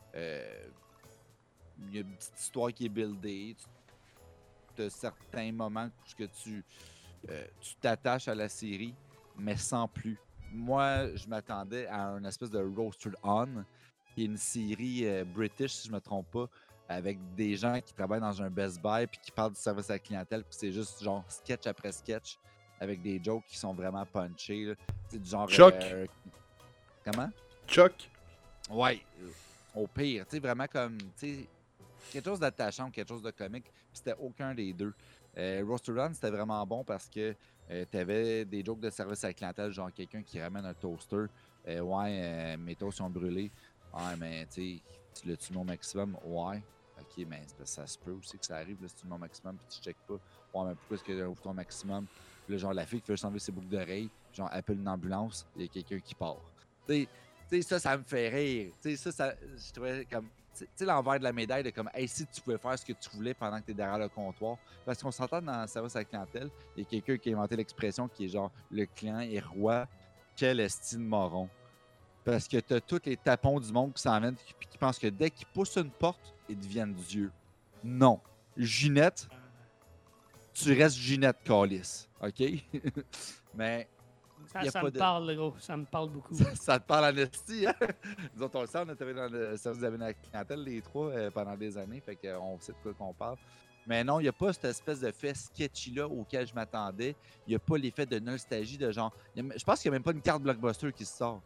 Il y a une petite histoire qui est buildée. Tu as certains moments où tu t'attaches à la série, mais sans plus. Moi, je m'attendais à une espèce de Roasted On, qui est une série british, si je ne me trompe pas, avec des gens qui travaillent dans un Best Buy puis qui parlent du service à la clientèle, puis c'est juste genre sketch après sketch, avec des jokes qui sont vraiment punchés. Là. Du genre... Chuck. Comment? Chuck. Ouais, au pire, tu sais, vraiment comme, tu sais, quelque chose d'attachant, quelque chose de comique, puis c'était aucun des deux. Roaster Run, c'était vraiment bon parce que t'avais des jokes de service à la clientèle, genre quelqu'un qui ramène un toaster, mes toasts sont brûlés, ouais, mais tu sais, tu le tues au maximum, ouais, ok, mais ça se peut aussi que ça arrive, là, si tu le mets au maximum, puis tu checkes pas, ouais, mais pourquoi est-ce qu'il y a un bouton maximum, puis là, genre, la fille qui veut juste enlever ses boucles d'oreilles, genre, appelle une ambulance, il y a quelqu'un qui part. Tu sais, ça me fait rire. Tu sais, ça, je trouvais comme. Tu sais, l'envers de la médaille de comme, hey, si tu pouvais faire ce que tu voulais pendant que tu es derrière le comptoir. Parce qu'on s'entend dans le service à la clientèle, il y a quelqu'un qui a inventé l'expression qui est genre, le client est roi, quel estime moron. Parce que tu as tous les tapons du monde qui s'en viennent et qui pensent que dès qu'ils poussent une porte, ils deviennent Dieu. Non. Ginette, tu restes Ginette Callis. OK? Mais. Ça me parle, gros. Ça me parle beaucoup. Ça te parle en esti, hein? Nous autres, on le sait, on a travaillé dans le service de la clientèle, les trois, pendant des années. Fait qu'on sait de quoi qu'on parle. Mais non, il n'y a pas cette espèce de fait sketchy-là auquel je m'attendais. Il n'y a pas l'effet de nostalgie de genre. Je pense qu'il n'y a même pas une carte blockbuster qui se sort.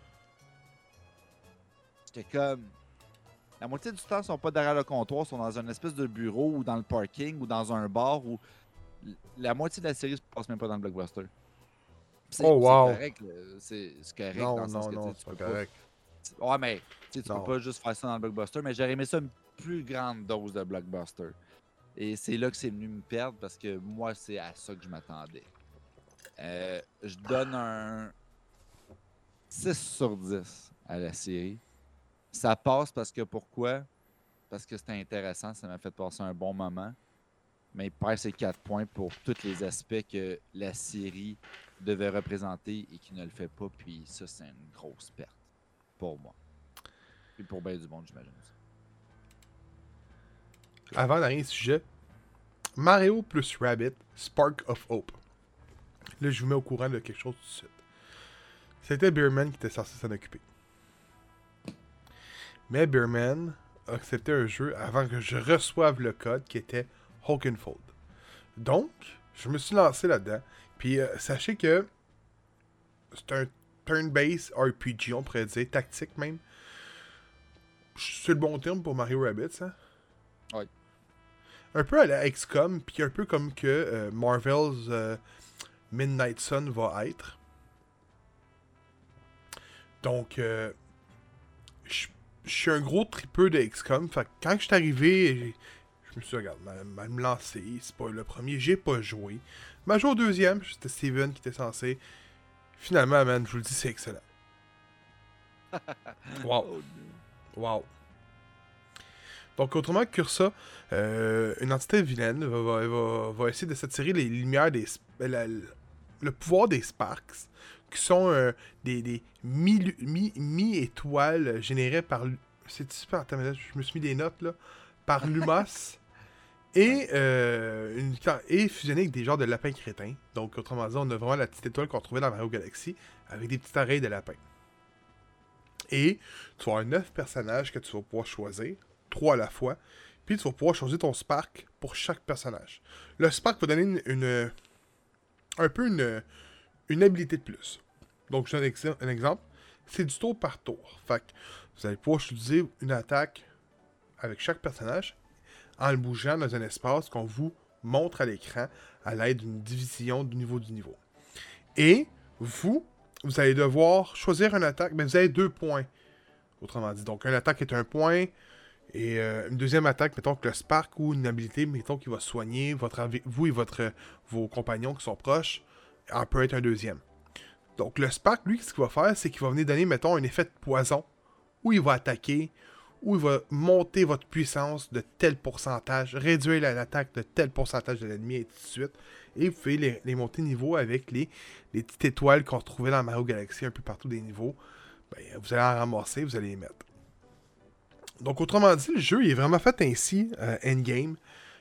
J'étais comme. La moitié du temps, ils sont pas derrière le comptoir, ils sont dans une espèce de bureau ou dans le parking ou dans un bar où la moitié de la série se passe même pas dans le blockbuster. C'est Oh, wow. correct, là. C'est correct Non, dans le sens non, que non, tu c'est peux pas correct. Ouais, mais tu Non. peux pas juste faire ça dans le blockbuster, mais j'aurais aimé ça une plus grande dose de blockbuster. Et c'est là que c'est venu me perdre parce que moi, c'est à ça que je m'attendais. Je donne un 6 sur 10 à la série. Ça passe parce que pourquoi? Parce que c'était intéressant, ça m'a fait passer un bon moment. Mais il perd ses 4 points pour tous les aspects que la série devait représenter et qui ne le fait pas. Puis ça, c'est une grosse perte pour moi. Et pour bien du monde, j'imagine. Avant d'arriver au sujet, Mario plus Rabbit, Spark of Hope. Là, je vous mets au courant de quelque chose tout de suite. C'était Beerman qui était censé s'en occuper. Mais Beerman a accepté un jeu avant que je reçoive le code qui était Hulk and Fold. Donc, je me suis lancé là-dedans. Puis, sachez que c'est un turn-based RPG, on pourrait dire, tactique même. C'est le bon terme pour Mario Rabbids, hein? Oui. Un peu à la XCOM, puis un peu comme que Marvel's Midnight Sun va être. Donc, je suis un gros tripeux de XCOM. Fait que quand je suis arrivé, je me suis dit, regarde, me lancer. C'est pas le premier, j'ai pas joué. Mais joué au deuxième, c'était Steven qui était censé. Finalement, man, je vous le dis, c'est excellent. Wow. Wow. Donc, autrement que ça, une entité vilaine va essayer de s'attirer les lumières le pouvoir des Sparks, qui sont des mi-étoiles générées par... C'est super, attends, je me suis mis des notes, là. Par Lumos. Et fusionné avec des genres de lapins crétins. Donc, autrement dit, on a vraiment la petite étoile qu'on trouvait dans Mario Galaxy, avec des petites oreilles de lapin. Et tu vas avoir 9 personnages que tu vas pouvoir choisir, 3 à la fois, puis tu vas pouvoir choisir ton Spark pour chaque personnage. Le Spark va donner une habilité de plus. Donc, je donne un exemple. C'est du tour par tour. Fait que vous allez pouvoir utiliser une attaque avec chaque personnage en le bougeant dans un espace qu'on vous montre à l'écran à l'aide d'une division du niveau. Et vous allez devoir choisir une attaque, mais vous avez 2 points. Autrement dit, donc une attaque est 1 point, et une deuxième attaque, mettons que le Spark ou une habilité, mettons qu'il va soigner vous et vos compagnons qui sont proches, en peut être un deuxième. Donc le Spark, lui, ce qu'il va faire, c'est qu'il va venir donner, mettons, un effet de poison, où il va attaquer, où il va monter votre puissance de tel pourcentage, réduire l'attaque de tel pourcentage de l'ennemi, et ainsi de suite. Et vous pouvez les monter niveau avec les petites étoiles qu'on retrouvait dans Mario Galaxy un peu partout des niveaux. Ben, vous allez en ramasser, vous allez les mettre. Donc, autrement dit, le jeu il est vraiment fait ainsi, endgame.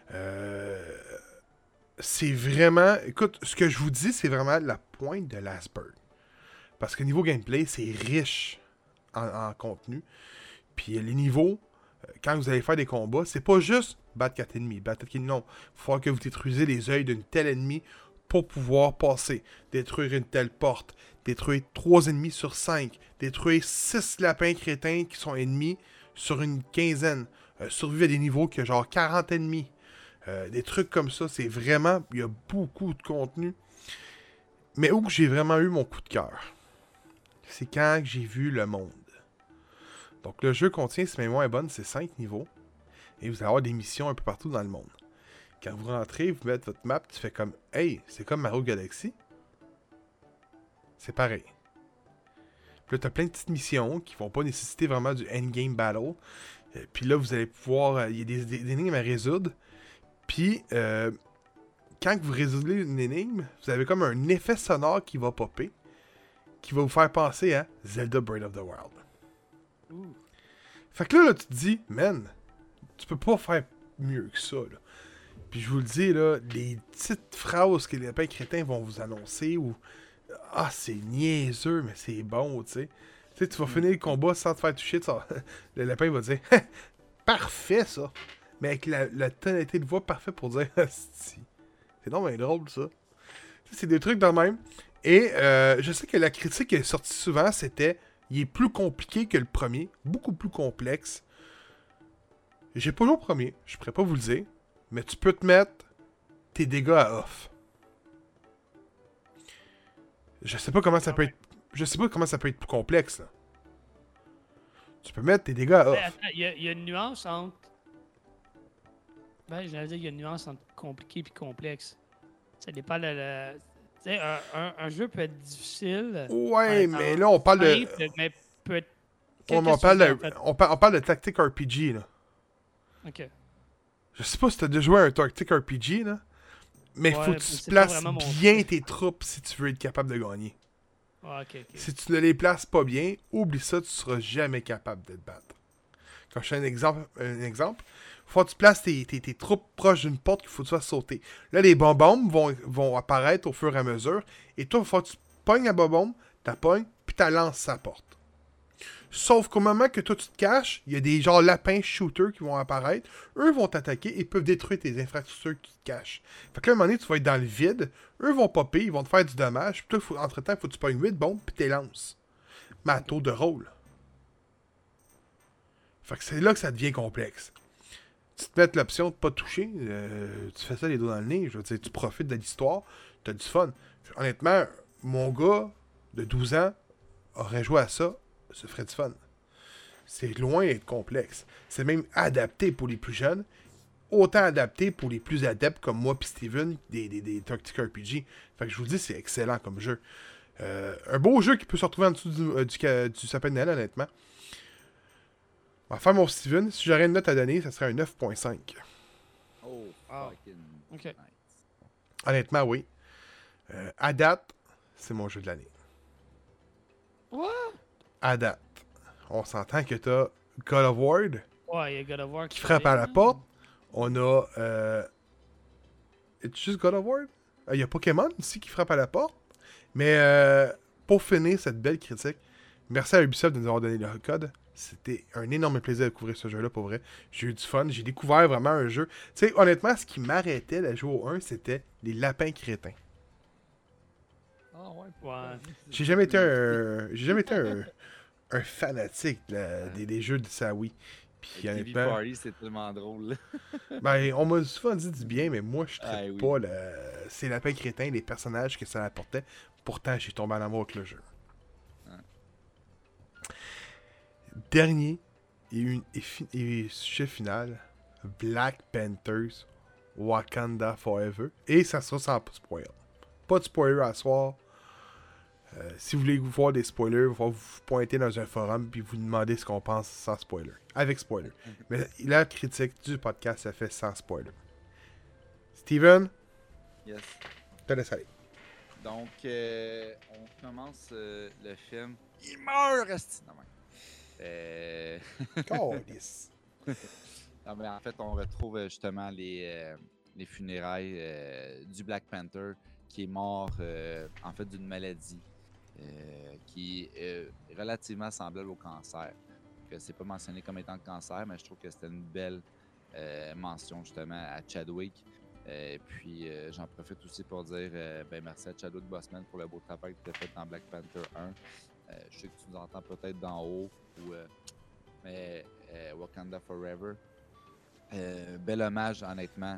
C'est vraiment... Écoute, ce que je vous dis, c'est vraiment la pointe de l'iceberg. Parce que niveau gameplay, c'est riche en contenu. Puis les niveaux, quand vous allez faire des combats, c'est pas juste battre 4 ennemis. Non. Il faut falloir que vous détruisez les yeux d'une telle ennemi pour pouvoir passer. Détruire une telle porte. Détruire 3 ennemis sur 5. Détruire 6 lapins crétins qui sont ennemis sur une quinzaine. Survivre à des niveaux qui ont genre 40 ennemis. Des trucs comme ça, c'est vraiment... Il y a beaucoup de contenu. Mais où j'ai vraiment eu mon coup de cœur, c'est quand j'ai vu le monde. Donc le jeu contient, si ma mémoire est bonne, c'est 5 niveaux. Et vous allez avoir des missions un peu partout dans le monde. Quand vous rentrez, vous mettez votre map, tu fais comme « Hey, c'est comme Mario Galaxy. » C'est pareil. Puis là, tu as plein de petites missions qui vont pas nécessiter vraiment du endgame battle. Puis là, vous allez pouvoir... Il y a des énigmes à résoudre. Puis, quand vous résolvez une énigme, vous avez comme un effet sonore qui va popper, qui va vous faire penser à Zelda Breath of the Wild. Ouh. Fait que là, tu te dis, man, tu peux pas faire mieux que ça, là. Puis je vous le dis, là, les petites phrases que les lapins crétins vont vous annoncer, ou « Ah, c'est niaiseux, mais c'est bon, tu sais. » Tu vas finir le combat sans te faire toucher, le lapin va dire « Parfait, ça! » mais avec la tonalité de voix parfaite pour dire Asti. C'est non, mais drôle, ça. C'est des trucs de même. Et je sais que la critique qui est sortie souvent, c'était il est plus compliqué que le premier, beaucoup plus complexe. J'ai pas joué au premier, je pourrais pas vous le dire, mais tu peux te mettre tes dégâts à off. Je sais pas comment ça peut être. Je sais pas comment ça peut être plus complexe, là. Tu peux mettre tes dégâts à off. Attends, il y a une nuance entre. Ben, j'allais dire, il y a une nuance entre compliqué et complexe. Ça dépend de. Tu sais, un jeu peut être difficile. Ouais, mais là, on parle de. Simple, mais peut être. Ouais, mais on parle de tactique RPG, là. Ok. Je sais pas si t'as déjà joué à un tactique RPG, là. Mais Ouais, faut que tu c'est places pas vraiment mon bien truc. tes troupes si tu veux être capable de gagner. Ah, ok, ok. Si tu ne les places pas bien, oublie ça, tu seras jamais capable de te battre. Quand je fais un exemple, faut que tu places tes troupes proches d'une porte qu'il faut que tu fasses sauter. Là, les bonbons vont apparaître au fur et à mesure. Et toi, il faut que tu pognes la bonbombe, t'as pognes, puis t'as lances sa porte. Sauf qu'au moment que toi tu te caches, il y a des genre lapins shooters qui vont apparaître. Eux vont t'attaquer et peuvent détruire tes infrastructures qui te cachent. Fait que là, à un moment donné, tu vas être dans le vide. Eux vont popper, ils vont te faire du dommage. Puis toi, entre-temps, il faut que tu pognes 8 bombes puis t'es lances. Mais à tour de rôle. Fait que c'est là que ça devient complexe. Tu te mets l'option de pas toucher. Tu fais ça les dos dans le nez. Je veux dire, tu profites de l'histoire. T'as du fun. Honnêtement, mon gars de 12 ans aurait joué à ça. Ça ferait du fun. C'est loin d'être complexe. C'est même adapté pour les plus jeunes, autant adapté pour les plus adeptes comme moi et Steven, des Tactic RPG. Fait que je vous dis, c'est excellent comme jeu. Un beau jeu qui peut se retrouver en dessous du sapin de Noël, honnêtement. Enfin, mon Steven, si j'aurais une note à donner, ça serait un 9.5. Oh, Ah. fucking Ok. nice. Honnêtement, oui. À date, c'est mon jeu de l'année. What? À date. On s'entend que t'as God of War Ouais, il y a God of War qui frappe à la porte. On a... Est-ce juste God of War? Il y a Pokémon aussi qui frappe à la porte. Mais pour finir cette belle critique, merci à Ubisoft de nous avoir donné le code. C'était un énorme plaisir de découvrir ce jeu-là, pour vrai. J'ai eu du fun. J'ai découvert vraiment un jeu. Tu sais, honnêtement, ce qui m'arrêtait de jouer au 1, c'était les lapins crétins. Ah ouais. Ouais. J'ai jamais été un fanatique des jeux de sa Wii. Puis TV honnêtement, Party, c'est tellement drôle. ben, on m'a souvent dit du bien, mais moi, je Ah ne oui. pas ces lapins crétins, les personnages que ça apportait. Pourtant, j'ai tombé en amour avec le jeu. Ouais. Dernier et sujet final, Black Panthers Wakanda Forever. Et ça sera sans spoiler. Pas de spoiler à soir. Si vous voulez voir des spoilers, il va falloir vous pointer dans un forum puis vous demander ce qu'on pense sans spoiler. Avec spoiler. Mais la critique du podcast, ça fait sans spoiler. Steven, Yes. te laisse aller. Donc, on commence le film. Il meurt, esti! Non, mais... Calice. Non, mais en fait, on retrouve justement les funérailles du Black Panther qui est mort en fait d'une maladie qui est relativement semblable au cancer. Que c'est pas mentionné comme étant le cancer, mais je trouve que c'était une belle mention justement à Chadwick. Puis j'en profite aussi pour dire merci à Chadwick Boseman pour le beau travail que tu as fait dans Black Panther 1. Je sais que tu nous entends peut-être d'en haut, mais Wakanda Forever. Bel hommage, honnêtement.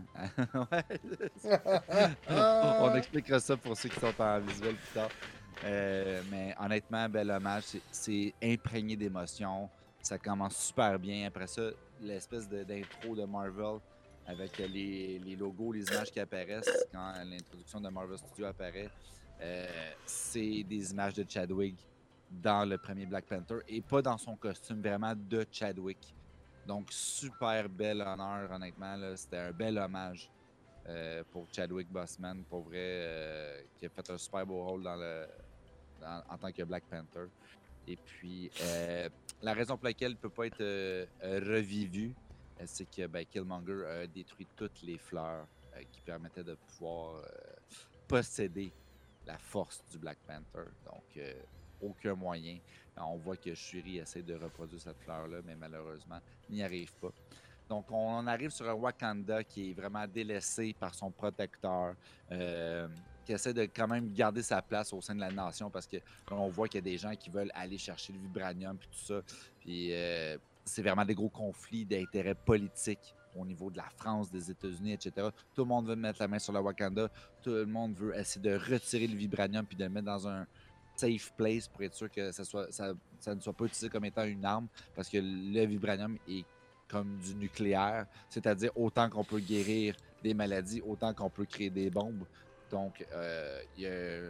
On expliquera ça pour ceux qui sont en visuel plus tard. Mais honnêtement, bel hommage. C'est imprégné d'émotions. Ça commence super bien. Après ça, l'espèce d'intro de Marvel avec les logos, les images qui apparaissent quand l'introduction de Marvel Studios apparaît. C'est des images de Chadwick dans le premier Black Panther et pas dans son costume, vraiment de Chadwick. Donc, super bel honneur, honnêtement. C'était un bel hommage pour Chadwick Boseman, pour vrai, qui a fait un super beau rôle en tant que Black Panther. Et puis, la raison pour laquelle il ne peut pas être revivu, c'est que Killmonger a détruit toutes les fleurs qui permettaient de pouvoir posséder la force du Black Panther. Donc, aucun moyen. On voit que Shuri essaie de reproduire cette fleur-là, mais malheureusement, n'y arrive pas. Donc, on arrive sur un Wakanda qui est vraiment délaissé par son protecteur, qui essaie de quand même garder sa place au sein de la nation parce que on voit qu'il y a des gens qui veulent aller chercher le vibranium et tout ça. Puis, c'est vraiment des gros conflits d'intérêts politiques au niveau de la France, des États-Unis, etc. Tout le monde veut mettre la main sur le Wakanda. Tout le monde veut essayer de retirer le vibranium puis de le mettre dans un safe place pour être sûr que ça ne soit pas utilisé comme étant une arme parce que le vibranium est comme du nucléaire, c'est-à-dire autant qu'on peut guérir des maladies, autant qu'on peut créer des bombes. Donc, il y a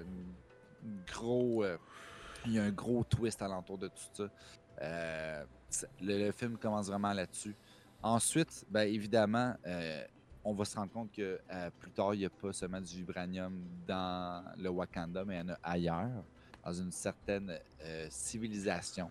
un gros twist alentour de tout ça. Le film commence vraiment là-dessus. Ensuite, bien évidemment, on va se rendre compte que plus tard, il n'y a pas seulement du vibranium dans le Wakanda, mais il y en a ailleurs, dans une certaine civilisation,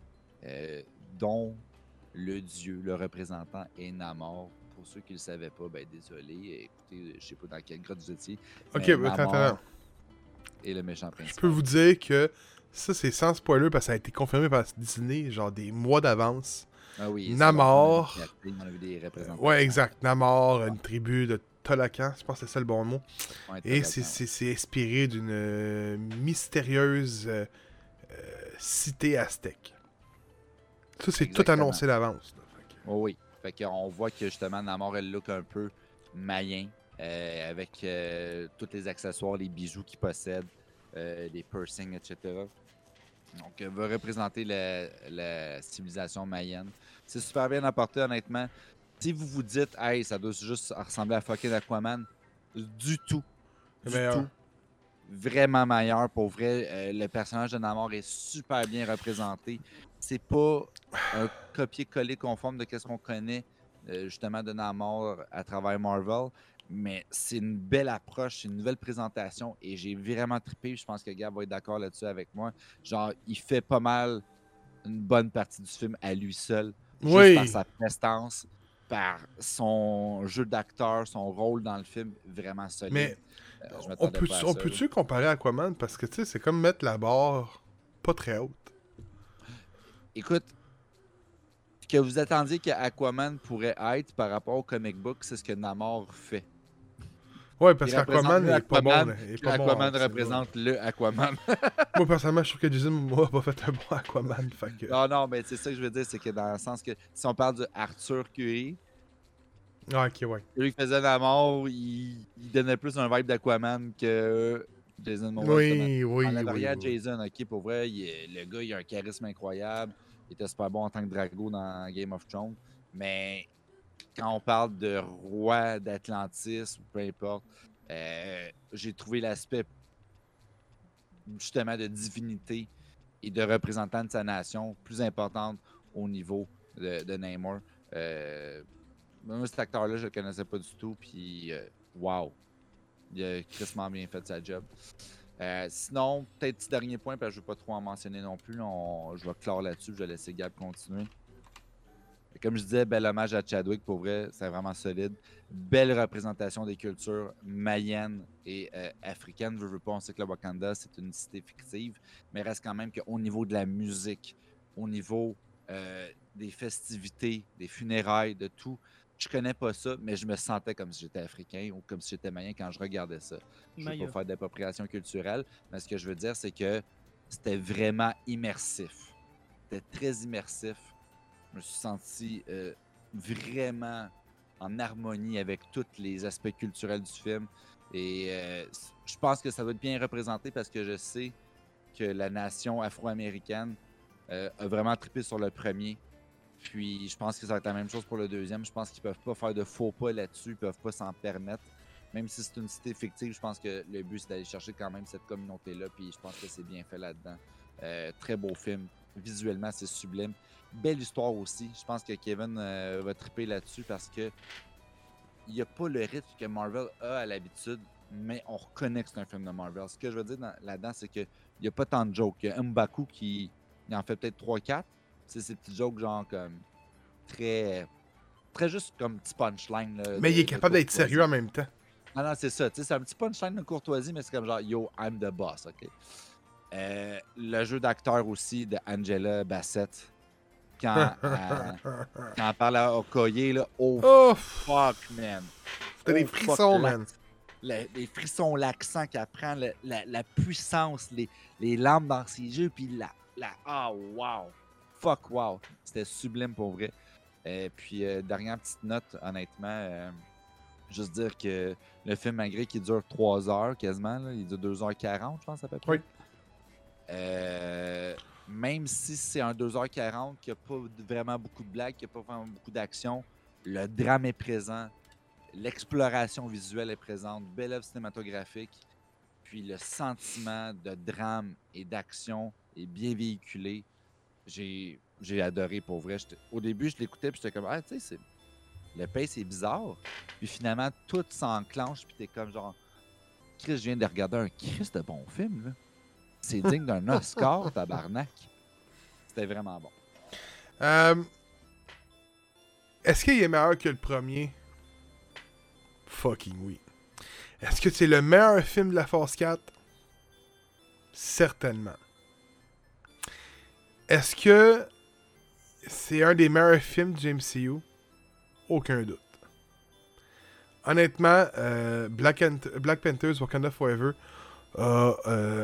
dont le dieu, le représentant est Namor. Pour ceux qui ne le savaient pas, ben désolé. Écoutez, je sais pas dans quelle grotte vous étiez. Ok, mais attends. Namor est le méchant Je principal. peux vous dire que ça, c'est sans spoiler parce que ça a été confirmé par Disney, genre des mois d'avance. Ah oui, Namor. On a vu des représentants. Ouais, exact. Namor, une tribu de Tolakan, je pense que c'est ça le bon mot. Ouais, Et Tolakan. c'est inspiré d'une mystérieuse cité aztèque. Ça, c'est tout Exactement. annoncé d'avance. là. Fait que- Oh oui. Fait qu'on voit que justement Namor a le look un peu mayen, avec tous les accessoires, les bijoux qu'il possède, les piercings, etc. Donc, va représenter la civilisation mayenne. C'est super bien apporté, honnêtement. Si vous vous dites, hey, ça doit juste ressembler à fucking Aquaman, du tout. C'est Du meilleur. tout. Vraiment meilleur. Pour vrai, le personnage de Namor est super bien représenté. C'est pas un copier-coller conforme de ce qu'on connaît justement de Namor à travers Marvel. Mais c'est une belle approche, c'est une nouvelle présentation et j'ai vraiment trippé. Je pense que Gab va être d'accord là-dessus avec moi. Genre, il fait pas mal une bonne partie du film à lui seul, juste Oui. par sa prestance, par son jeu d'acteur, son rôle dans le film vraiment solide. Mais Je on m'attendais pas à ça, là. peut-tu comparer Aquaman parce que tu sais, c'est comme mettre la barre pas très haute. Écoute, ce que vous attendiez que Aquaman pourrait être par rapport au comic book, c'est ce que Namor fait. Ouais, parce Il représente qu'Aquaman le n'est pas bon. Aquaman, Il est puis pas bon. Aquaman hein, c'est représente le Aquaman. vrai. Moi, personnellement, je trouve que Jason Momoa a pas fait un bon Aquaman. Fait que... Non, mais c'est ça que je veux dire, c'est que dans le sens que si on parle de Arthur Curry, Ah, ok, ouais. celui qui faisait Namor, il donnait plus un vibe d'Aquaman que Jason Momoa. justement. Oui, En la oui, variante oui. Jason, ok, pour vrai, le gars, il a un charisme incroyable. Il était super bon en tant que Drago dans Game of Thrones. Mais quand on parle de roi d'Atlantis, ou peu importe, j'ai trouvé l'aspect justement de divinité et de représentant de sa nation plus importante au niveau de Namor. Moi, cet acteur-là, je le connaissais pas du tout. Puis, wow, il a crissement bien fait sa job. Sinon, peut-être petit dernier point, parce que je ne veux pas trop en mentionner non plus. Je vais clore là-dessus, je vais laisser Gab continuer. Comme je disais, bel hommage à Chadwick, pour vrai, c'est vraiment solide. Belle représentation des cultures mayennes et africaines. Je veux pas, on sait que le Wakanda, c'est une cité fictive, mais reste quand même qu'au niveau de la musique, au niveau des festivités, des funérailles, de tout, je connais pas ça, mais je me sentais comme si j'étais africain ou comme si j'étais mayen quand je regardais ça. Je veux Maya. pas faire d'appropriation culturelle, mais ce que je veux dire, c'est que c'était vraiment immersif. C'était très immersif. Je me suis senti vraiment en harmonie avec tous les aspects culturels du film. Et je pense que ça va être bien représenté parce que je sais que la nation afro-américaine a vraiment trippé sur le premier. Puis je pense que ça va être la même chose pour le deuxième. Je pense qu'ils peuvent pas faire de faux pas là-dessus. Ils peuvent pas s'en permettre. Même si c'est une cité fictive, je pense que le but, c'est d'aller chercher quand même cette communauté-là. Puis je pense que c'est bien fait là-dedans. Très beau film. Visuellement, c'est sublime. Belle histoire aussi. Je pense que Kevin va triper là-dessus parce que il n'y a pas le rythme que Marvel a à l'habitude, mais on reconnaît que c'est un film de Marvel. Ce que je veux dire là-dedans, c'est qu'il n'y a pas tant de jokes. Il y a M'Baku qui il en fait peut-être 3-4. C'est ces petits jokes genre comme très juste comme petit punchline. Là, Mais il est capable d'être courtoisie. sérieux en même temps. Non, c'est ça. C'est un petit punchline de courtoisie, mais c'est comme genre Yo, I'm the boss. OK? Le jeu d'acteur aussi de Angela Bassett, quand elle parle à Okoye, là, oh Oh, fuck, man. t'as des Oh, fuck, frissons, man. Les frissons, l'accent qu'elle prend, la puissance, les larmes dans ses yeux, puis oh, wow. Fuck, wow. C'était sublime pour vrai. Puis, dernière petite note, honnêtement, juste dire que le film, malgré qu'il dure 3 heures quasiment, là, il dure 2h40, je pense, à peu près. Oui. Même si c'est un 2h40, qu'il n'y a pas vraiment beaucoup de blagues, qu'il n'y a pas vraiment beaucoup d'action, le drame est présent, l'exploration visuelle est présente, belle œuvre cinématographique, puis le sentiment de drame et d'action est bien véhiculé. J'ai adoré pour vrai. Au début, je l'écoutais puis j'étais comme ah, tu sais, le pace est bizarre. Puis finalement, tout s'enclenche puis t'es comme genre Chris, je viens de regarder un Chris de bon film là. C'est digne d'un Oscar, tabarnak. C'était vraiment bon. Est-ce qu'il est meilleur que le premier? Fucking oui. Est-ce que c'est le meilleur film de la Phase 4? Certainement. Est-ce que c'est un des meilleurs films du MCU? Aucun doute. Honnêtement, Black Panthers Wakanda Forever a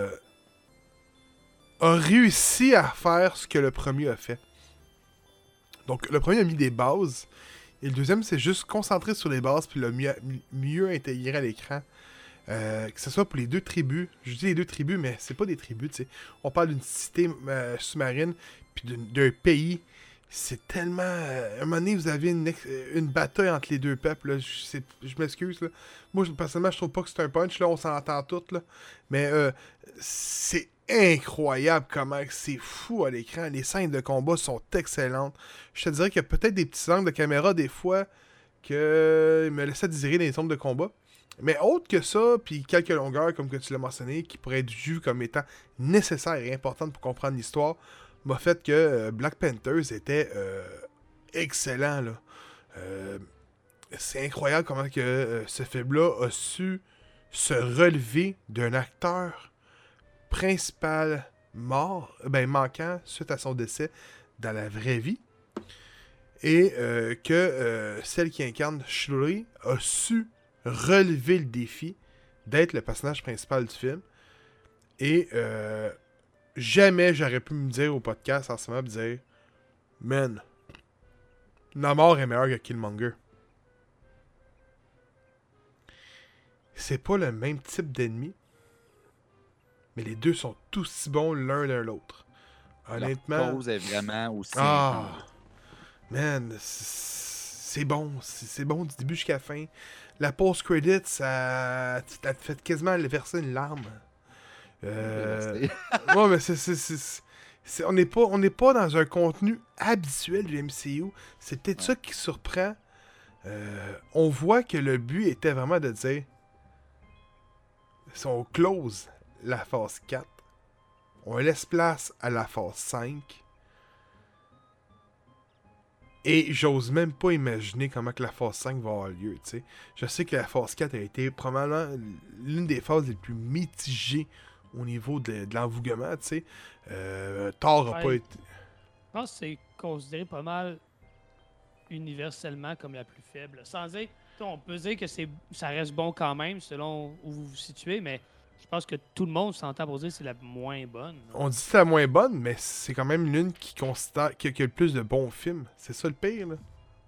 réussi à faire ce que le premier a fait. Donc, le premier a mis des bases, et le deuxième, c'est juste concentrer sur les bases, puis le mieux intégrer à l'écran. Que ce soit pour les deux tribus. Je dis les deux tribus, mais c'est pas des tribus, tu sais. On parle d'une cité sous-marine, puis d'un pays. C'est tellement... à un moment donné, vous avez une bataille entre les deux peuples. Là. Je m'excuse. Là. Moi, personnellement, je trouve pas que c'est un punch. Là, on s'entend toutes. Là. Mais c'est incroyable comment c'est fou à l'écran. Les scènes de combat sont excellentes. Je te dirais qu'il y a peut-être des petits angles de caméra des fois que me laissaient désirer dans les zones de combat. Mais autre que ça, puis quelques longueurs, comme que tu l'as mentionné, qui pourraient être vues comme étant nécessaires et importantes pour comprendre l'histoire, m'a fait que Black Panthers était excellent. Là. C'est incroyable comment que ce film-là a su se relever d'un acteur principal manquant suite à son décès dans la vraie vie. Et que celle qui incarne Shuri a su relever le défi d'être le personnage principal du film. Et jamais j'aurais pu me dire au podcast en ce moment, dire man, Namor est meilleur que Killmonger. C'est pas le même type d'ennemi, mais les deux sont aussi bons l'un de l'autre. Honnêtement. La cause est vraiment aussi. Man, c'est bon. C'est bon du début jusqu'à la fin. La post-credit, ça te fait quasiment verser une larme. Ouais, mais on n'est pas dans un contenu habituel du MCU. C'est peut-être ça qui surprend. On voit que le but était vraiment de dire si on close la phase 4, on laisse place à la phase 5. Et j'ose même pas imaginer comment que la phase 5 va avoir lieu, tu sais. Je sais que la phase 4 a été probablement l'une des phases les plus mitigées au niveau de l'envoûtement, tu sais. Thor n'a pas été... Je pense que c'est considéré pas mal universellement comme la plus faible. Sans dire, on peut dire que ça reste bon quand même selon où vous vous situez, mais je pense que tout le monde s'entend pour dire que c'est la moins bonne. On dit que c'est la moins bonne, mais c'est quand même l'une qui considère qui a le plus de bons films. C'est ça le pire, là.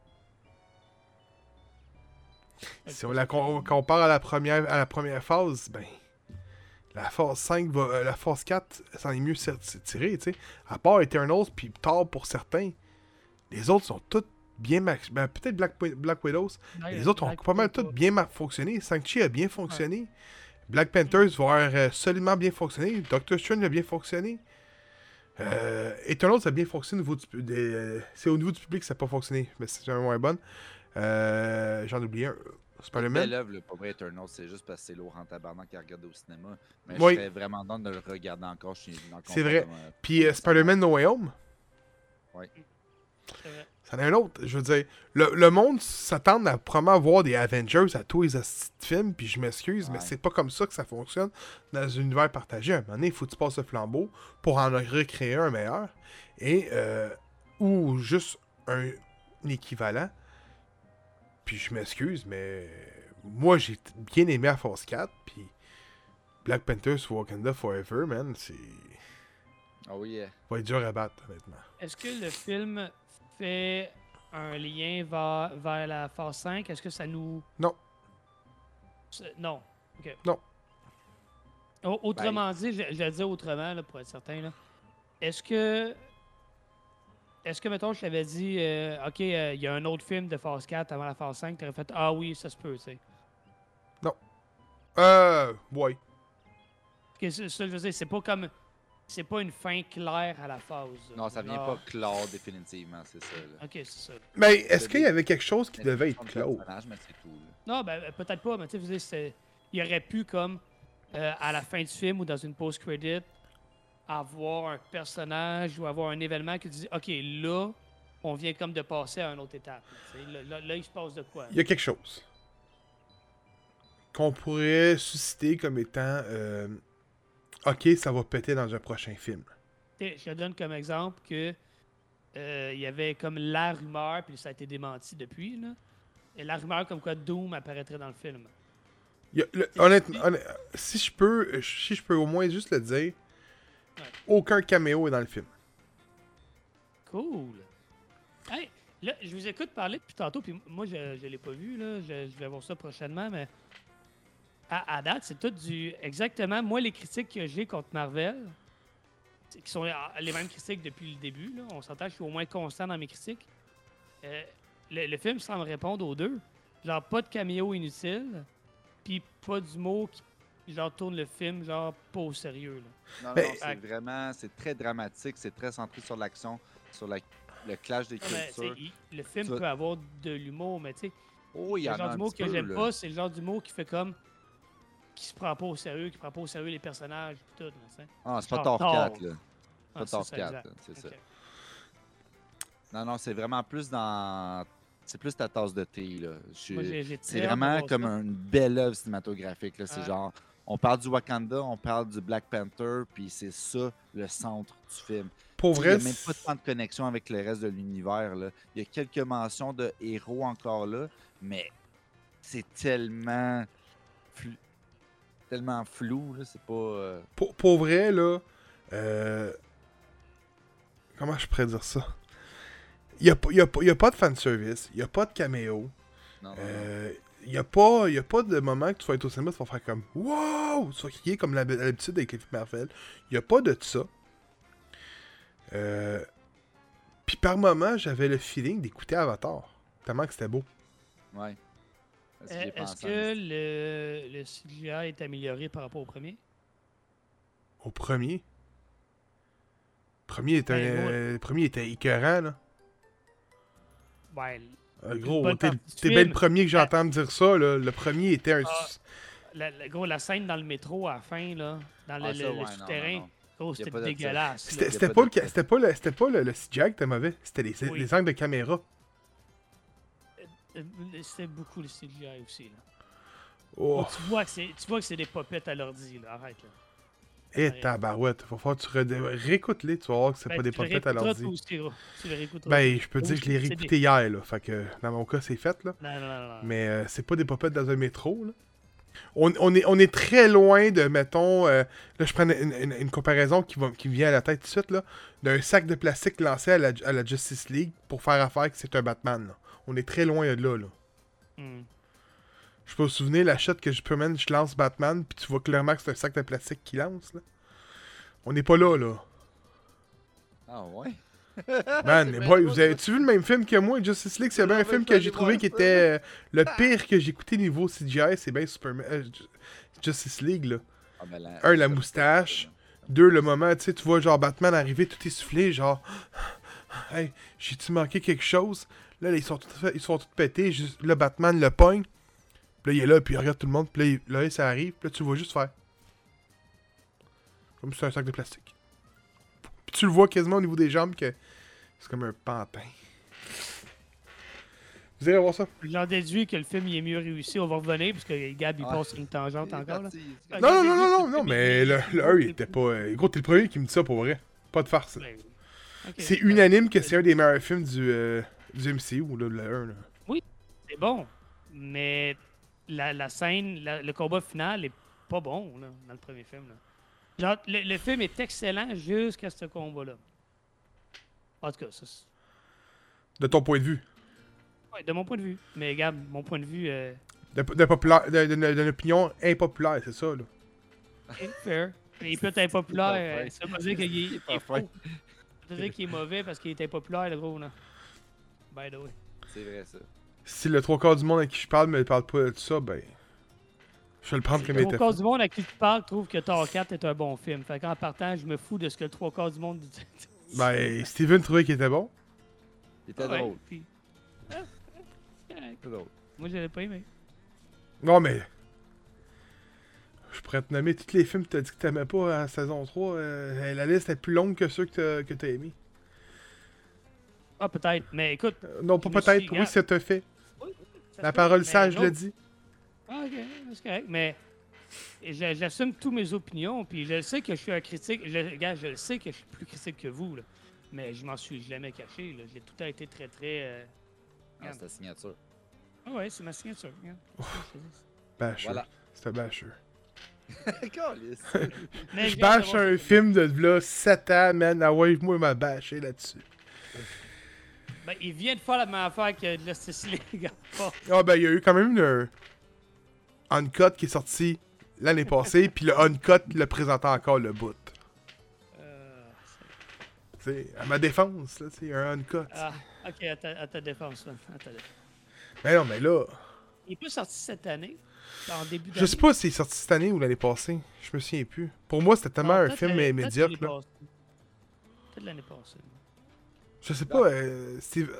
Si on la compare à la première phase, ben... La phase 5 la phase 4, ça en est mieux tiré, tu sais. À part Eternals puis Thor pour certains. Les autres sont toutes bien peut-être Black Widows. Les autres ont pas mal toutes bien fonctionné. Shang-Chi a bien fonctionné. Ouais. Black Panthers va avoir solidement bien fonctionné. Doctor Strange a bien fonctionné. Eternals a bien fonctionné au niveau c'est au niveau du public que ça n'a pas fonctionné. Mais c'est un moins bonne. J'en oublie un. Spider-Man. Belle œuvre, le pauvre Eternals, c'est juste parce que c'est lourd en tabarnak à regarder au cinéma. Mais je serais vraiment dans de le regarder encore. C'est vrai. Puis Spider-Man No Way Home. Oui. C'en est un autre. Je veux dire, le monde s'attend à probablement voir des Avengers à tous les films, puis je m'excuse, mais c'est pas comme ça que ça fonctionne dans un univers partagé. À un moment donné, il faut que tu passes le flambeau pour en recréer un meilleur. Et ou juste un équivalent. Puis je m'excuse, mais moi j'ai bien aimé la Phase 4, puis Black Panther sur Wakanda Forever, man, c'est... Oh oui. va être dur à battre, honnêtement. Est-ce que le film fait un lien vers la phase 5? Est-ce que ça nous... Non. Non. OK. Non. Autrement dit, je vais le dire autrement, là, pour être certain, là. Est-ce que, mettons, je t'avais dit, OK, il y a un autre film de phase 4 avant la phase 5, t'aurais fait, ah oui, ça se peut, tu sais. Ouais. Que ça, je veux dire, c'est pas comme... C'est pas une fin claire à la phase. Non, ça vient pas clore définitivement, c'est ça. Là. OK, c'est ça. Mais est-ce qu'il y avait quelque chose qui devait être Le clos? personnage, mais c'est tout. Là. Non, ben peut-être pas, mais tu sais, je veux dire, il aurait pu, comme, à la fin du film ou dans une post-credit, avoir un personnage ou avoir un événement qui dit, OK, là, on vient comme de passer à une autre étape. Là, il se passe de quoi? Il y a quelque chose qu'on pourrait susciter comme étant OK, ça va péter dans un prochain film. Je te donne comme exemple que il y avait comme la rumeur, puis ça a été démenti depuis, là. Et la rumeur comme quoi Doom apparaîtrait dans le film. Honnêtement, si je peux au moins juste le dire, aucun caméo est dans le film. Cool. Hey, là, je vous écoute parler depuis tantôt, puis moi, je l'ai pas vu, là. Je vais voir ça prochainement, mais à date, c'est tout exactement, moi, les critiques que j'ai contre Marvel, qui sont les mêmes critiques depuis le début, là. On s'entend, je suis au moins constant dans mes critiques. Le film semble répondre aux deux. Genre, pas de caméo inutile, puis pas d'humour qui, genre, tourne le film, genre, pas au sérieux, là. Non, c'est vraiment, c'est très dramatique, c'est très centré sur l'action, sur le clash des cultures. Le film peut avoir de l'humour, mais tu sais, oh, il y le en genre a d'humour que j'aime là. pas, c'est le genre d'humour qui fait comme... qui se prend pas au sérieux, qui prend pas au sérieux les personnages, pis tout, là, tu sais. Ah, c'est pas Genre Thor 4, là. Ah, Pas Thor 4, là, c'est ça. Non, c'est vraiment plus dans... C'est plus ta tasse de thé, là. C'est vraiment comme une belle œuvre cinématographique, là. C'est genre... On parle du Wakanda, on parle du Black Panther, puis c'est ça, le centre du film. Pour vrai, il n'y a même pas tant de connexion avec le reste de l'univers, là. Il y a quelques mentions de héros encore là, mais c'est tellement... tellement flou, là, c'est pas... Pour vrai, là... Comment je pourrais dire ça? Il n'y a pas de fanservice, il n'y a pas de caméo. Il n'y a pas de moment que tu vas être au cinéma, tu vas faire comme « Wow! » Tu vas crier comme l'habitude avec les films Marvel. Il n'y a pas de ça. Puis par moment, j'avais le feeling d'écouter Avatar. Tellement que c'était beau. Ouais. Est-ce que le CGI est amélioré par rapport au premier? Au premier? Le premier était écœurant, là. Ouais. Gros, t'es bien le premier que j'entends me dire ça, là. Le premier était un... La scène dans le métro à la fin, là, dans le souterrain, gros, c'était dégueulasse. C'était pas le CGI qui était mauvais, c'était les angles de caméra. C'était beaucoup le CGI aussi, là. Oh. Tu vois que c'est des popettes à l'ordi, là. Arrête, là. Eh, tabarouette, faut falloir que tu réécoutes-les, tu vas voir que c'est pas des popettes à l'ordi. Ben, je peux te dire que je l'ai réécouté hier, là. Fait que, dans mon cas, c'est fait, là. Non. Mais c'est pas des popettes dans un métro, là. On est très loin de, mettons... là, je prends une comparaison qui me vient à la tête tout de suite, là. D'un sac de plastique lancé à la Justice League pour faire affaire que c'est un Batman, là. On est très loin de là, là. Je peux me souvenir la shot que je lance Batman, puis tu vois clairement que c'est un sac de plastique qui lance, là. On n'est pas là, là. Ah ouais? Man, mais boy, avez-tu vu le même film que moi, Justice League? C'est bien un film que j'ai trouvé qui était le pire que j'ai écouté niveau CGI, c'est bien Justice League, là. Un, la moustache. Deux, le moment, tu sais, tu vois genre Batman arriver tout essoufflé, genre... Hey, j'ai-tu manqué quelque chose? Là, ils sont tous pétés, là, Batman le pogne. Puis là, il est là, puis il regarde tout le monde, puis là, ça arrive, puis là, tu le vois juste faire. Comme si c'était un sac de plastique. Puis tu le vois quasiment au niveau des jambes que c'est comme un pantin. Vous irez voir ça. J'en déduis que le film il est mieux réussi. On va revenir, parce que Gab, il passe sur une tangente encore. Là. Non, mais le 1, il était pas... Gros, t'es le premier qui me dit ça, pour vrai. Pas de farce. Ok. C'est unanime que c'est un des meilleurs films du MCU, là, le 1. Là. C'est bon, mais la scène, le combat final est pas bon là, dans le premier film. Là. Genre, le film est excellent jusqu'à ce combat-là. En tout cas, ça, De ton point de vue. ouais, de mon point de vue. Mais regarde, mon point de vue, D'une opinion impopulaire, c'est ça, là. est fair. Il peut être impopulaire. Ça veut pas dire qu'il est pas faux. Ça veut dire qu'il est mauvais parce qu'il est impopulaire, le gros. Là. By the way. C'est vrai, ça. Si le 3/4 du monde à qui je parle me parle pas de ça, ben. Je vais le prendre comme il Le était. 3/4 du monde à qui tu parles trouve que Thor 4 est un bon film. Fait qu'en partant, je me fous de ce que le 3/4 du monde dit. Ben, Steven trouvait qu'il était bon. C'était Ouais, drôle. puis- c'est correct. C'était drôle. Moi, je l'avais pas aimé. Non, mais. Je pourrais te nommer tous les films que t'as dit que t'aimais pas à la saison 3. La liste est plus longue que ceux que t'as aimés. Ah, peut-être. Mais écoute. Non, pas Je me peut-être. suis- Oui, regarde. c'est un fait. ça La se peut, parole mais sage l'autre- le dit. Ah, ok, c'est correct. Mais j'assume toutes mes opinions. Puis je sais que je suis un critique. Regarde, je le sais que je suis plus critique que vous. Là. Mais je m'en suis jamais caché. Là. J'ai tout le temps été très, très. Ah, c'est ta signature. Ah ouais, c'est ma signature. Regarde. Bâcheux. Voilà. C'est un bâcheux. Calisse. Mais Je j'ai hâte de bâche voir un ce- film de là 7 ans, man. Ah ouais, moi, il m'a bâché là-dessus. Ben, il vient de faire la même affaire que Justice League. Ah ben, il y a eu quand même une Uncut qui est sorti l'année passée, puis le Uncut le présentait encore le bout. C'est à ma défense, là, c'est un Uncut. Ah, ok, à ta défense. Là. À ta défense. Mais non, mais là, Il est pas sorti cette année. En début d'année. je sais pas s'il est sorti cette année ou l'année passée. Je me souviens plus. Pour moi, c'était tellement Non, un peut-être film l'année- médiocre, peut-être là. l'année passée. Peut-être l'année passée. Je sais pas, Steve...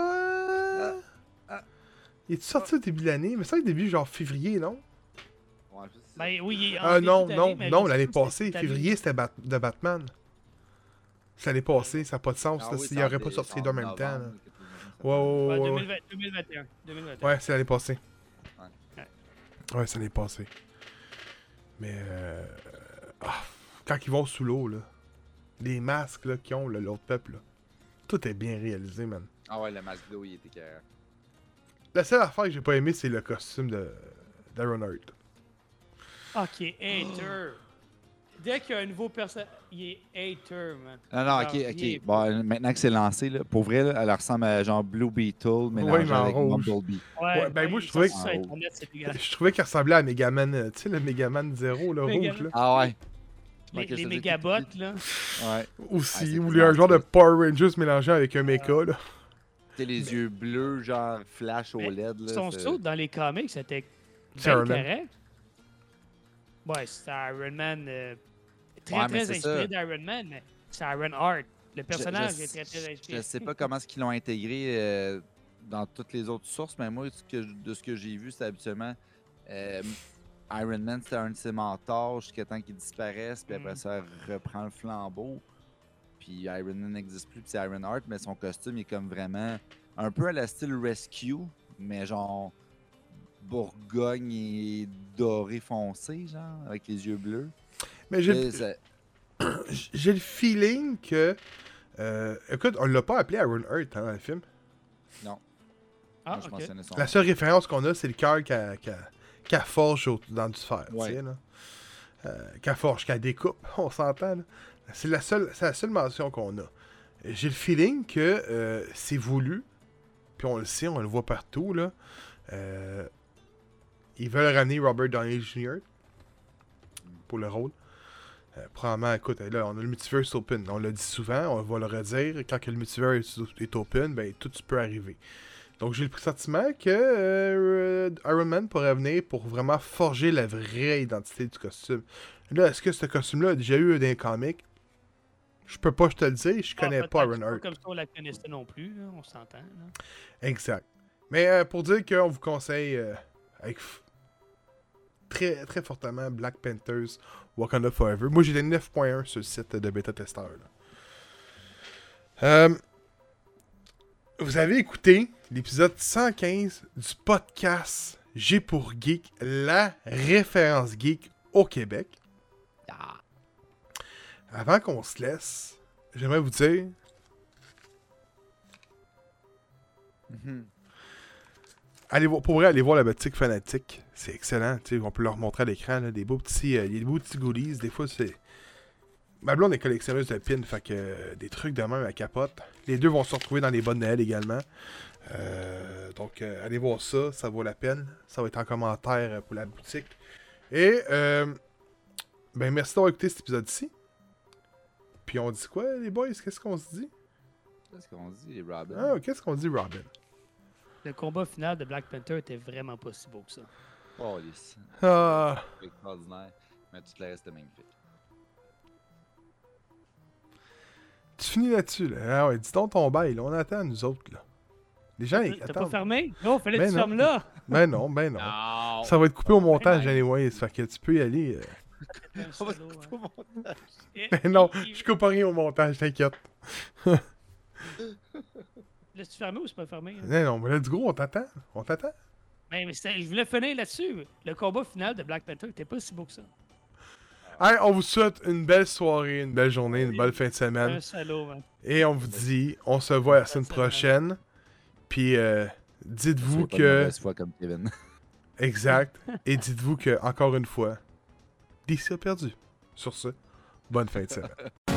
Il est sorti au début de l'année? Mais ça, au début, genre février, non? Ouais, je sais. Ben oui, il est en Ah début non, d'année, non, mais non, je l'année sais pas si passée. cette année. Février, c'était de Batman. C'est l'année passée, ça n'a pas de sens, Ah là, oui, s'il c'est aurait en pas dé- sorti c'est les en deux en même temps, là. novembre, quelque chose comme ça. Ouais, ouais, Ouais, ouais, ouais. 2021. 2021. Ouais, c'est l'année passée. Ouais. Ouais, c'est l'année passée. Mais, quand ils vont sous l'eau, là, les masques, là, qu'ils ont, là, l'autre peuple, là, tout est bien réalisé, man. Ah ouais, le masque d'eau, il était carré. La seule affaire que j'ai pas aimé, c'est le costume d'Aaron Hurt. Ok, hater. Dès qu'il y a un nouveau personnage, il est hater, man. Non, non, ok, Genre, il ok. est- Bon, maintenant que c'est lancé, là, pour vrai, là, elle ressemble à genre Blue Beetle, mélangée mais en avec rouge. Bumblebee. Ouais, ben, moi, il je trouvais sort que- sur Internet, c'est dégueulasse. Je trouvais qu'il ressemblait à Megaman, tu sais, le Megaman 0, le Megaman. rouge, là. Ah ouais. Les, Ok, je les te dis mégabots, tout- là. Ouais. Aussi, c'est ou il y a un bizarre, genre de ça. Power Rangers mélangé avec un mecha, là. T'sais, les yeux bleus, genre flash au Mais LED. Là, Son c'est- saut dans les comics, c'était C'est bien Iron Man. correct. Ouais, c'était Iron Man. Très, Ouais, mais très c'est inspiré ça. d'Iron Man, mais c'est Iron Heart. Le personnage est très, très inspiré. Je sais pas comment est-ce qu'ils l'ont intégré dans toutes les autres sources, mais moi, de ce que j'ai vu, c'est habituellement Iron Man, c'était un de ses mentors jusqu'à temps qu'il disparaisse, puis après ça, il reprend le flambeau. Puis Iron Man n'existe plus, puis c'est Iron Heart, mais son costume est comme vraiment un peu à la style Rescue, mais genre Bourgogne et doré foncé, genre, avec les yeux bleus. Mais Et ça- j'ai le feeling que... écoute, on l'a pas appelé Iron Hurt, hein, dans le film. Non. Ah, Moi, je ok. mentionnais son La seule référence qu'on a, c'est le cœur qu'elle forge dans du fer, Ouais. tu sais, là. Qu'elle forge, qu'elle découpe, on s'entend, là. C'est la seule mention qu'on a. J'ai le feeling que c'est voulu, puis on le sait, on le voit partout, là. Ils veulent ramener Robert Downey Jr. pour le rôle. Probablement, écoute, là, on a le multiverse open. On l'a dit souvent, on va le redire. Quand que le multiverse est open, ben tout peut arriver. Donc j'ai le pressentiment que Iron Man pourrait venir pour vraiment forger la vraie identité du costume. Là, est-ce que ce costume-là a déjà eu des comics? Je peux pas te le dire, je connais Ah, pas peut-être, Iron c'est Heart. comme ça on la connaissait non plus, là, on s'entend. là. Exact. Mais pour dire qu'on vous conseille avec très, très fortement Black Panthers Wakanda Forever. Moi, j'ai donné 9.1 sur le site de Beta Tester. Vous avez écouté l'épisode 115 du podcast G pour Geek, la référence geek au Québec. Ah. Avant qu'on se laisse, j'aimerais vous dire Mhm. Pour vrai, allez voir la boutique Fanatique. C'est excellent. Tu sais, on peut leur montrer à l'écran là, des beaux petits goodies. Des fois, c'est... Ma blonde est collectionneuse de pins, fait que des trucs de même à capote. Les deux vont se retrouver dans les bonnes Noël également. Donc, allez voir ça, ça vaut la peine. Ça va être en commentaire pour la boutique. Et, ben, merci d'avoir écouté cet épisode-ci. Puis on dit quoi, les boys? Qu'est-ce qu'on se dit? Qu'est-ce qu'on dit, Robin? Ah, qu'est-ce qu'on dit, Robin? Le combat final de Black Panther était vraiment pas si beau que ça. Oh, yes. Ah, Extraordinaire. Mais tout le reste est magnifique. tu finis là-dessus, là. Ah ouais, dis donc ton bail, là. On attend, nous autres, là. Les gens, ils T'as pas attendent. fermé? Non, fallait que Ben tu non. fermes là. Ben non, ben non. Non! Ça va être coupé au montage, Ben anyway. Fait que tu peux y aller. Un On va solo, se hein. couper au montage. Et- Ben non, il- je coupe rien au montage, t'inquiète. Laisse-tu fermer ou c'est pas fermé? Hein? Non, non, mais let's go, on t'attend. On t'attend. Je voulais finir là-dessus. Le combat final de Black Panther était pas si beau que ça. Hey, on vous souhaite une belle soirée, une belle journée, une belle fin de semaine. Un salaud, man. Et on vous dit, on se voit la semaine prochaine. Puis dites-vous Sois pas de que... mauvaise foi comme Kevin. Exact. Et dites-vous que, encore une fois, DC a perdu. Sur ce, bonne fin de semaine.